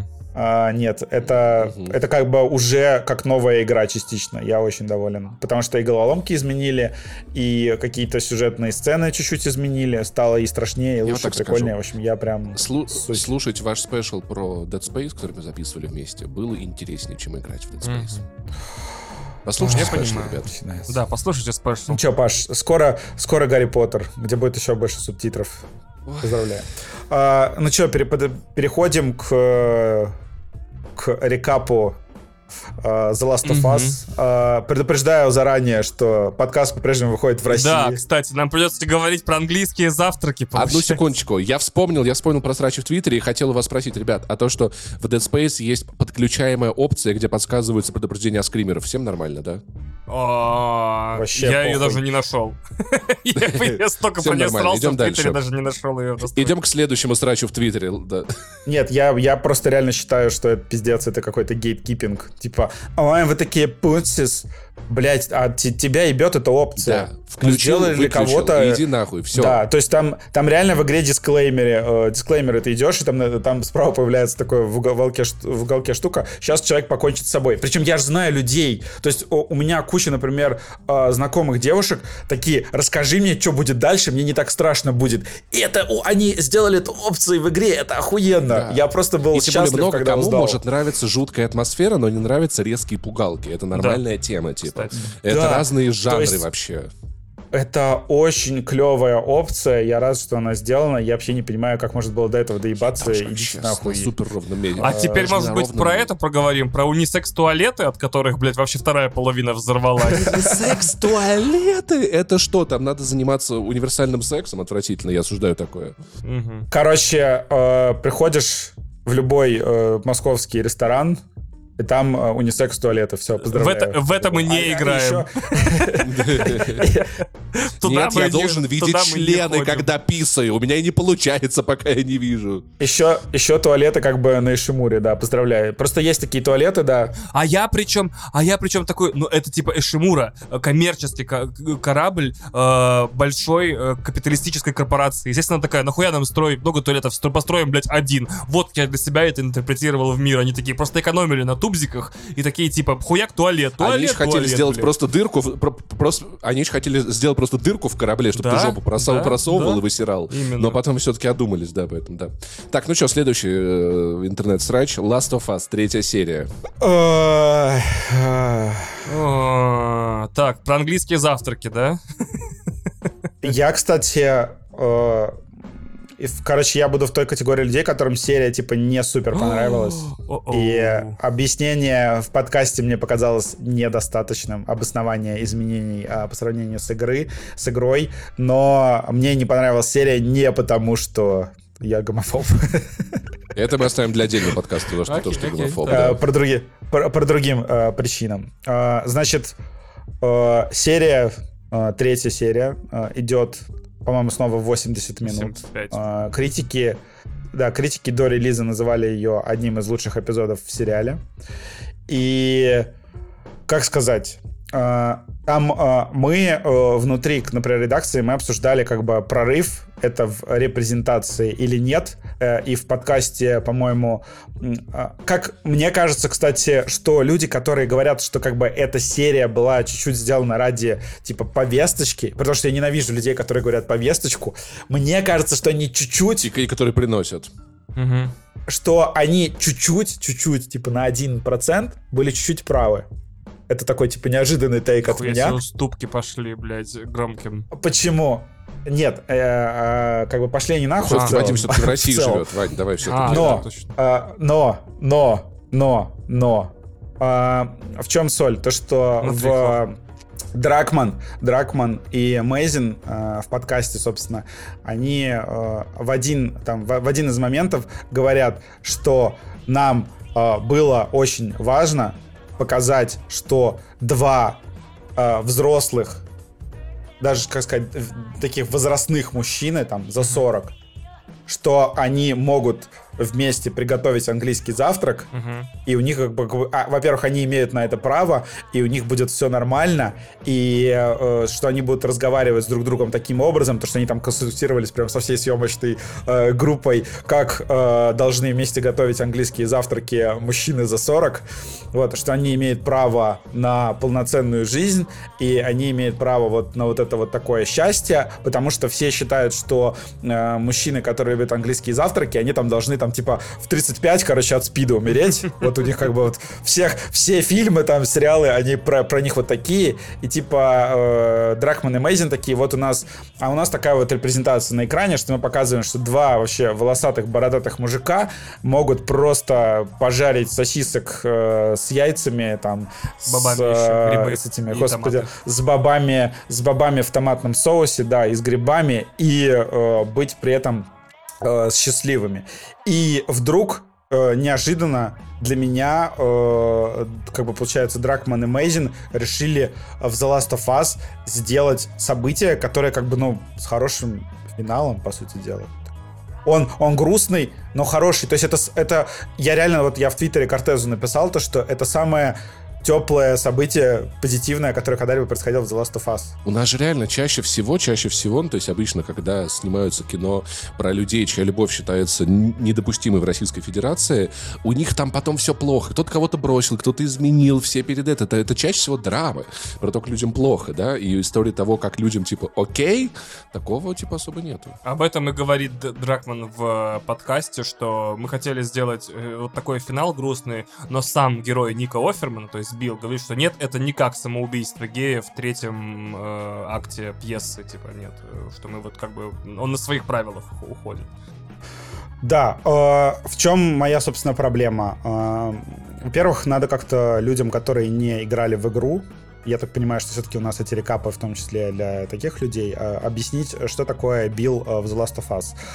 Нет, это как бы уже как новая игра частично. Я очень доволен. Потому что и головоломки изменили, и какие-то сюжетные сцены чуть-чуть изменили. Стало и страшнее, и лучше, прикольнее. В общем, я прям... Слушать ваш спешл про Dead Space, который мы записывали вместе, было интереснее, чем играть в Dead Space. Послушайте спешл, ребят. Да, послушайте спешл. Ну что, Паш, скоро Гарри Поттер, где будет еще больше субтитров. Поздравляю. Ну что, переходим к рекапу The Last of Us. Предупреждаю заранее, что подкаст по-прежнему выходит в России. Да, кстати, нам придется говорить про английские завтраки. Одну секундочку. Я вспомнил про срачи в Твиттере и хотел вас спросить, ребят, а то, что в Dead Space есть подключаемая опция, где подсказываются предупреждения о скримерах. Всем нормально, да? Я ее даже не нашел. Я столько по ней срался в Твиттере, даже не нашел ее. Идем к следующему срачу в Твиттере. Нет, я просто реально считаю, что это пиздец, это какой-то гейткипинг. Типа, ой, вы такие путсис, блядь, тебя ебет эта опция. Да, включил, сделали для кого-то... иди нахуй, все. Да, то есть там реально в игре дисклеймеры ты идешь, и там справа появляется такое в уголке штука, сейчас человек покончит с собой. Причем я же знаю людей, то есть у меня куча, например, знакомых девушек такие, расскажи мне, что будет дальше, мне не так страшно будет. И это они сделали эту опцию в игре, это охуенно. Да. Я просто был счастлив, много когда кому узнал. Может нравиться жуткая атмосфера, но не нравятся резкие пугалки. Это нормальная тема, типа. Кстати. Это разные жанры вообще. Это очень клевая опция. Я рад, что она сделана. Я вообще не понимаю, как можно было до этого доебаться. Идите нахуй. Супер ровно медиа. А теперь, может быть, про это проговорим? Про унисекс-туалеты, от которых, блядь, вообще вторая половина взорвалась. Унисекс-туалеты? Это что? Там надо заниматься универсальным сексом? Отвратительно, я осуждаю такое. Короче, приходишь в любой московский ресторан, и там унисекс-туалеты. Все, поздравляю. В это мы не играем. Нет, я должен видеть члены, когда писаю. У меня и не получается, пока я не вижу. Еще туалеты как бы на Ишимуре, да, поздравляю. Просто есть такие туалеты, да. А я причем такой, ну это типа Ишимура, коммерческий корабль большой капиталистической корпорации. Естественно, такая, нахуя нам строить много туалетов, построим, блядь, один. Вот я для себя это интерпретировал в мир. Они такие просто экономили на тубзиках и такие типа хуяк туалет. Они же хотели сделать просто дырку, просто дырку в корабле, чтобы ты жопу просовывал и высирал. Именно. Но потом все-таки одумались, да, поэтому, да. Так, ну что, следующий интернет-срач. Last of Us, 3-я серия. Так, про английские завтраки, да? Я, кстати... Короче, я буду в той категории людей, которым серия, типа, не супер понравилась. И объяснение в подкасте мне показалось недостаточным, обоснование изменений по сравнению с игрой. Но мне не понравилась серия не потому, что я гомофоб. Это мы оставим для отдельного подкаста, потому что ты гомофоб. По другим причинам. Значит, серия, 3-я серия, идет... по-моему, снова 80 минут. 75. Критики до релиза называли ее одним из лучших эпизодов в сериале. И, как сказать, там мы внутри, например, редакции, мы обсуждали как бы прорыв, это в репрезентации или нет. И в подкасте, по-моему, как мне кажется, кстати, что люди, которые говорят, что как бы эта серия была чуть-чуть сделана ради типа повесточки, потому что я ненавижу людей, которые говорят повесточку, мне кажется, что они чуть-чуть... И которые приносят. Что они чуть-чуть, типа на 1% были чуть-чуть правы. Это такой, типа, неожиданный тейк от меня. Если уступки пошли, блядь, громким. Почему? Нет, как бы пошли они нахуй. Вадим все-таки в России живет. Вадим, давай все-таки. Но. В чем соль? То, что в Дракман и Мейзин в подкасте, собственно, они в один из моментов говорят, что нам было очень важно показать, что два взрослых, даже, как сказать, таких возрастных мужчины, там, за 40, что они могут вместе приготовить английский завтрак, и у них, как бы, во-первых, они имеют на это право, и у них будет все нормально, и что они будут разговаривать с друг другом таким образом, то, что они там консультировались прям со всей съемочной группой, как должны вместе готовить английские завтраки мужчины за 40, вот, что они имеют право на полноценную жизнь, и они имеют право вот на вот это вот такое счастье, потому что все считают, что мужчины, которые любят английские завтраки, они там должны там типа в 35, короче, от спида умереть. Вот у них как бы вот все фильмы, там, сериалы, они про них вот такие. И типа Дракман и Мейзин такие, вот у нас такая вот репрезентация на экране, что мы показываем, что два вообще волосатых, бородатых мужика могут просто пожарить сосисок с яйцами, там, с бобами еще, грибы с этими, господи, с бобами в томатном соусе, да, и с грибами, и быть при этом счастливыми. И вдруг неожиданно для меня, как бы получается, Дракман и Мейзин решили в The Last of Us сделать событие, которое как бы, ну, с хорошим финалом, по сути дела. Он грустный, но хороший. То есть это я реально, вот я в Твиттере Кортезу написал то, что это самое теплое событие, позитивное, которое когда-либо происходило в The Last of Us. У нас же реально чаще всего, ну, то есть обычно, когда снимаются кино про людей, чья любовь считается недопустимой в Российской Федерации, у них там потом все плохо. Кто-то кого-то бросил, кто-то изменил, все перед это чаще всего драмы про то, как людям плохо, да, и истории того, как людям, типа, окей, такого, типа, особо нету. Об этом и говорит Дракман в подкасте, что мы хотели сделать вот такой финал грустный, но сам герой Ника Оффермана, то есть Билл, говорит, что нет, это не как самоубийство гея в третьем акте пьесы, типа, нет, что мы вот как бы, он на своих правилах уходит. Да, в чем моя, собственно, проблема? Во-первых, надо как-то людям, которые не играли в игру, я так понимаю, что все-таки у нас эти рекапы, в том числе для таких людей, объяснить, что такое Билл в The Last of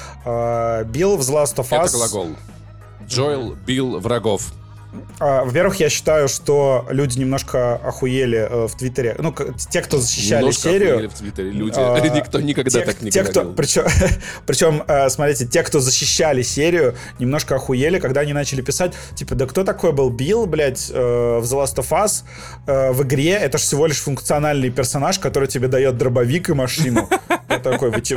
Us. Билл в The Last of Us... Это глагол. Джоэл бил врагов. Во-первых, я считаю, что люди немножко охуели в Твиттере. Ну, те, кто защищали немножко серию... охуели в Твиттере люди. Никто никогда так не говорил. Причем, смотрите, те, кто защищали серию, немножко охуели, когда они начали писать, типа, да кто такой был Билл, блядь, в The Last of Us в игре? Это же всего лишь функциональный персонаж, который тебе дает дробовик и машину. Я такой, вы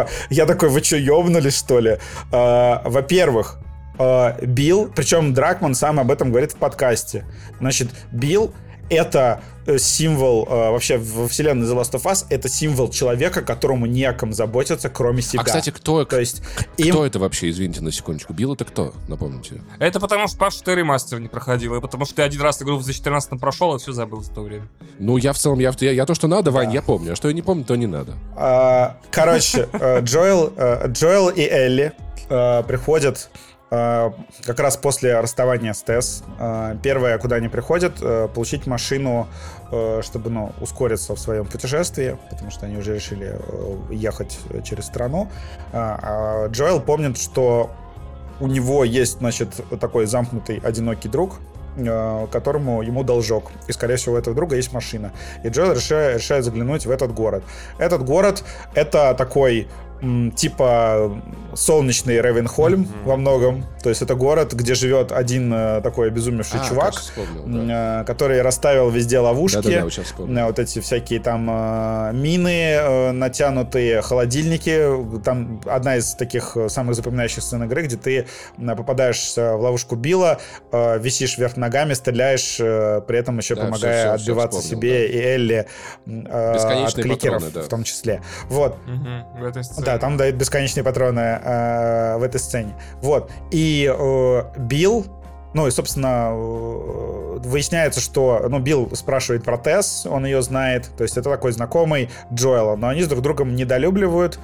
что, ёбнулись, что ли? Во-первых, Билл, причем Дракман сам об этом говорит в подкасте. Значит, Билл — это символ, вообще во вселенной The Last of Us, это символ человека, которому не о ком заботиться, кроме себя. А, кстати, кто им... это вообще, извините на секундочку? Билл это кто? Напомните. Это потому что, Паш, ты ремастер не проходил, и потому что ты один раз игру в 2014 прошел, и все забыл за то время. Ну, я в целом, я то, что надо, Вань, я помню. А что я не помню, то не надо. Короче, Джоэл и Элли приходят как раз после расставания с Тесс. Первое, куда они приходят, получить машину, чтобы, ускориться в своем путешествии, потому что они уже решили ехать через страну. Джоэл помнит, что у него есть, значит, такой замкнутый, одинокий друг, которому ему должок. И, скорее всего, у этого друга есть машина. И Джоэл решает заглянуть в этот город. Этот город — это такой типа солнечный Ревенхольм во многом. То есть это город, где живет один такой обезумевший чувак, который расставил везде ловушки. Вот эти всякие там мины натянутые, холодильники. Там одна из таких самых запоминающих сцен игры, где ты попадаешь в ловушку Билла, висишь вверх ногами, стреляешь, при этом еще помогая отбиваться себе и Элли от кликеров в том числе. Вот. В этой сцене. Да, там дают бесконечные патроны в этой сцене. Вот. И Билл, и, собственно, выясняется, что, Билл спрашивает про Тесс, он ее знает, то есть это такой знакомый Джоэла, но они друг друга недолюбливают,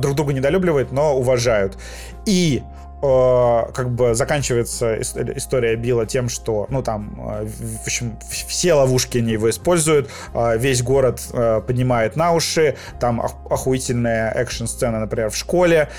но уважают. И как бы заканчивается история Билла тем, что, в общем, все ловушки они его используют, весь город поднимает на уши, там охуительная экшн-сцена, например, в школе,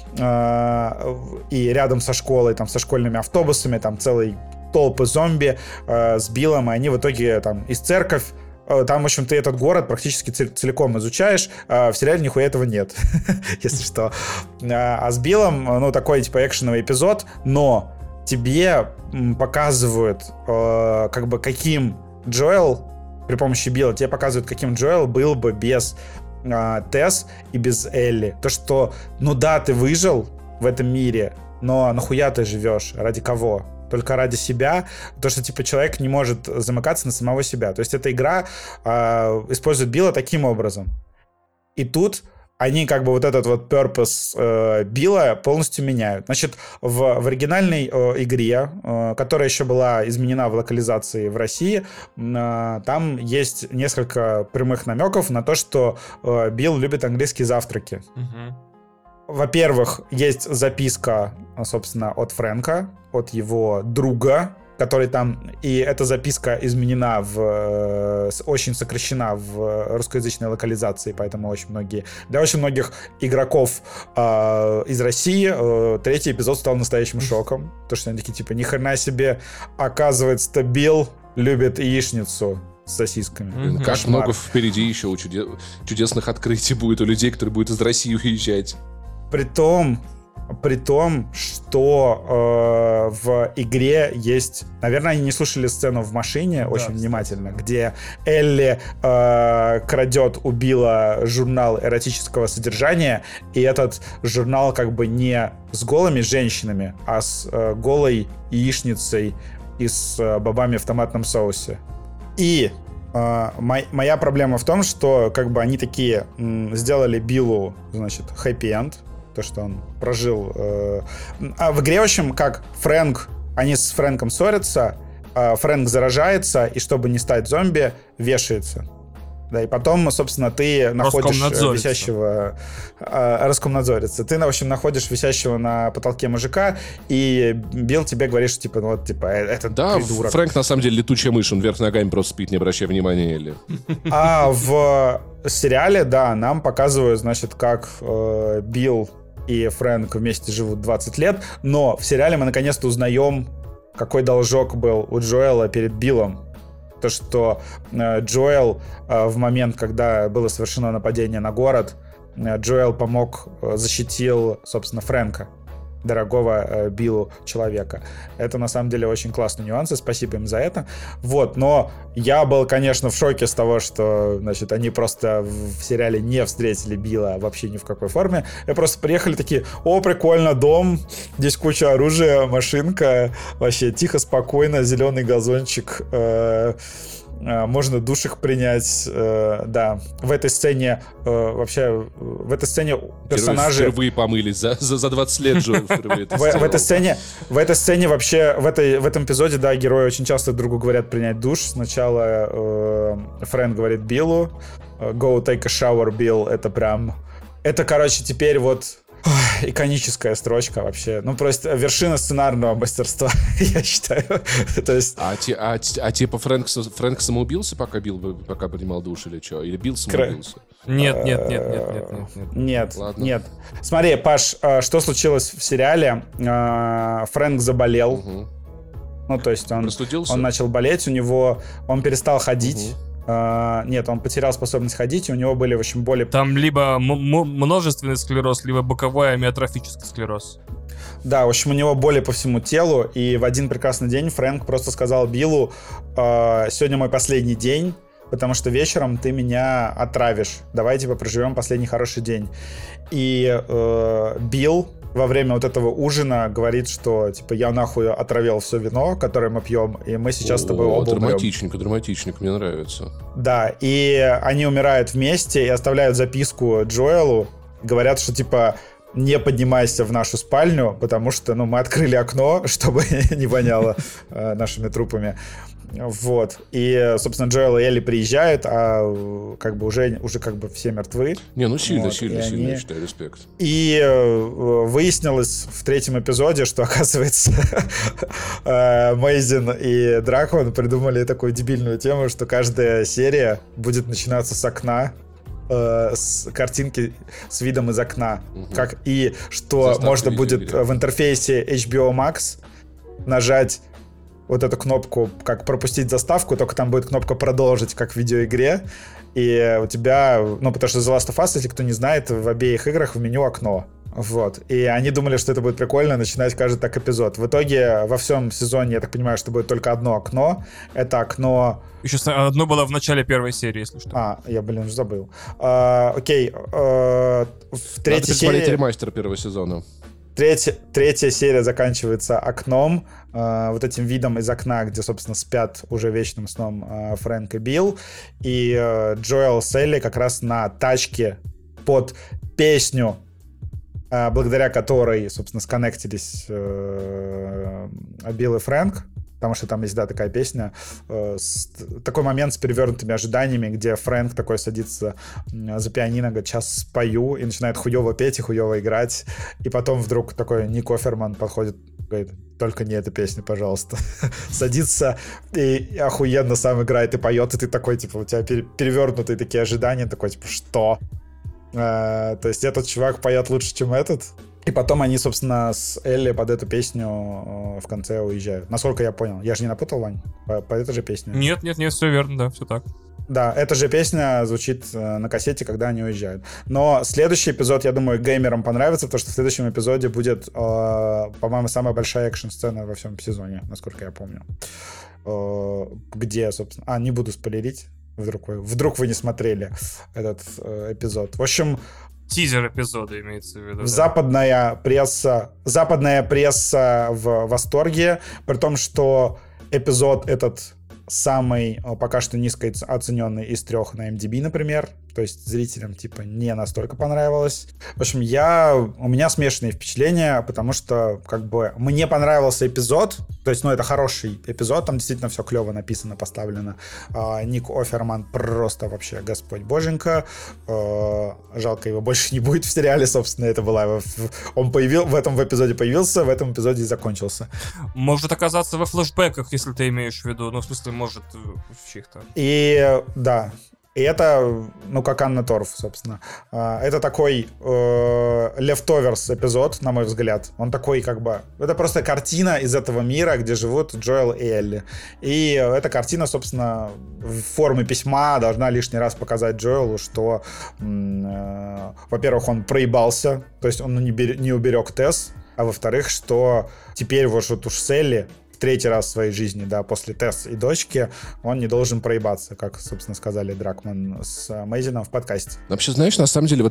и рядом со школой, там, со школьными автобусами, там целые толпы зомби с Биллом, и они в итоге там из церковь. Там, в общем, ты этот город практически целиком изучаешь. В сериале нихуя этого нет, если что. А с Биллом, такой, типа, экшеновый эпизод, но тебе показывают, как бы, каким Джоэл, при помощи Билла, тебе показывают, каким Джоэл был бы без Тесс и без Элли. То, что, да, ты выжил в этом мире, но нахуя ты живешь? Ради кого? Только ради себя, то, что, типа, человек не может замыкаться на самого себя. То есть эта игра использует Билла таким образом. И тут они как бы вот этот вот purpose Билла полностью меняют. Значит, в оригинальной игре, которая еще была изменена в локализации в России, там есть несколько прямых намеков на то, что Билл любит английские завтраки. Во-первых, есть записка, собственно, от Фрэнка, от его друга, который там... И эта записка изменена очень сокращена в русскоязычной локализации, поэтому для очень многих игроков из России третий эпизод стал настоящим шоком. Потому что они такие, типа, ни хрена себе, оказывается, Билл любит яичницу с сосисками. Как много впереди еще чудесных открытий будет у людей, которые будут из России уезжать. Притом, при том, что в игре есть... Наверное, они не слушали сцену в машине очень внимательно, где Элли крадет у Билла журнал эротического содержания, и этот журнал как бы не с голыми женщинами, а с голой яичницей и с бобами в томатном соусе. И моя проблема в том, что как бы они такие сделали Биллу, значит, хэппи-энд, то, что он прожил. А в игре, в общем, как они с Фрэнком ссорятся, Фрэнк заражается, и чтобы не стать зомби, вешается. Да, и потом, собственно, ты находишь висящего... Роскомнадзорец. Ты, в общем, находишь висящего на потолке мужика, и Билл тебе говорит, что, типа, ну вот, типа, это придурок. Да, Фрэнк, на самом деле, летучая мышь, он вверх ногами просто спит, не обращая внимания, или... А в сериале, да, нам показывают, значит, как Билл и Фрэнк вместе живут 20 лет, но в сериале мы наконец-то узнаем, какой должок был у Джоэла перед Биллом. То, что Джоэл в момент, когда было совершено нападение на город, Джоэл защитил, собственно, Фрэнка, дорогого Биллу человека. Это, на самом деле, очень классные нюансы, спасибо им за это. Вот, но я был, конечно, в шоке с того, что, значит, они просто в сериале не встретили Билла вообще ни в какой форме. И просто приехали такие: о, прикольно, дом, здесь куча оружия, машинка, вообще тихо, спокойно, зеленый газончик, можно душек принять, да. В этой сцене персонажи... Впервые помылись, за 20 лет же впервые это в этой сцене вообще, в этом эпизоде, да, герои очень часто друг другу говорят принять душ. Сначала Фрэнк говорит Биллу go take a shower, Bill. Это прям... Это, короче, теперь вот... иконическая строчка вообще. Ну, просто вершина сценарного мастерства, я считаю. То есть... типа Фрэнк самоубился, пока принимал душ, или что? Или Билл самоубился? Нет. Смотри, Паш, что случилось в сериале? Фрэнк заболел. Ну, то есть он начал болеть, он перестал ходить. Нет, он потерял способность ходить, и у него были, в общем, боли... Там либо множественный склероз, либо боковой амиотрофический склероз. Да, в общем, у него боли по всему телу, и в один прекрасный день Фрэнк просто сказал Биллу: сегодня мой последний день, потому что вечером ты меня отравишь. Давай, типа, проживем последний хороший день. И Билл во время вот этого ужина говорит, что, типа, я нахуй отравил все вино, которое мы пьем, и мы сейчас с тобой оба умрем. Драматичненько, мне нравится. Да, и они умирают вместе и оставляют записку Джоэлу, говорят, что, типа, не поднимайся в нашу спальню, потому что, ну, мы открыли окно, чтобы не воняло нашими трупами. Вот. И, собственно, Джоэл и Элли приезжают, а как бы уже как бы все мертвы. Не, ну сильно, я считаю, респект. И выяснилось в третьем эпизоде, что, оказывается, Мейзин и Дракон придумали такую дебильную тему, что каждая серия будет начинаться с окна, с картинки с видом из окна. И что заставка можно будет в интерфейсе HBO Max нажать вот эту кнопку, как пропустить заставку, только там будет кнопка «Продолжить», как в видеоигре, и у тебя, ну, потому что The Last of Us, если кто не знает, в обеих играх в меню окно. Вот. И они думали, что это будет прикольно, начинать каждый так эпизод. В итоге во всем сезоне, я так понимаю, что будет только одно окно. Это окно... Еще одно было в начале первой серии, если что. Я, уже забыл. Окей. В третьей серии... Надо посмотреть ремастер первого сезона. Третья серия заканчивается окном, вот этим видом из окна, где, собственно, спят уже вечным сном Фрэнк и Билл. И Джоэл с Элли как раз на тачке под песню, благодаря которой, собственно, сконнектились Билл и Фрэнк. Потому что там есть, да, такая песня, такой момент с перевернутыми ожиданиями, где Фрэнк такой садится за пианино, говорит: сейчас спою, и начинает хуёво петь и хуёво играть. И потом вдруг такой Ник Офферман подходит, говорит: только не эта песня, пожалуйста. Садится и охуенно сам играет и поет, и ты такой, типа, у тебя перевернутые такие ожидания, такой, типа, что? То есть этот чувак поет лучше, чем этот? И потом они, собственно, с Элли под эту песню в конце уезжают. Насколько я понял. Я же не напутал, Вань? По этой же песне? Нет, все верно, да, все так. Да, эта же песня звучит на кассете, когда они уезжают. Но следующий эпизод, я думаю, геймерам понравится, потому что в следующем эпизоде будет, по-моему, самая большая экшн-сцена во всем сезоне, насколько я помню. Где, собственно... не буду спойлерить. Вдруг вы не смотрели этот эпизод. В общем... Тизер эпизода имеется в виду. Западная пресса в восторге, при том, что эпизод этот самый пока что низко оцененный из 3 на MDB, например. То есть зрителям типа не настолько понравилось. В общем, у меня смешанные впечатления, потому что как бы мне понравился эпизод. То есть, это хороший эпизод, там действительно все клево написано, поставлено. Ник Офферман просто вообще господь боженька. Жалко, его больше не будет в сериале, собственно, это была... Он в этом эпизоде появился, в этом эпизоде и закончился. Может оказаться во флешбеках, если ты имеешь в виду, в смысле, может, в чьих-то. И, да. И это, как Анна Торф, собственно. Это такой leftovers эпизод, на мой взгляд. Он такой, это просто картина из этого мира, где живут Джоэл и Элли. И эта картина, собственно, в форме письма должна лишний раз показать Джоэлу, что, во-первых, он проебался, то есть он не уберег Тесс, а во-вторых, что теперь уж с Элли в 3-й раз в своей жизни, да, после Тесс и дочки, он не должен проебаться, как, собственно, сказали Дракман с Мейзином в подкасте. Вообще, знаешь, на самом деле,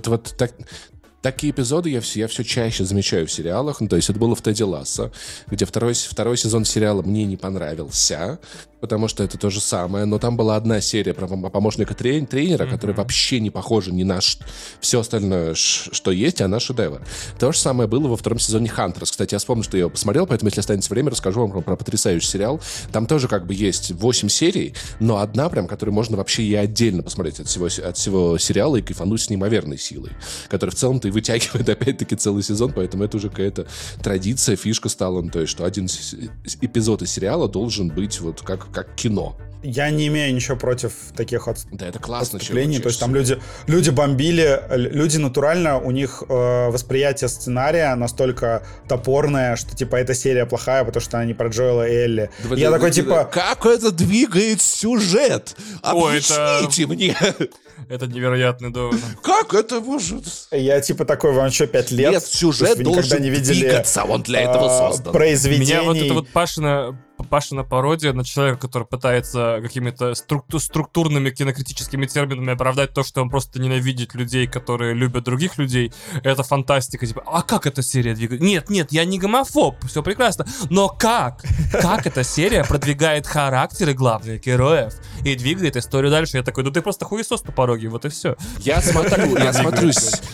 такие эпизоды я все чаще замечаю в сериалах. То есть это было в Тедди Лассо, где второй сезон сериала мне не понравился, потому что это то же самое. Но там была одна серия про помощника тренера, которая вообще не похожа ни на все остальное, что есть, а на шедевр. То же самое было во 2-м сезоне Хантерс. Кстати, я вспомнил, что я его посмотрел, поэтому, если останется время, расскажу вам про потрясающий сериал. Там тоже есть 8 серий, но одна прям, которую можно вообще и отдельно посмотреть от всего сериала и кайфануть с неимоверной силой, которая в целом-то и вытягивает опять-таки целый сезон, поэтому это уже какая-то традиция, фишка стала, то есть, что один эпизод из сериала должен быть как кино. Я не имею ничего против таких Да, это классно, отступлений. То есть там люди бомбили, люди натурально, у них восприятие сценария настолько топорное, что типа эта серия плохая, потому что она не про Джоэла и Элли. Я такой типа... Как это двигает сюжет? Объясните мне! Это невероятный довод. Как это может? Я типа такой, вам что, 5 лет? Нет, сюжет должен двигаться, он для этого создан. Произведений. Меня это Пашина пародия на человека, который пытается какими-то структурными кинокритическими терминами оправдать то, что он просто ненавидит людей, которые любят других людей. Это фантастика. Типа, а как эта серия двигает? Нет, я не гомофоб, все прекрасно. Но как? Как эта серия продвигает характеры главных героев и двигает историю дальше? Я такой, ты просто хуесос на пороге, вот и все. Я смотрю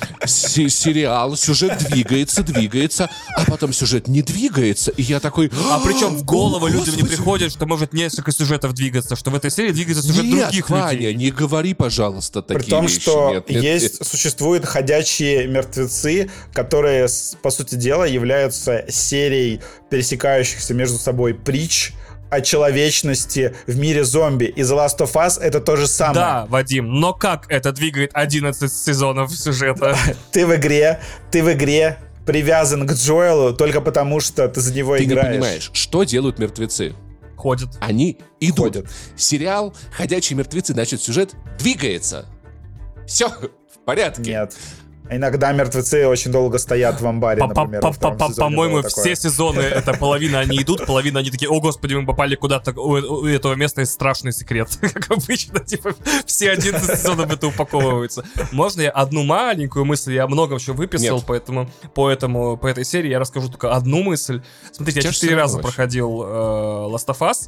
сериал, сюжет двигается, а потом сюжет не двигается, и я такой... А причем в голову людям не приходит, что может несколько сюжетов двигаться, что в этой серии двигается сюжет других Ваня, людей. Не говори, пожалуйста, такие вещи. При том, вещи. Что существуют ходячие мертвецы, которые, по сути дела, являются серией пересекающихся между собой притч о человечности в мире зомби. И The Last of Us — это то же самое. Да, Вадим, но как это двигает 11 сезонов сюжета? Ты в игре привязан к Джоэлу только потому, что ты за него играешь. Ты не понимаешь, что делают мертвецы? Ходят. Они идут. Сериал «Ходячие мертвецы», значит, сюжет двигается. Все в порядке. Нет. Иногда мертвецы очень долго стоят в амбаре, например. По-моему, все сезоны, это половина они идут, половина они такие, о господи, мы попали куда-то, у этого места есть страшный секрет. Как обычно, типа, все 11 сезонов это упаковываются. Можно я одну маленькую мысль, я много еще выписал, поэтому по этой серии я расскажу только одну мысль. Смотрите, я 4 раза проходил Last of Us,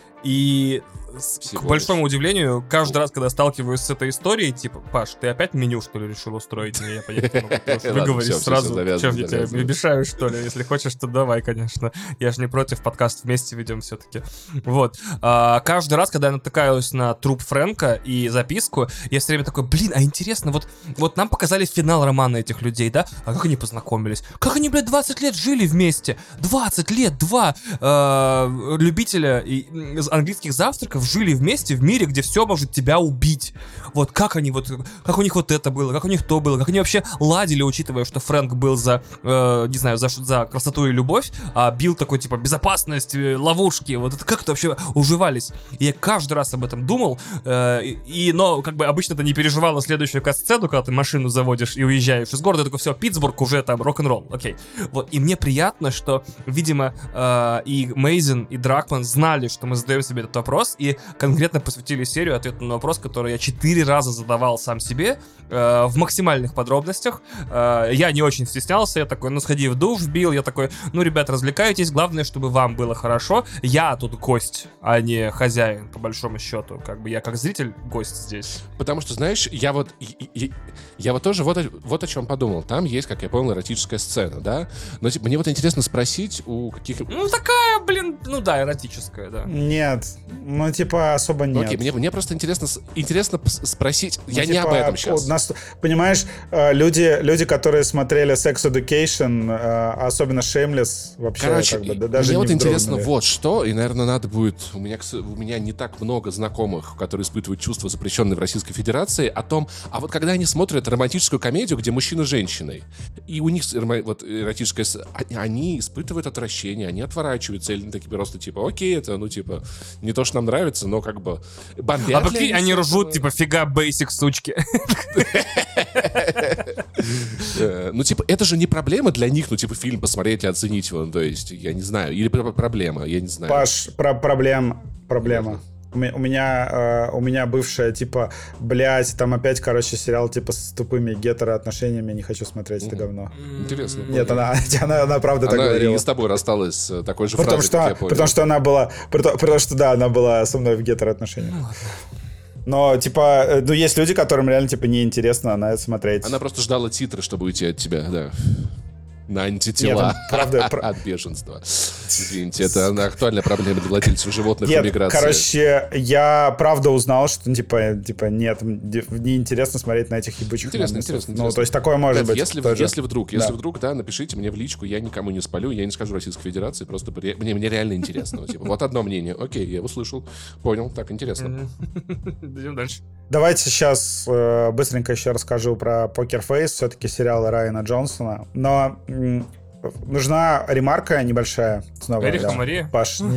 и к большому удивлению, каждый раз, когда сталкиваюсь с этой историей, типа, Паш, ты опять меню, что ли, решил устроить? Я понять не могу. Выговорись сразу. Чем я тебя мешаю, что ли? Если хочешь, то давай, конечно. Я же не против, подкаст вместе ведем все-таки. Вот. Каждый раз, когда я натыкаюсь на труп Фрэнка и записку, я все время такой, блин, а интересно, вот нам показали финал романа этих людей, да? А как они познакомились? Как они, блядь, 20 лет жили вместе? 20 лет, 2 любителя английских завтраков жили вместе в мире, где все может тебя убить. Вот как у них вот это было, как у них то было, как они вообще ладили, учитывая, что Фрэнк был за красоту и любовь, а Билл такой, типа, безопасность, ловушки, вот это как это вообще уживались. И я каждый раз об этом думал, но как бы обычно ты не переживала следующую кат-сцену, когда ты машину заводишь и уезжаешь из города, такой, все, Питтсбург уже там рок-н-ролл, окей. Вот, и мне приятно, что, видимо, и Мейзен, и Дракман знали, что мы задаем себе этот вопрос, и конкретно посвятили серию ответу на вопрос, который я 4 раза задавал сам себе, в максимальных подробностях. Я не очень стеснялся, я такой, сходи в душ, Билл, я такой, ребят, развлекайтесь, главное, чтобы вам было хорошо. Я тут гость, а не хозяин, по большому счету. Как бы я как зритель гость здесь. Потому что, знаешь, я вот тоже вот о чем подумал. Там есть, как я понял, эротическая сцена, да? Но типа, мне вот интересно спросить у каких... такая, эротическая, да. Нет, типа, особо нет. Окей, мне просто интересно спросить, я не об этом сейчас. Понимаешь, люди, которые смотрели Sex Education, особенно Shameless, вообще, короче, как бы, даже мне не вот интересно вздрогнули. вот что, и, наверное, надо будет... У меня не так много знакомых, которые испытывают чувства, запрещенные в Российской Федерации, о том, а вот когда они смотрят романтическую комедию, где мужчина с женщиной, и у них вот эротическая... Они испытывают отвращение, они отворачиваются, или такие просто, типа, окей, это, не то, что нам нравится, но как бы... А прикинь, они ржут, типа, фига basic, сучки. Это же не проблема для них, фильм посмотреть и оценить его, то есть, я не знаю, или проблема, я не знаю. Паш, проблема. У меня бывшая, типа, там опять, сериал, типа, с тупыми гетероотношениями, не хочу смотреть это говно. Интересно. Нет, она правда так говорила. Она и с тобой рассталась с такой же фразой, как я понял. Потому что она была со мной в гетероотношениях. Но, типа, есть люди, которым реально, типа, неинтересно на это смотреть. Она просто ждала титры, чтобы уйти от тебя, да. На антитела. Нет, от беженства. Извините, это актуальная проблема для владельцев животных в миграции. Короче, я правда узнал, что, нет, неинтересно смотреть на этих ебучих Интересно. То есть такое может быть. Если вдруг, да, напишите мне в личку, я никому не спалю, я не скажу Российской Федерации, просто мне реально интересно. Вот одно мнение. Окей, я услышал, понял, так, интересно. Идем дальше. Давайте сейчас быстренько еще расскажу про Poker Face, все-таки сериал Райана Джонсона. Но нужна ремарка небольшая. Снова, Эриха Мария. Паш, не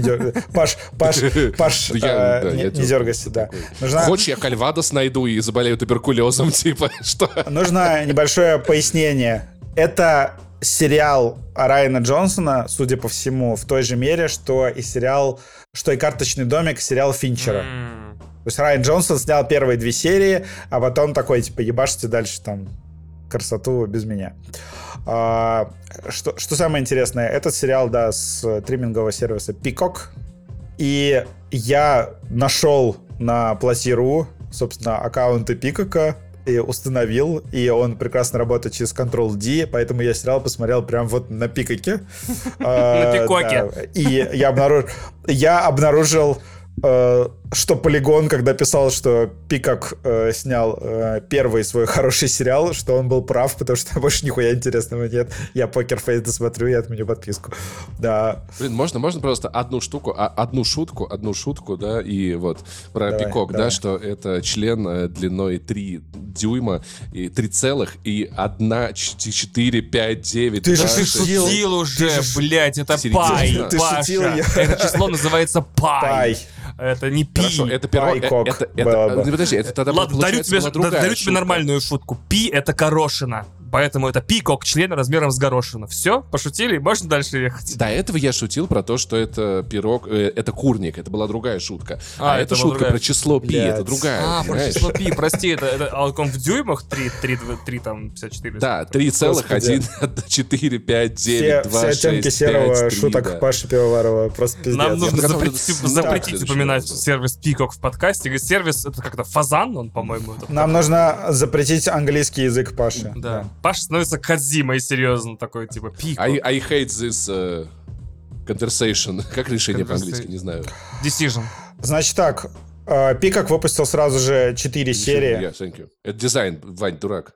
дергайся, да. Хочешь, я кальвадос найду и заболею туберкулезом, типа, что? Нужно небольшое пояснение. Это сериал Райана Джонсона, судя по всему, в той же мере, что и «Карточный домик», сериал Финчера. То есть Райан Джонсон снял первые 2 серии, а потом такой, типа, ебашьте дальше там красоту без меня. Что самое интересное, этот сериал, да, с стримингового сервиса Peacock. И я нашел на Плати.ру, собственно, аккаунты Peacock и установил, и он прекрасно работает через Ctrl-D, поэтому я сериал посмотрел прям вот на Пикоке. На Пикоке. И я обнаружил, что Polygon, когда писал, что Пикок снял первый свой хороший сериал, что он был прав, потому что больше нихуя интересного нет. Я Poker Face досмотрю и отменю подписку. Да. Блин, можно просто одну шутку, да, и вот про Пикок, да, что это член длиной 3 дюйма, и 3,1,4,5,9. Ты же шутил уже, блядь, это пай, Паша. Это число называется пай. Это не пи. Хорошо, это пирог. Подожди, это тогда ладно, дарю тебе нормальную шутку. Пи — это горошина. Поэтому это пикок, член размером с горошину. Все? Пошутили? Можно дальше ехать? До этого я шутил про то, что это пирог, это курник. Это была другая шутка. А это шутка про число пи, это другая. Про число пи, прости, это он в дюймах 3, там, 54. Да, 3,1,4,5,9,2,6,5,3. Все оттенки серого шуток Паши Пивоварова. Просто пиздец. Нам нужно запретить упоминать сервис Peacock в подкасте. Сервис, это как-то Фазан, он, по-моему. Нам нужно запретить английский язык Паши. Да. Паша становится Кодзимой, серьезно, такой, типа, Peacock. I hate this conversation. Как решение по-английски, не знаю. Decision. Значит так, Peacock выпустил сразу же 4 серии. Yeah, thank you. Это дизайн, Вань, дурак.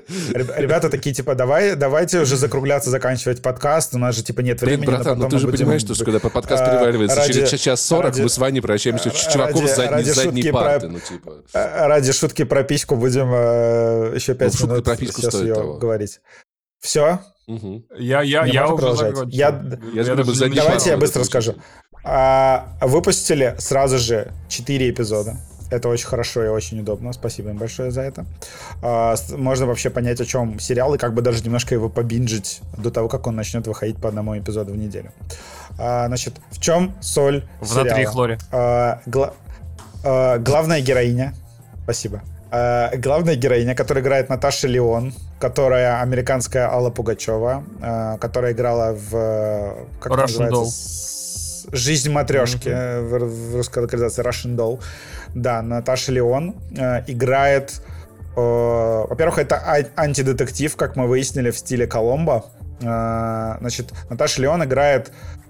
Ребята такие, типа, давайте уже закругляться, заканчивать подкаст, у нас же, типа, нет времени. Братан, ну ты же понимаешь, что когда подкаст переваривается через час 40, мы с Ваней прощаемся с чуваком с задней парты, ну типа. Ради шутки про письку будем еще 5 минут про письку сейчас ее говорить. Все? Я уже закончил. Давайте я быстро скажу. Выпустили сразу же 4 эпизода. Это очень хорошо и очень удобно. Спасибо им большое за это. Можно вообще понять, о чем сериал, и как бы даже немножко его побинжить до того, как он начнет выходить по одному эпизоду в неделю. Значит, в чем соль сериала? В натрии хлоре. Главная героиня. Спасибо. Главная героиня, которая играет Наташа Леон, которая американская Алла Пугачева, которая играла в... Как Russian Doll. «Жизнь матрешки» в русской локализации Russian Doll. Да, Наташа Леон играет... Во-первых, это антидетектив, как мы выяснили, в стиле Коломбо. Значит, Наташа Леон играет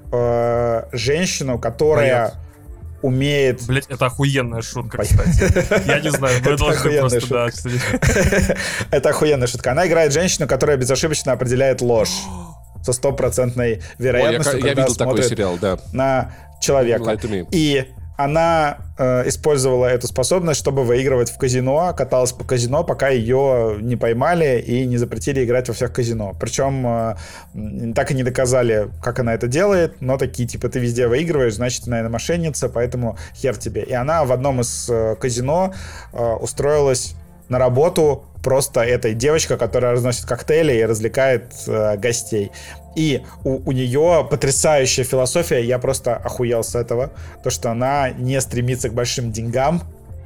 женщину, которая... умеет... Блять, это охуенная шутка, кстати. Я не знаю, мы должны просто, да, кстати. Это охуенная шутка. Она играет женщину, которая безошибочно определяет ложь. Со 100% вероятностью, я видел такой сериал, да. На человека. И она использовала эту способность, чтобы выигрывать в казино, каталась по казино, пока ее не поймали и не запретили играть во всех казино. Причем так и не доказали, как она это делает, но такие, типа, ты везде выигрываешь, значит, ты, наверное, мошенница, поэтому хер тебе. И она в одном из казино устроилась на работу просто этой девочкой, которая разносит коктейли и развлекает гостей. И у нее потрясающая философия, я просто охуел с этого, то, что она не стремится к большим деньгам,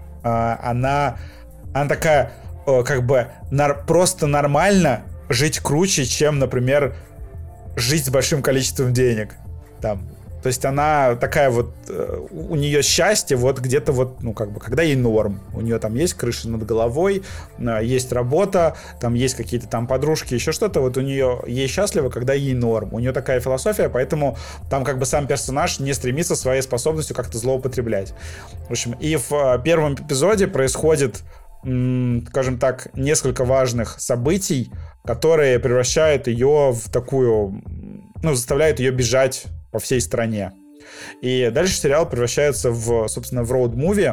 она такая, как бы, просто нормально жить круче, чем, например, жить с большим количеством денег. Там. То есть она такая вот, у нее счастье вот где-то вот, ну как бы, когда ей норм. У нее там есть крыша над головой, есть работа, там есть какие-то там подружки, еще что-то. Вот у нее, ей счастливо, когда ей норм. У нее такая философия, поэтому там как бы сам персонаж не стремится своей способностью как-то злоупотреблять. В общем, и в первом эпизоде происходит, скажем так, несколько важных событий, которые превращают ее в такую, ну, заставляют ее бежать по всей стране. И дальше сериал превращается в, собственно, в роуд-муви,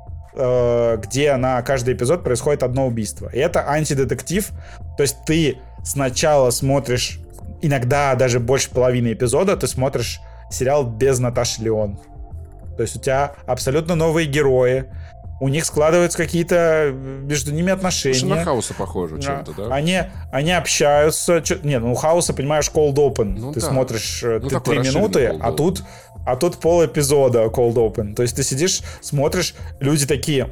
где на каждый эпизод происходит одно убийство. И это антидетектив. То есть ты сначала смотришь, иногда даже больше половины эпизода, ты смотришь сериал без Наташи Леон. То есть у тебя абсолютно новые герои, у них складываются какие-то между ними отношения. Что на Хауса похоже чем-то, да? Они общаются. Не, ну у Хауса, понимаешь, cold open. Ну, ты да. смотришь 3 минуты, а тут пол эпизода cold open. То есть ты сидишь, смотришь, люди такие,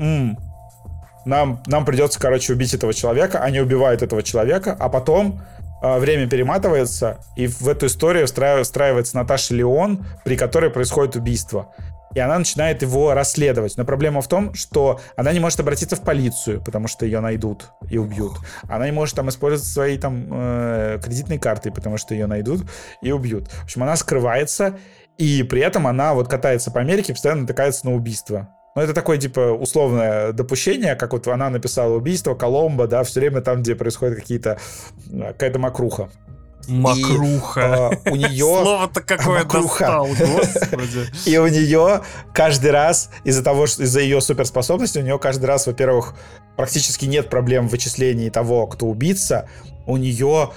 нам придется, короче, убить этого человека. Они убивают этого человека, а потом время перематывается, и в эту историю встраивается Наташа Леон, при которой происходит убийство. И она начинает его расследовать. Но проблема в том, что она не может обратиться в полицию, потому что ее найдут и убьют. Она не может там использовать свои там кредитные карты, потому что ее найдут и убьют. В общем, она скрывается, и при этом она вот катается по Америке, постоянно натыкается на убийство. Но это такое, типа, условное допущение, как вот она написала убийство, Коломбо, да, все время там, где происходит какая-то мокруха. Макруха. У нее... Слово-то какое достал, господи. И у нее каждый раз, из-за ее суперспособности, у нее каждый раз, во-первых, практически нет проблем в вычислении того, кто убийца. У нее,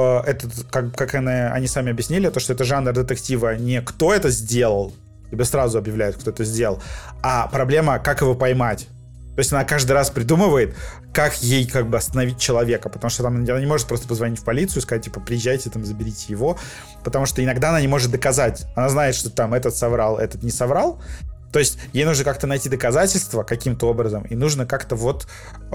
как они сами объяснили, то, что это жанр детектива не кто это сделал, тебе сразу объявляют, кто это сделал, а проблема, как его поймать. То есть она каждый раз придумывает, как ей как бы остановить человека, потому что там она не может просто позвонить в полицию и сказать, типа, приезжайте, там, заберите его, потому что иногда она не может доказать. Она знает, что там этот соврал, этот не соврал. То есть ей нужно как-то найти доказательства каким-то образом, и нужно как-то вот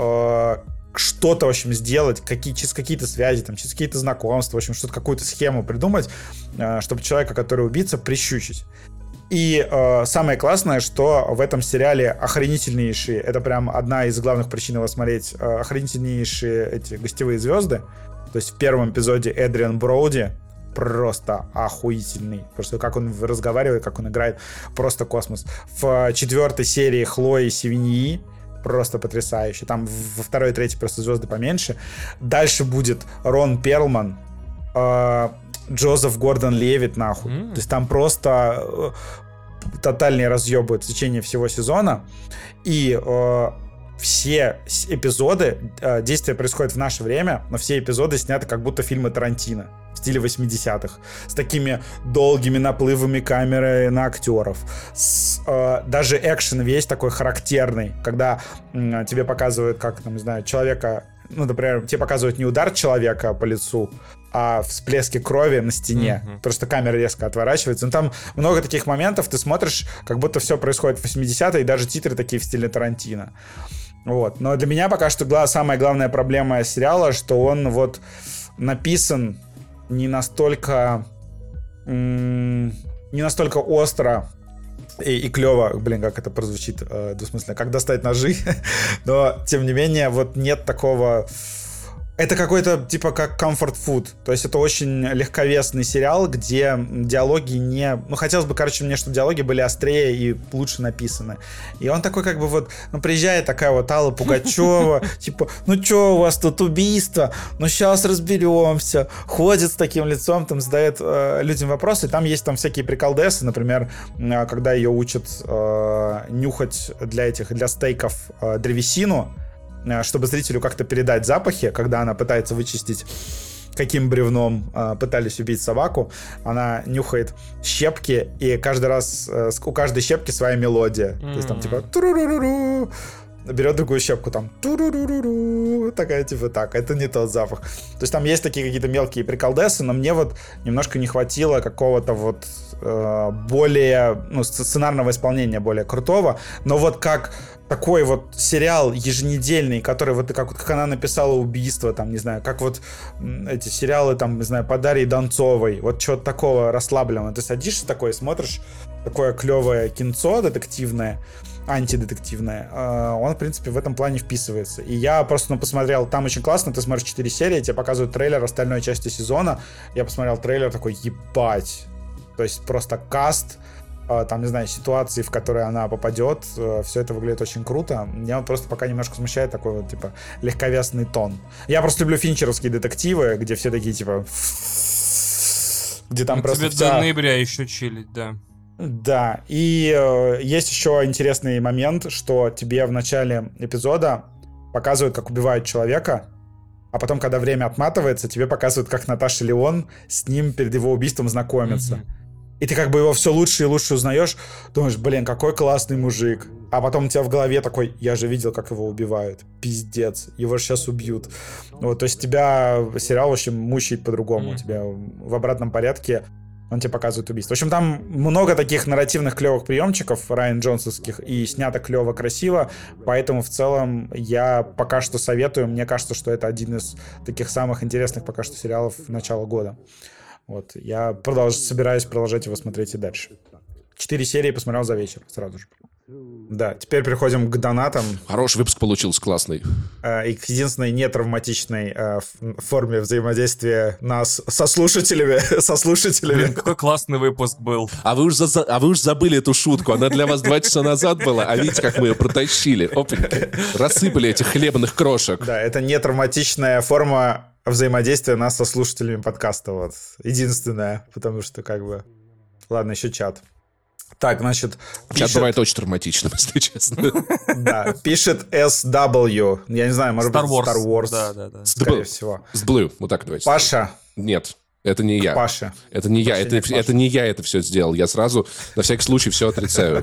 что-то, в общем, сделать, через какие-то связи, там, через какие-то знакомства, в общем, что-то, какую-то схему придумать, чтобы человека, который убийца, прищучить. И самое классное, что в этом сериале охренительнейшие, это прям одна из главных причин его смотреть, охренительнейшие эти гостевые звезды. То есть в первом эпизоде Эдриан Броуди просто охуительный. Просто как он разговаривает, как он играет, просто космос. В 4-й серии Хлои Севиньи просто потрясающе. Там во второй и третьей просто звезды поменьше. Дальше будет Рон Перлман, Джозеф Гордон-Левитт, нахуй. То есть там просто тотальные разъебы в течение всего сезона. И все эпизоды, действие происходит в наше время, но все эпизоды сняты как будто фильмы Тарантино в стиле 80-х. С такими долгими наплывами камеры на актеров. Даже экшен весь такой характерный, когда тебе показывают, как, там, не знаю, человека... Ну, например, тебе показывают не удар человека по лицу, а всплески крови на стене. Просто камера резко отворачивается. Но там много таких моментов, ты смотришь, как будто все происходит в 80-е, и даже титры такие в стиле Тарантино. Вот. Но для меня пока что самая главная проблема сериала, что он вот написан не настолько остро и клево, блин, как это прозвучит двусмысленно, как достать ножи, но, тем не менее, вот нет такого... Это какой-то, типа, как comfort food. То есть это очень легковесный сериал, где диалоги не... Ну, хотелось бы, короче, мне, чтобы диалоги были острее и лучше написаны. И он такой, как бы, вот... Ну, приезжает такая вот Алла Пугачева, типа, ну, чё у вас тут убийство? Ну, сейчас разберемся. Ходит с таким лицом, там, задает людям вопросы. Там есть там всякие приколдесы, например, когда ее учат нюхать для стейков древесину, чтобы зрителю как-то передать запахи, когда она пытается вычистить, каким бревном пытались убить собаку. Она нюхает щепки, и каждый раз у каждой щепки своя мелодия. То есть там типа туруруру, берет другую щепку, там туруруру, такая типа так. Это не тот запах. То есть там есть такие какие-то мелкие приколдесы, но мне вот немножко не хватило какого-то вот более, ну, сценарного исполнения более крутого. Но вот как такой вот сериал еженедельный, который вот как она написала убийство, там, не знаю, как вот эти сериалы, там, не знаю, по Дарье Донцовой, вот чего-то такого расслабленного. Ты садишься такой, смотришь такое клевое кинцо детективное, антидетективное, он, в принципе, в этом плане вписывается. И я просто, посмотрел, там очень классно, ты смотришь 4 серии, тебе показывают трейлер остальной части сезона, я посмотрел трейлер, такой, ебать. То есть просто каст, там, не знаю, ситуации, в которые она попадет, все это выглядит очень круто. Меня просто пока немножко смущает такой вот, типа, легковесный тон. Я просто люблю финчеровские детективы, где все такие, типа... Где там просто тебе до ноября еще чилить, да. Да, и есть еще интересный момент, что тебе в начале эпизода показывают, как убивают человека, а потом, когда время отматывается, тебе показывают, как Наташа Леон с ним перед его убийством знакомится. И ты как бы его все лучше и лучше узнаешь, думаешь, блин, какой классный мужик. А потом у тебя в голове такой, я же видел, как его убивают. Пиздец, его же сейчас убьют. Вот, то есть тебя сериал, в общем, мучает по-другому. Тебя в обратном порядке он тебе показывает убийство. В общем, там много таких нарративных клевых приемчиков Райан Джонсовских, и снято клево, красиво. Поэтому в целом я пока что советую. Мне кажется, что это один из таких самых интересных пока что сериалов начала года. Вот, я собираюсь продолжать его смотреть и дальше. 4 серии посмотрел за вечер сразу же. Да, теперь переходим к донатам. Хороший выпуск получился, классный. И к единственной нетравматичной форме взаимодействия нас со слушателями. Какой классный выпуск был. А вы уж забыли эту шутку. Она для вас 2 часа назад была, а видите, как мы ее протащили. Опаньки. Рассыпали этих хлебных крошек. Да, это нетравматичная форма взаимодействия нас со слушателями подкаста. Вот. Единственная, потому что как бы... Ладно, еще чат. Так, значит... Чат бывает очень травматичным, если честно. Да, пишет SW. Я не знаю, может быть, Star Wars. Да. Скорее всего. С Blue, вот так давайте. Паша. Нет, это не я. Паша. Это не я, это не я это все сделал. Я сразу, на всякий случай, все отрицаю.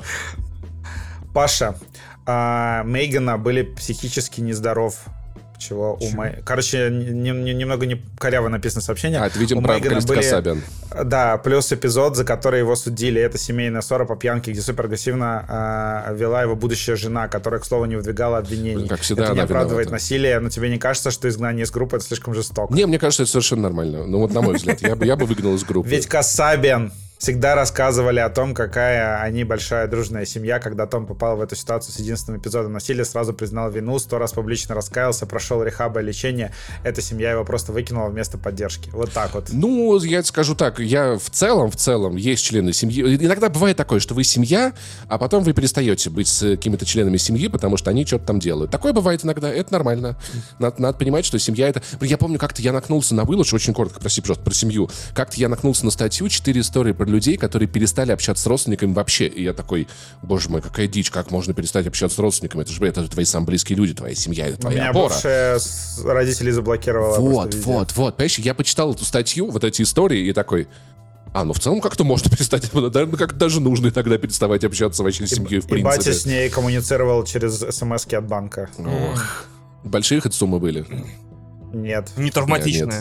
Паша, Мейгана были психически нездоров. Чего? Короче, немного не коряво написано сообщение. Это, видимо, про вокалиста Касабиан. Да, плюс эпизод, за который его судили. Это семейная ссора по пьянке, где супер агрессивно вела его будущая жена, которая, к слову, не выдвигала обвинений. Как всегда, это не оправдывает виновата. насилие, но тебе не кажется, что изгнание из группы — это слишком жестоко? Не, мне кажется, это совершенно нормально. Ну вот, на мой взгляд, я бы выгнал из группы. Ведь Касабиан всегда рассказывали о том, какая они большая дружная семья. Когда Том попал в эту ситуацию с единственным эпизодом насилия, сразу признал вину, 100 раз публично раскаялся, прошел рехаб и лечение. Эта семья его просто выкинула вместо поддержки. Вот так вот. Ну, я скажу так, я в целом, есть члены семьи. Иногда бывает такое, что вы семья, а потом вы перестаете быть с какими-то членами семьи, потому что они что-то там делают. Такое бывает иногда, это нормально. Надо понимать, что семья это... Я помню, как-то я наткнулся на вылож, очень коротко, прости, просто про семью. Как-то я наткнулся на статью 4 истории про людей, которые перестали общаться с родственниками вообще. И я такой, боже мой, какая дичь, как можно перестать общаться с родственниками? Это же твои самые близкие люди, твоя семья, это твоя опора. У меня бывшая родителей заблокировала. Вот. Понимаешь, я почитал эту статью, вот эти истории, и такой... ну в целом как-то можно перестать, наверное, как даже нужно тогда переставать общаться вообще с семьей, в принципе. И батя с ней коммуницировал через смс-ки от банка. Ох. Большие хоть суммы были? Нет. Не травматичные.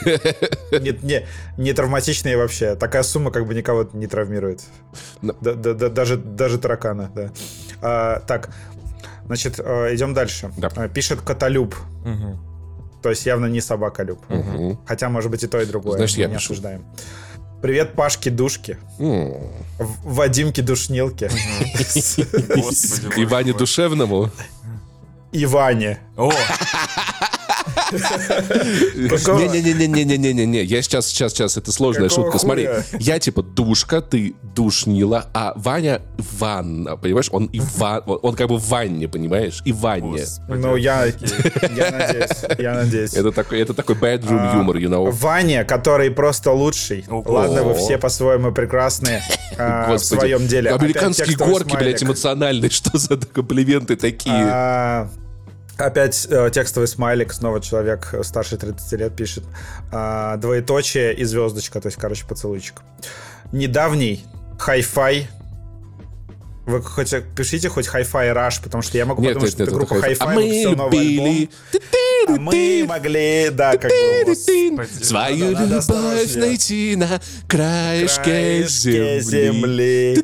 Не травматичные вообще. Такая сумма как бы никого не травмирует. Даже таракана, да. Так, значит, идем дальше. Пишет Котолюб. То есть явно не собаколюб. Хотя, может быть, и то, и другое. Значит, я не пишу. осуждаем. Привет, Пашки-душки. Вадимке-душнилке. И Ване Душевному. И Ване. О! Не-не-не-не-не-не-не. Я сейчас, это сложная шутка. Смотри, я типа душка, ты душнила, а Ваня ванна, понимаешь? Он он как бы в ванне, понимаешь? И в ванне. Ну, я надеюсь. Это такой bedroom юмор, you know? Ваня, который просто лучший. Ладно, вы все по-своему прекрасные в своем деле. Американские горки, блядь, эмоциональные. Что за комплименты такие? Опять текстовый смайлик, снова человек старше 30 лет пишет. Двоеточие и звездочка, то есть, короче, поцелуйчик. Недавний хай-фай. Вы хоть пишите хоть Hi-Fi Rush, потому что я могу подумать, что это группа Hi-Fi выпустила новый альбом. А мы могли, да, как бы... Свою любовь найти на краешке земли.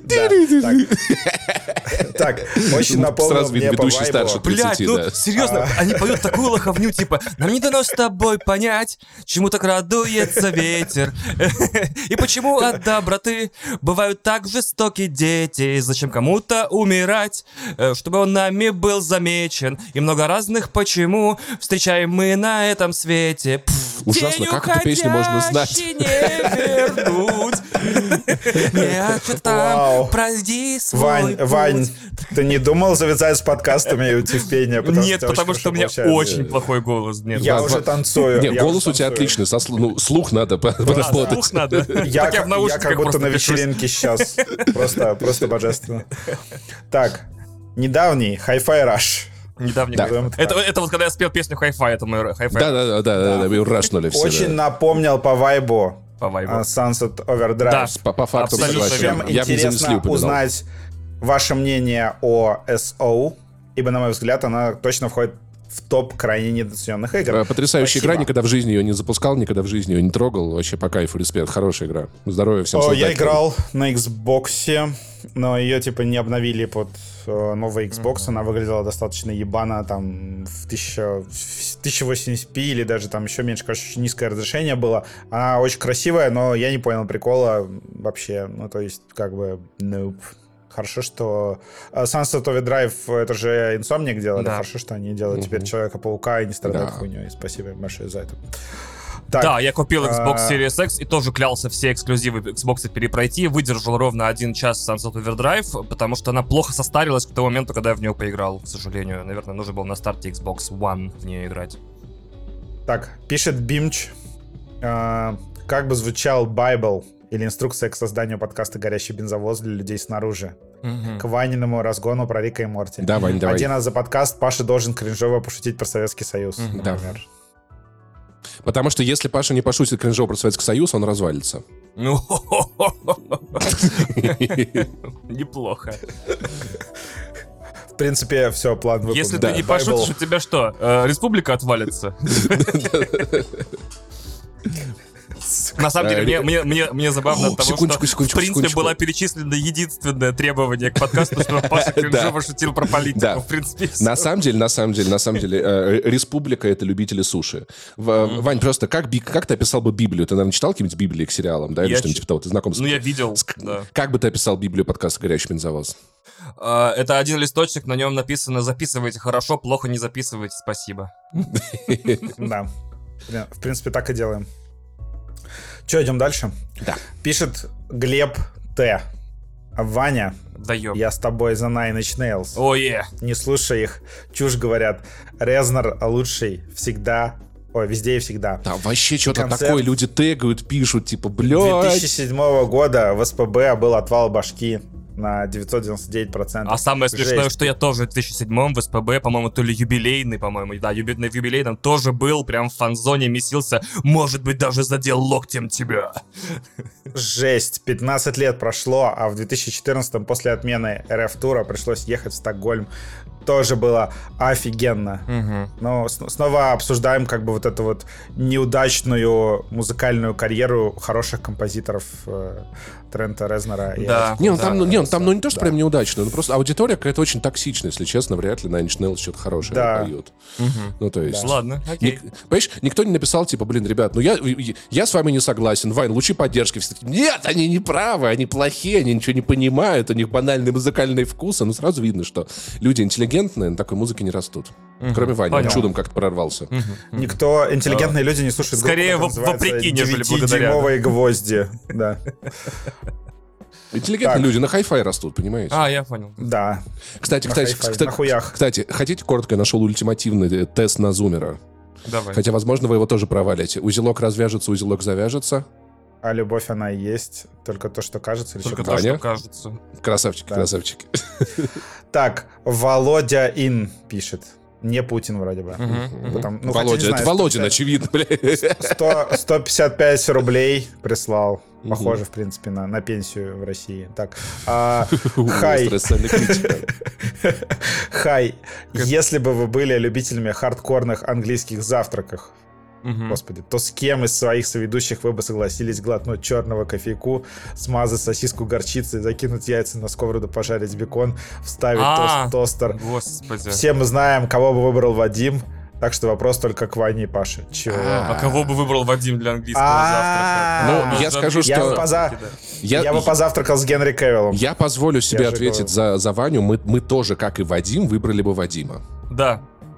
Так, очень напомнил мне по вайбу. Блядь, ну серьезно, они поют такую лоховню, типа «Нам не дано с тобой понять, чему так радуется ветер, и почему от доброты бывают так жестоки дети, зачем кому-то умирать, чтобы он нами был замечен, и много разных почему встречаем мы на этом свете». Ужасно, как эту песню можно знать? Не вернуть. Не там, пройди свой Вань, ты не думал завязать с подкастами и уйти в пение? Нет, потому что у меня очень плохой голос. Я уже танцую. Нет, голос у тебя отличный. Слух надо поработать. Слух надо. Я как будто на вечеринке сейчас. Просто божественно. Так, недавний Hi-Fi Rush. Недавний. Это вот когда я спел песню Hi-Fi, это мой Hi-Fi. Да, мы рашнули все. Очень напомнил по вайбу Sunset Overdrive. Да, по факту согласен. Чем интересно узнать ваше мнение о SO, ибо, на мой взгляд, она точно входит в топ крайне недооцененных игр. Потрясающая игра, никогда в жизни ее не запускал, никогда в жизни ее не трогал. Вообще по кайфу, респект, хорошая игра. Здоровья всем создателям. Я играл на Xbox, но ее типа не обновили под новый Xbox. Она выглядела достаточно ебано, там в 1080p или даже там еще меньше, короче, очень низкое разрешение было. Она очень красивая, но я не понял прикола вообще. Ну, то есть, как бы, nope. Хорошо, что Sunset Overdrive, это же Insomniac делали. Да. Хорошо, что они делают теперь Человека-паука и не страдают хуйней. Спасибо большое за это. Так, да, я купил Xbox Series X и тоже клялся все эксклюзивы Xbox перепройти. Выдержал ровно 1 час Sunset Overdrive, потому что она плохо состарилась к тому моменту, когда я в нее поиграл, к сожалению. Наверное, нужно было на старте Xbox One в нее играть. Так, пишет Бимч. Как бы звучал Bible или инструкция к созданию подкаста «Горящий бензовоз» для людей снаружи. К Ваниному разгону про Рика и Морти. Да, Вань, давай. Один раз за подкаст Паша должен кринжово пошутить про Советский Союз, например. Потому что если Паша не пошутит кринжово про Советский Союз, он развалится. Неплохо. В принципе, все, план выполнен. Если ты не пошутишь, у тебя что, республика отвалится? На самом деле, мне забавно от того, что в принципе была перечислена единственное требование к подкасту, что Паша кринжово шутил про политику. В принципе, на самом деле, республика — это любители суши. Вань, просто как ты описал бы Библию? Ты, наверное, читал какие-нибудь Библии к сериалам, да? Или что-нибудь типа того? Ты знаком с... Ну, я видел, да. Как бы ты описал Библию подкаста «Горячий бензовоз»? Это один листочек, на нем написано: записывайте хорошо, плохо не записывайте, спасибо. Да. В принципе, так и делаем. Че, идем дальше? Да. Пишет Глеб Т. Ваня, даём. Я с тобой за Nine Inch Nails. Ое. Не слушай их. Чушь говорят. Резнер лучший всегда. Ой, везде и всегда. Там вообще что-то такое люди тегают, пишут, типа, блядь. 2007 года в СПБ был отвал башки на 999%. А самое смешное, Жесть. что я тоже в 2007-м в СПБ, по-моему, то ли юбилейный, по-моему, да, на юбилейном тоже был, прям в фан-зоне месился, может быть, даже задел локтем тебя. Жесть. 15 лет прошло, а в 2014-м после отмены РФ-тура пришлось ехать в Стокгольм. Тоже было офигенно. Но снова обсуждаем как бы вот эту вот неудачную музыкальную карьеру хороших композиторов Трента Резнера. Да. Не, он там не то, что прям неудачно, но просто аудитория какая-то очень токсичная, если честно, вряд ли Nine Inch Nails что-то хорошее поет. Ну, то есть... Ладно, окей. Понимаешь, никто не написал, типа, блин, ребят, ну я с вами не согласен, Вань, лучи поддержки. Все таки, нет, они не правы, они плохие, они ничего не понимают, у них банальные музыкальные вкусы. Ну, сразу видно, что люди интеллигентные на такой музыке не растут. Кроме Вани, он чудом как-то прорвался. Никто, интеллигентные люди не слушают скорее группу, которая вопреки, нежели называется благодаря. 9-дюймовые гвозди. Да. Интеллигентные люди на хай-фай растут, понимаете? А, я понял. Да. Кстати, На хуях. кстати, хотите коротко, я нашел ультимативный тест на зумера. Давай. Хотя, возможно, вы его тоже провалите. Узелок развяжется, узелок завяжется. А любовь, она и есть. Только то, что кажется. Или Только что-то то, что Ваня? кажется. Красавчики, Да. красавчики. Так, Володя Ин пишет. Не Путин вроде бы. Потом, ну, хотя, Володя, не это знаю, Володин, 150 очевидно, блядь. 155 рублей прислал. Похоже, в принципе, на пенсию в России. Так, хай. Острая социальная критика. Хай. Если бы вы были любителями хардкорных английских завтраков, господи, то с кем из своих соведущих вы бы согласились глотнуть черного кофейку, смазать сосиску горчицей, закинуть яйца на сковороду, пожарить бекон, вставить тостер? Господи. Все мы знаем, кого бы выбрал Вадим, так что вопрос только к Ване и Паше. Чего? А кого бы выбрал Вадим для английского завтрака? Ну, я скажу, что... Я бы позавтракал с Генри Кевиллом. Я позволю себе Я же ответить за Ваню. Мы тоже, как и Вадим, выбрали бы Вадима. Да.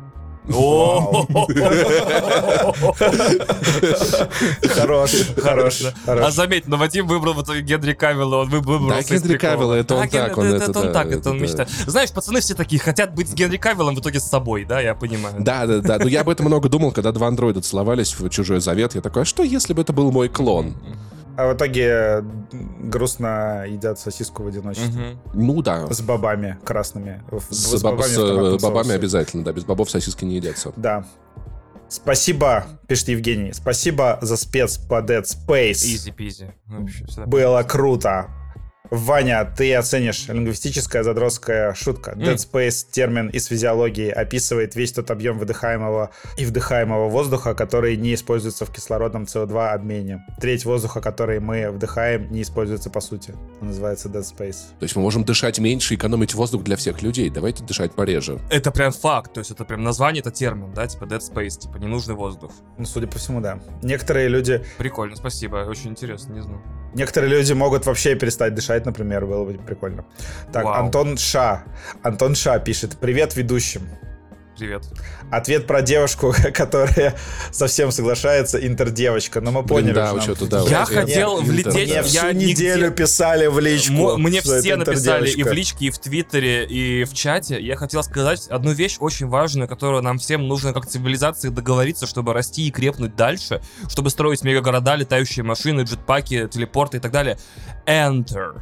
Хорош. А заметь, но Вадим выбрал в итоге Генри Кавилла, он выбрал Да, Генри Кавилла, это он так, это он так, это он мечтает. Знаешь, пацаны все такие хотят быть с Генри Кавиллом, в итоге с собой, да, я понимаю. Да. Но я об этом много думал, когда два андроида целовались в «Чужой завет». Я такой, а что, если бы это был мой клон? А в итоге грустно едят сосиску в одиночестве. Ну да. С бобами красными. С бобами обязательно, да. Без бобов сосиски не едятся. Да. Спасибо, пишет Евгений. Спасибо за спец по Dead Space. Изи-пизи. Было круто. Ваня, ты оценишь лингвистическая задротская шутка. Dead Space — термин из физиологии, описывает весь тот объем выдыхаемого и вдыхаемого воздуха, который не используется в кислородном CO2 обмене. Треть воздуха, который мы вдыхаем, не используется по сути. Он называется Dead Space. То есть мы можем дышать меньше и экономить воздух для всех людей. Давайте дышать пореже. Это прям факт, то есть это прям название, это термин, да, типа Dead Space, типа ненужный воздух. Ну, судя по всему, да. Некоторые люди... Прикольно, спасибо, очень интересно, не знаю. Некоторые люди могут вообще перестать дышать, например, было бы прикольно. Так, Вау. Антон Ша пишет. Привет ведущим. Привет. Ответ про девушку, которая совсем соглашается, интердевочка. Но мы поняли, да, что что-то, да. Я хотел влететь, мне всю я неделю писали в личку. Мне что все это написали и интердевочка. в личке, и в Твиттере, и в чате. Я хотел сказать одну вещь очень важную, которую нам всем нужно как цивилизации договориться, чтобы расти и крепнуть дальше, чтобы строить мегагорода, летающие машины, джетпаки, телепорты и так далее. Enter.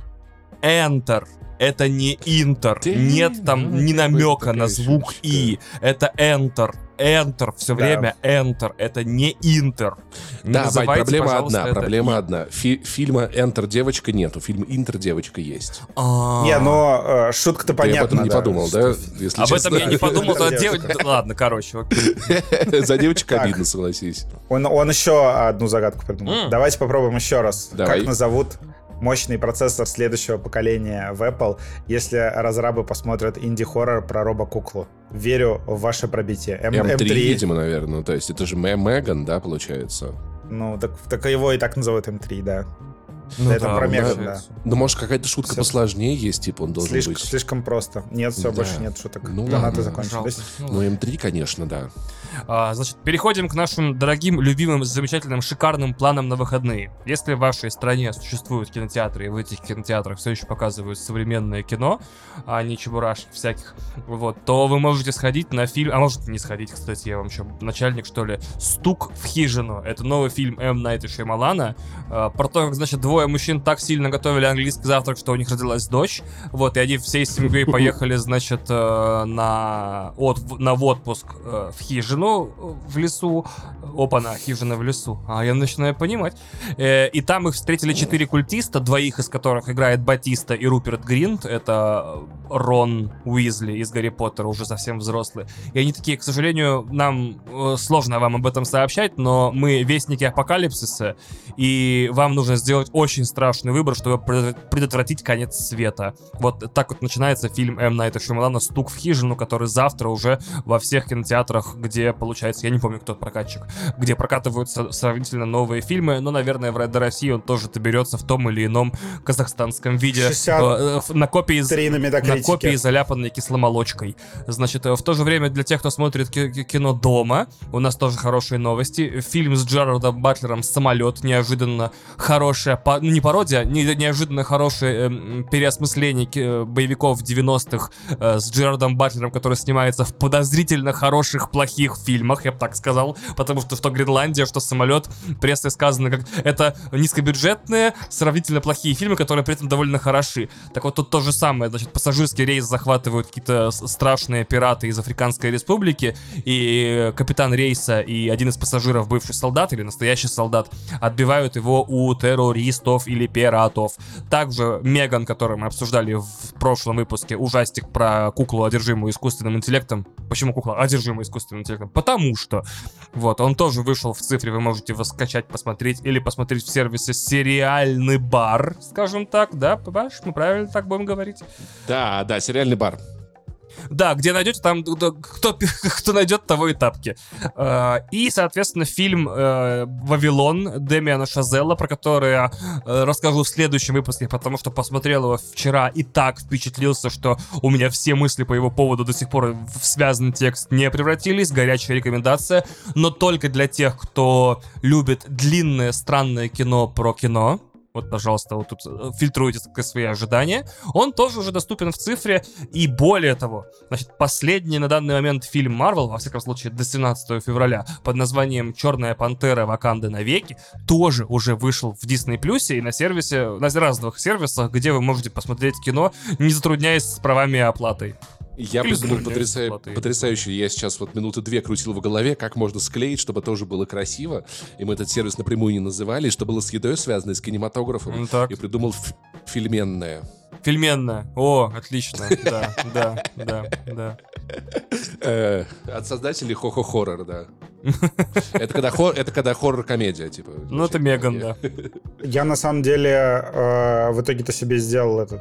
Это не интер. Нет там ни намека на звук И. Это Enter. Enter, все время Enter, это не Интер. Да, Вань, проблема одна. Фильма Enter девочка нету, фильм Интер девочка есть. Не, но шутка-то понятна. Ты об этом не подумал, да? Об этом я не подумал. Ладно, короче. За девочку обидно, согласись. Он еще одну загадку придумал. Давайте попробуем еще раз. Давай. Как назовут мощный процессор следующего поколения в Apple, если разрабы посмотрят инди-хоррор про робокуклу? Верю в ваше пробитие. M3, видимо, наверное. То есть это же Меган, да, получается? Ну, так его и так назовут M3, да. Ну, это про Меган, да. Ну, может, какая-то шутка Всё. посложнее есть, типа, он должен быть. Слишком просто. Нет, все, больше нет шуток. Ну, Донаты ладно. закончились. Ну, М3, конечно, да. Значит, переходим к нашим дорогим, любимым, замечательным, шикарным планам на выходные. Если в вашей стране существуют кинотеатры, и в этих кинотеатрах все еще показывают современное кино, а не чебурашек всяких, вот, то вы можете сходить на фильм, а можете не сходить, кстати, я вам еще начальник, что ли, «Стук в хижину». Это новый фильм М. Найта Шьямалана, про то, как, значит, двое мужчин так сильно готовили английский завтрак, что у них родилась дочь, вот, и они всей семьей поехали, значит, в отпуск в хижину в лесу. Опа-на, хижина в лесу. А я начинаю понимать. И там их встретили 4 культиста, двоих из которых играет Батиста и Руперт Гринт. Это Рон Уизли из Гарри Поттера, уже совсем взрослые. И они такие, к сожалению, нам сложно вам об этом сообщать, но мы вестники апокалипсиса, и вам нужно сделать очень страшный выбор, чтобы предотвратить конец света. Вот так вот начинается фильм М. Найта Шьямалана «Стук в хижину», который завтра уже во всех кинотеатрах, где, получается, я не помню, кто прокатчик, где прокатываются сравнительно новые фильмы, но, наверное, до России он тоже доберется в том или ином казахстанском виде. 63 на копии на Метакритике. на копии, заляпанной кисломолочкой. Значит, в то же время для тех, кто смотрит кино дома, у нас тоже хорошие новости. Фильм с Джерардом Батлером «Самолет», неожиданно хорошая, не пародия, неожиданно хорошее переосмысление боевиков 90-х с Джерардом Батлером, который снимается в подозрительно хороших, плохих фильмах, я бы так сказал, потому что что «Гренландия», что «Самолет», прессой сказано, как это низкобюджетные, сравнительно плохие фильмы, которые при этом довольно хороши. Так вот тут то же самое, значит, пассажирский рейс захватывают какие-то страшные пираты из Африканской Республики, и капитан рейса и один из пассажиров, бывший солдат или настоящий солдат, отбивают его у террористов или пиратов. Также Меган, который мы обсуждали в прошлом выпуске, ужастик про куклу, одержимую искусственным интеллектом. Почему кукла одержимая искусственным интеллектом? Потому что вот он тоже вышел в цифре, вы можете его скачать, посмотреть или посмотреть в сервисе «Сериальный бар», скажем так, да, Паш, мы правильно так будем говорить? Да, «Сериальный бар». Да, где найдете, там кто найдет, того и тапки. И, соответственно, фильм «Вавилон» Дэмиана Шазелла, про который я расскажу в следующем выпуске, потому что посмотрел его вчера и так впечатлился, что у меня все мысли по его поводу до сих пор в связанный текст не превратились. Горячая рекомендация, но только для тех, кто любит длинное странное кино про кино. Вот, пожалуйста, вот тут фильтруйте свои ожидания. Он тоже уже доступен в цифре. И более того, значит, последний на данный момент фильм Marvel, во всяком случае, до 17 февраля, под названием «Черная пантера. Ваканда навеки», тоже уже вышел в Disney Plus и на сервисе, на разных сервисах, где вы можете посмотреть кино, не затрудняясь с правами и оплатой. Я придумал потрясающе. Я сейчас вот минуты 2 крутил в голове, как можно склеить, чтобы тоже было красиво. И мы этот сервис напрямую не называли, что было с едой связано, с кинематографом. И придумал фильменное. Фильменная. О, отлично. Да. От создателей Хо-Хо-Хоррор, да. Это когда хоррор-комедия, типа. Ну, это Меган, да. Я, на самом деле, в итоге-то себе сделал этот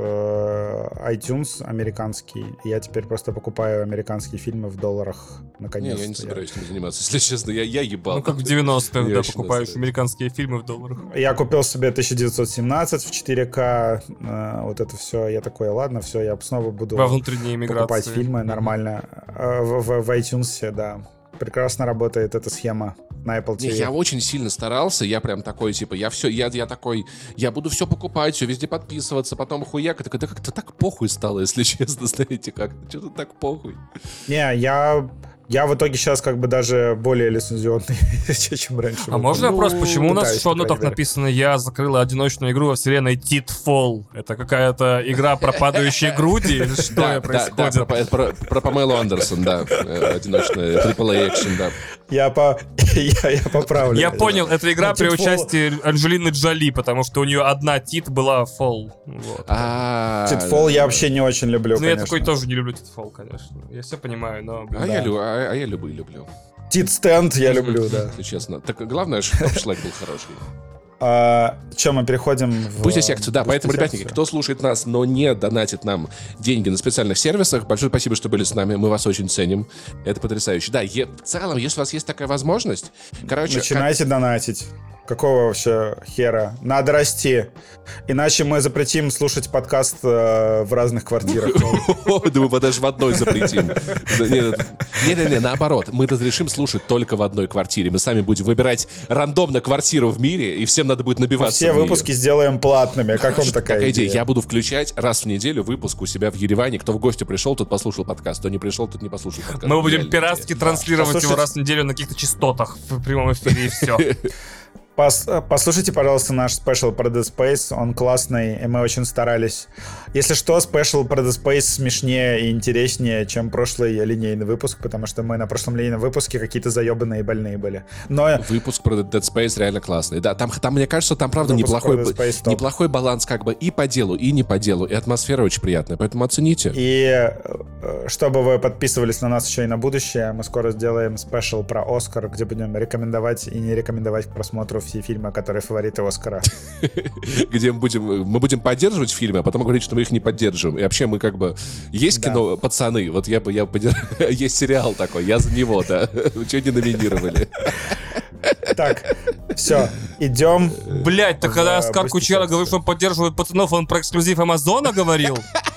iTunes американский. Я теперь просто покупаю американские фильмы в долларах, наконец-то. Не, я не собираюсь этим заниматься, если честно. Я ебал. Ну, как в 90-х, да, покупаешь американские фильмы в долларах. Я купил себе 1917 в 4К, вот это все. Я такой, ладно, все, я снова буду покупать фильмы нормально в iTunes, да. Прекрасно работает эта схема на Apple TV. Я очень сильно старался, я прям такой, типа, я такой, я буду все покупать, все везде подписываться, потом хуяк, да как-то так похуй стало, если честно, знаете, как-то, что-то так похуй. Не, я Я в итоге сейчас как бы даже более лицензионный, чем раньше. А можно вопрос, почему у нас в шоу-нотах написано «Я закрыла одиночную игру во вселенной Titanfall»? Это какая-то игра про падающие груди? Или что происходит? Да, про Памелу Андерсон, да. Одиночная AAA экшен, да. Я поправлю. Я понял, это игра при участии Анджелины Джоли, потому что у нее одна Тит была Fall. Titanfall я вообще не очень люблю, конечно. Ну, я такой тоже не люблю Titanfall, конечно. Я все понимаю, но... Я любые люблю. Тит-стенд я люблю, да. Если честно. Так главное, чтобы шлаг был хороший. Че, мы переходим в... Бусти секцию, да. Поэтому, ребятники, кто слушает нас, но не донатит нам деньги на специальных сервисах, большое спасибо, что были с нами. Мы вас очень ценим. Это потрясающе. Да, в целом, если у вас есть такая возможность, начинайте донатить. Какого вообще хера? Надо расти. Иначе мы запретим слушать подкаст в разных квартирах. Думаю, мы даже в одной запретим. Не, наоборот. Мы разрешим слушать только в одной квартире. Мы сами будем выбирать рандомно квартиру в мире, и всем надо будет набиваться. Все выпуски сделаем платными. Как вам такая идея? Я буду включать раз в неделю выпуск у себя в Ереване. Кто в гости пришел, тот послушал подкаст. Кто не пришел, тот не послушал подкаст. Мы будем пиратски транслировать его раз в неделю на каких-то частотах в прямом эфире, и все. Послушайте, пожалуйста, наш спешл про Dead Space, он классный, и мы очень старались. Если что, спешл про Dead Space смешнее и интереснее, чем прошлый линейный выпуск, потому что мы на прошлом линейном выпуске какие-то заебанные и больные были. Но... Выпуск про Dead Space реально классный. Да, там мне кажется, там правда неплохой баланс как бы и по делу, и не по делу, и атмосфера очень приятная, поэтому оцените. И чтобы вы подписывались на нас еще и на будущее, мы скоро сделаем спешл про Оскар, где будем рекомендовать и не рекомендовать к просмотру все фильмы, которые фавориты Оскара. Где мы будем поддерживать фильмы, а потом говорить, что мы их не поддерживаем. И вообще мы как бы... Есть кино «Пацаны», вот я есть сериал такой, я за него, да. Чего не номинировали? Так, все, идем. Блять, так когда Оскар Кучера говорит, что он поддерживает «Пацанов», он про эксклюзив Амазона говорил?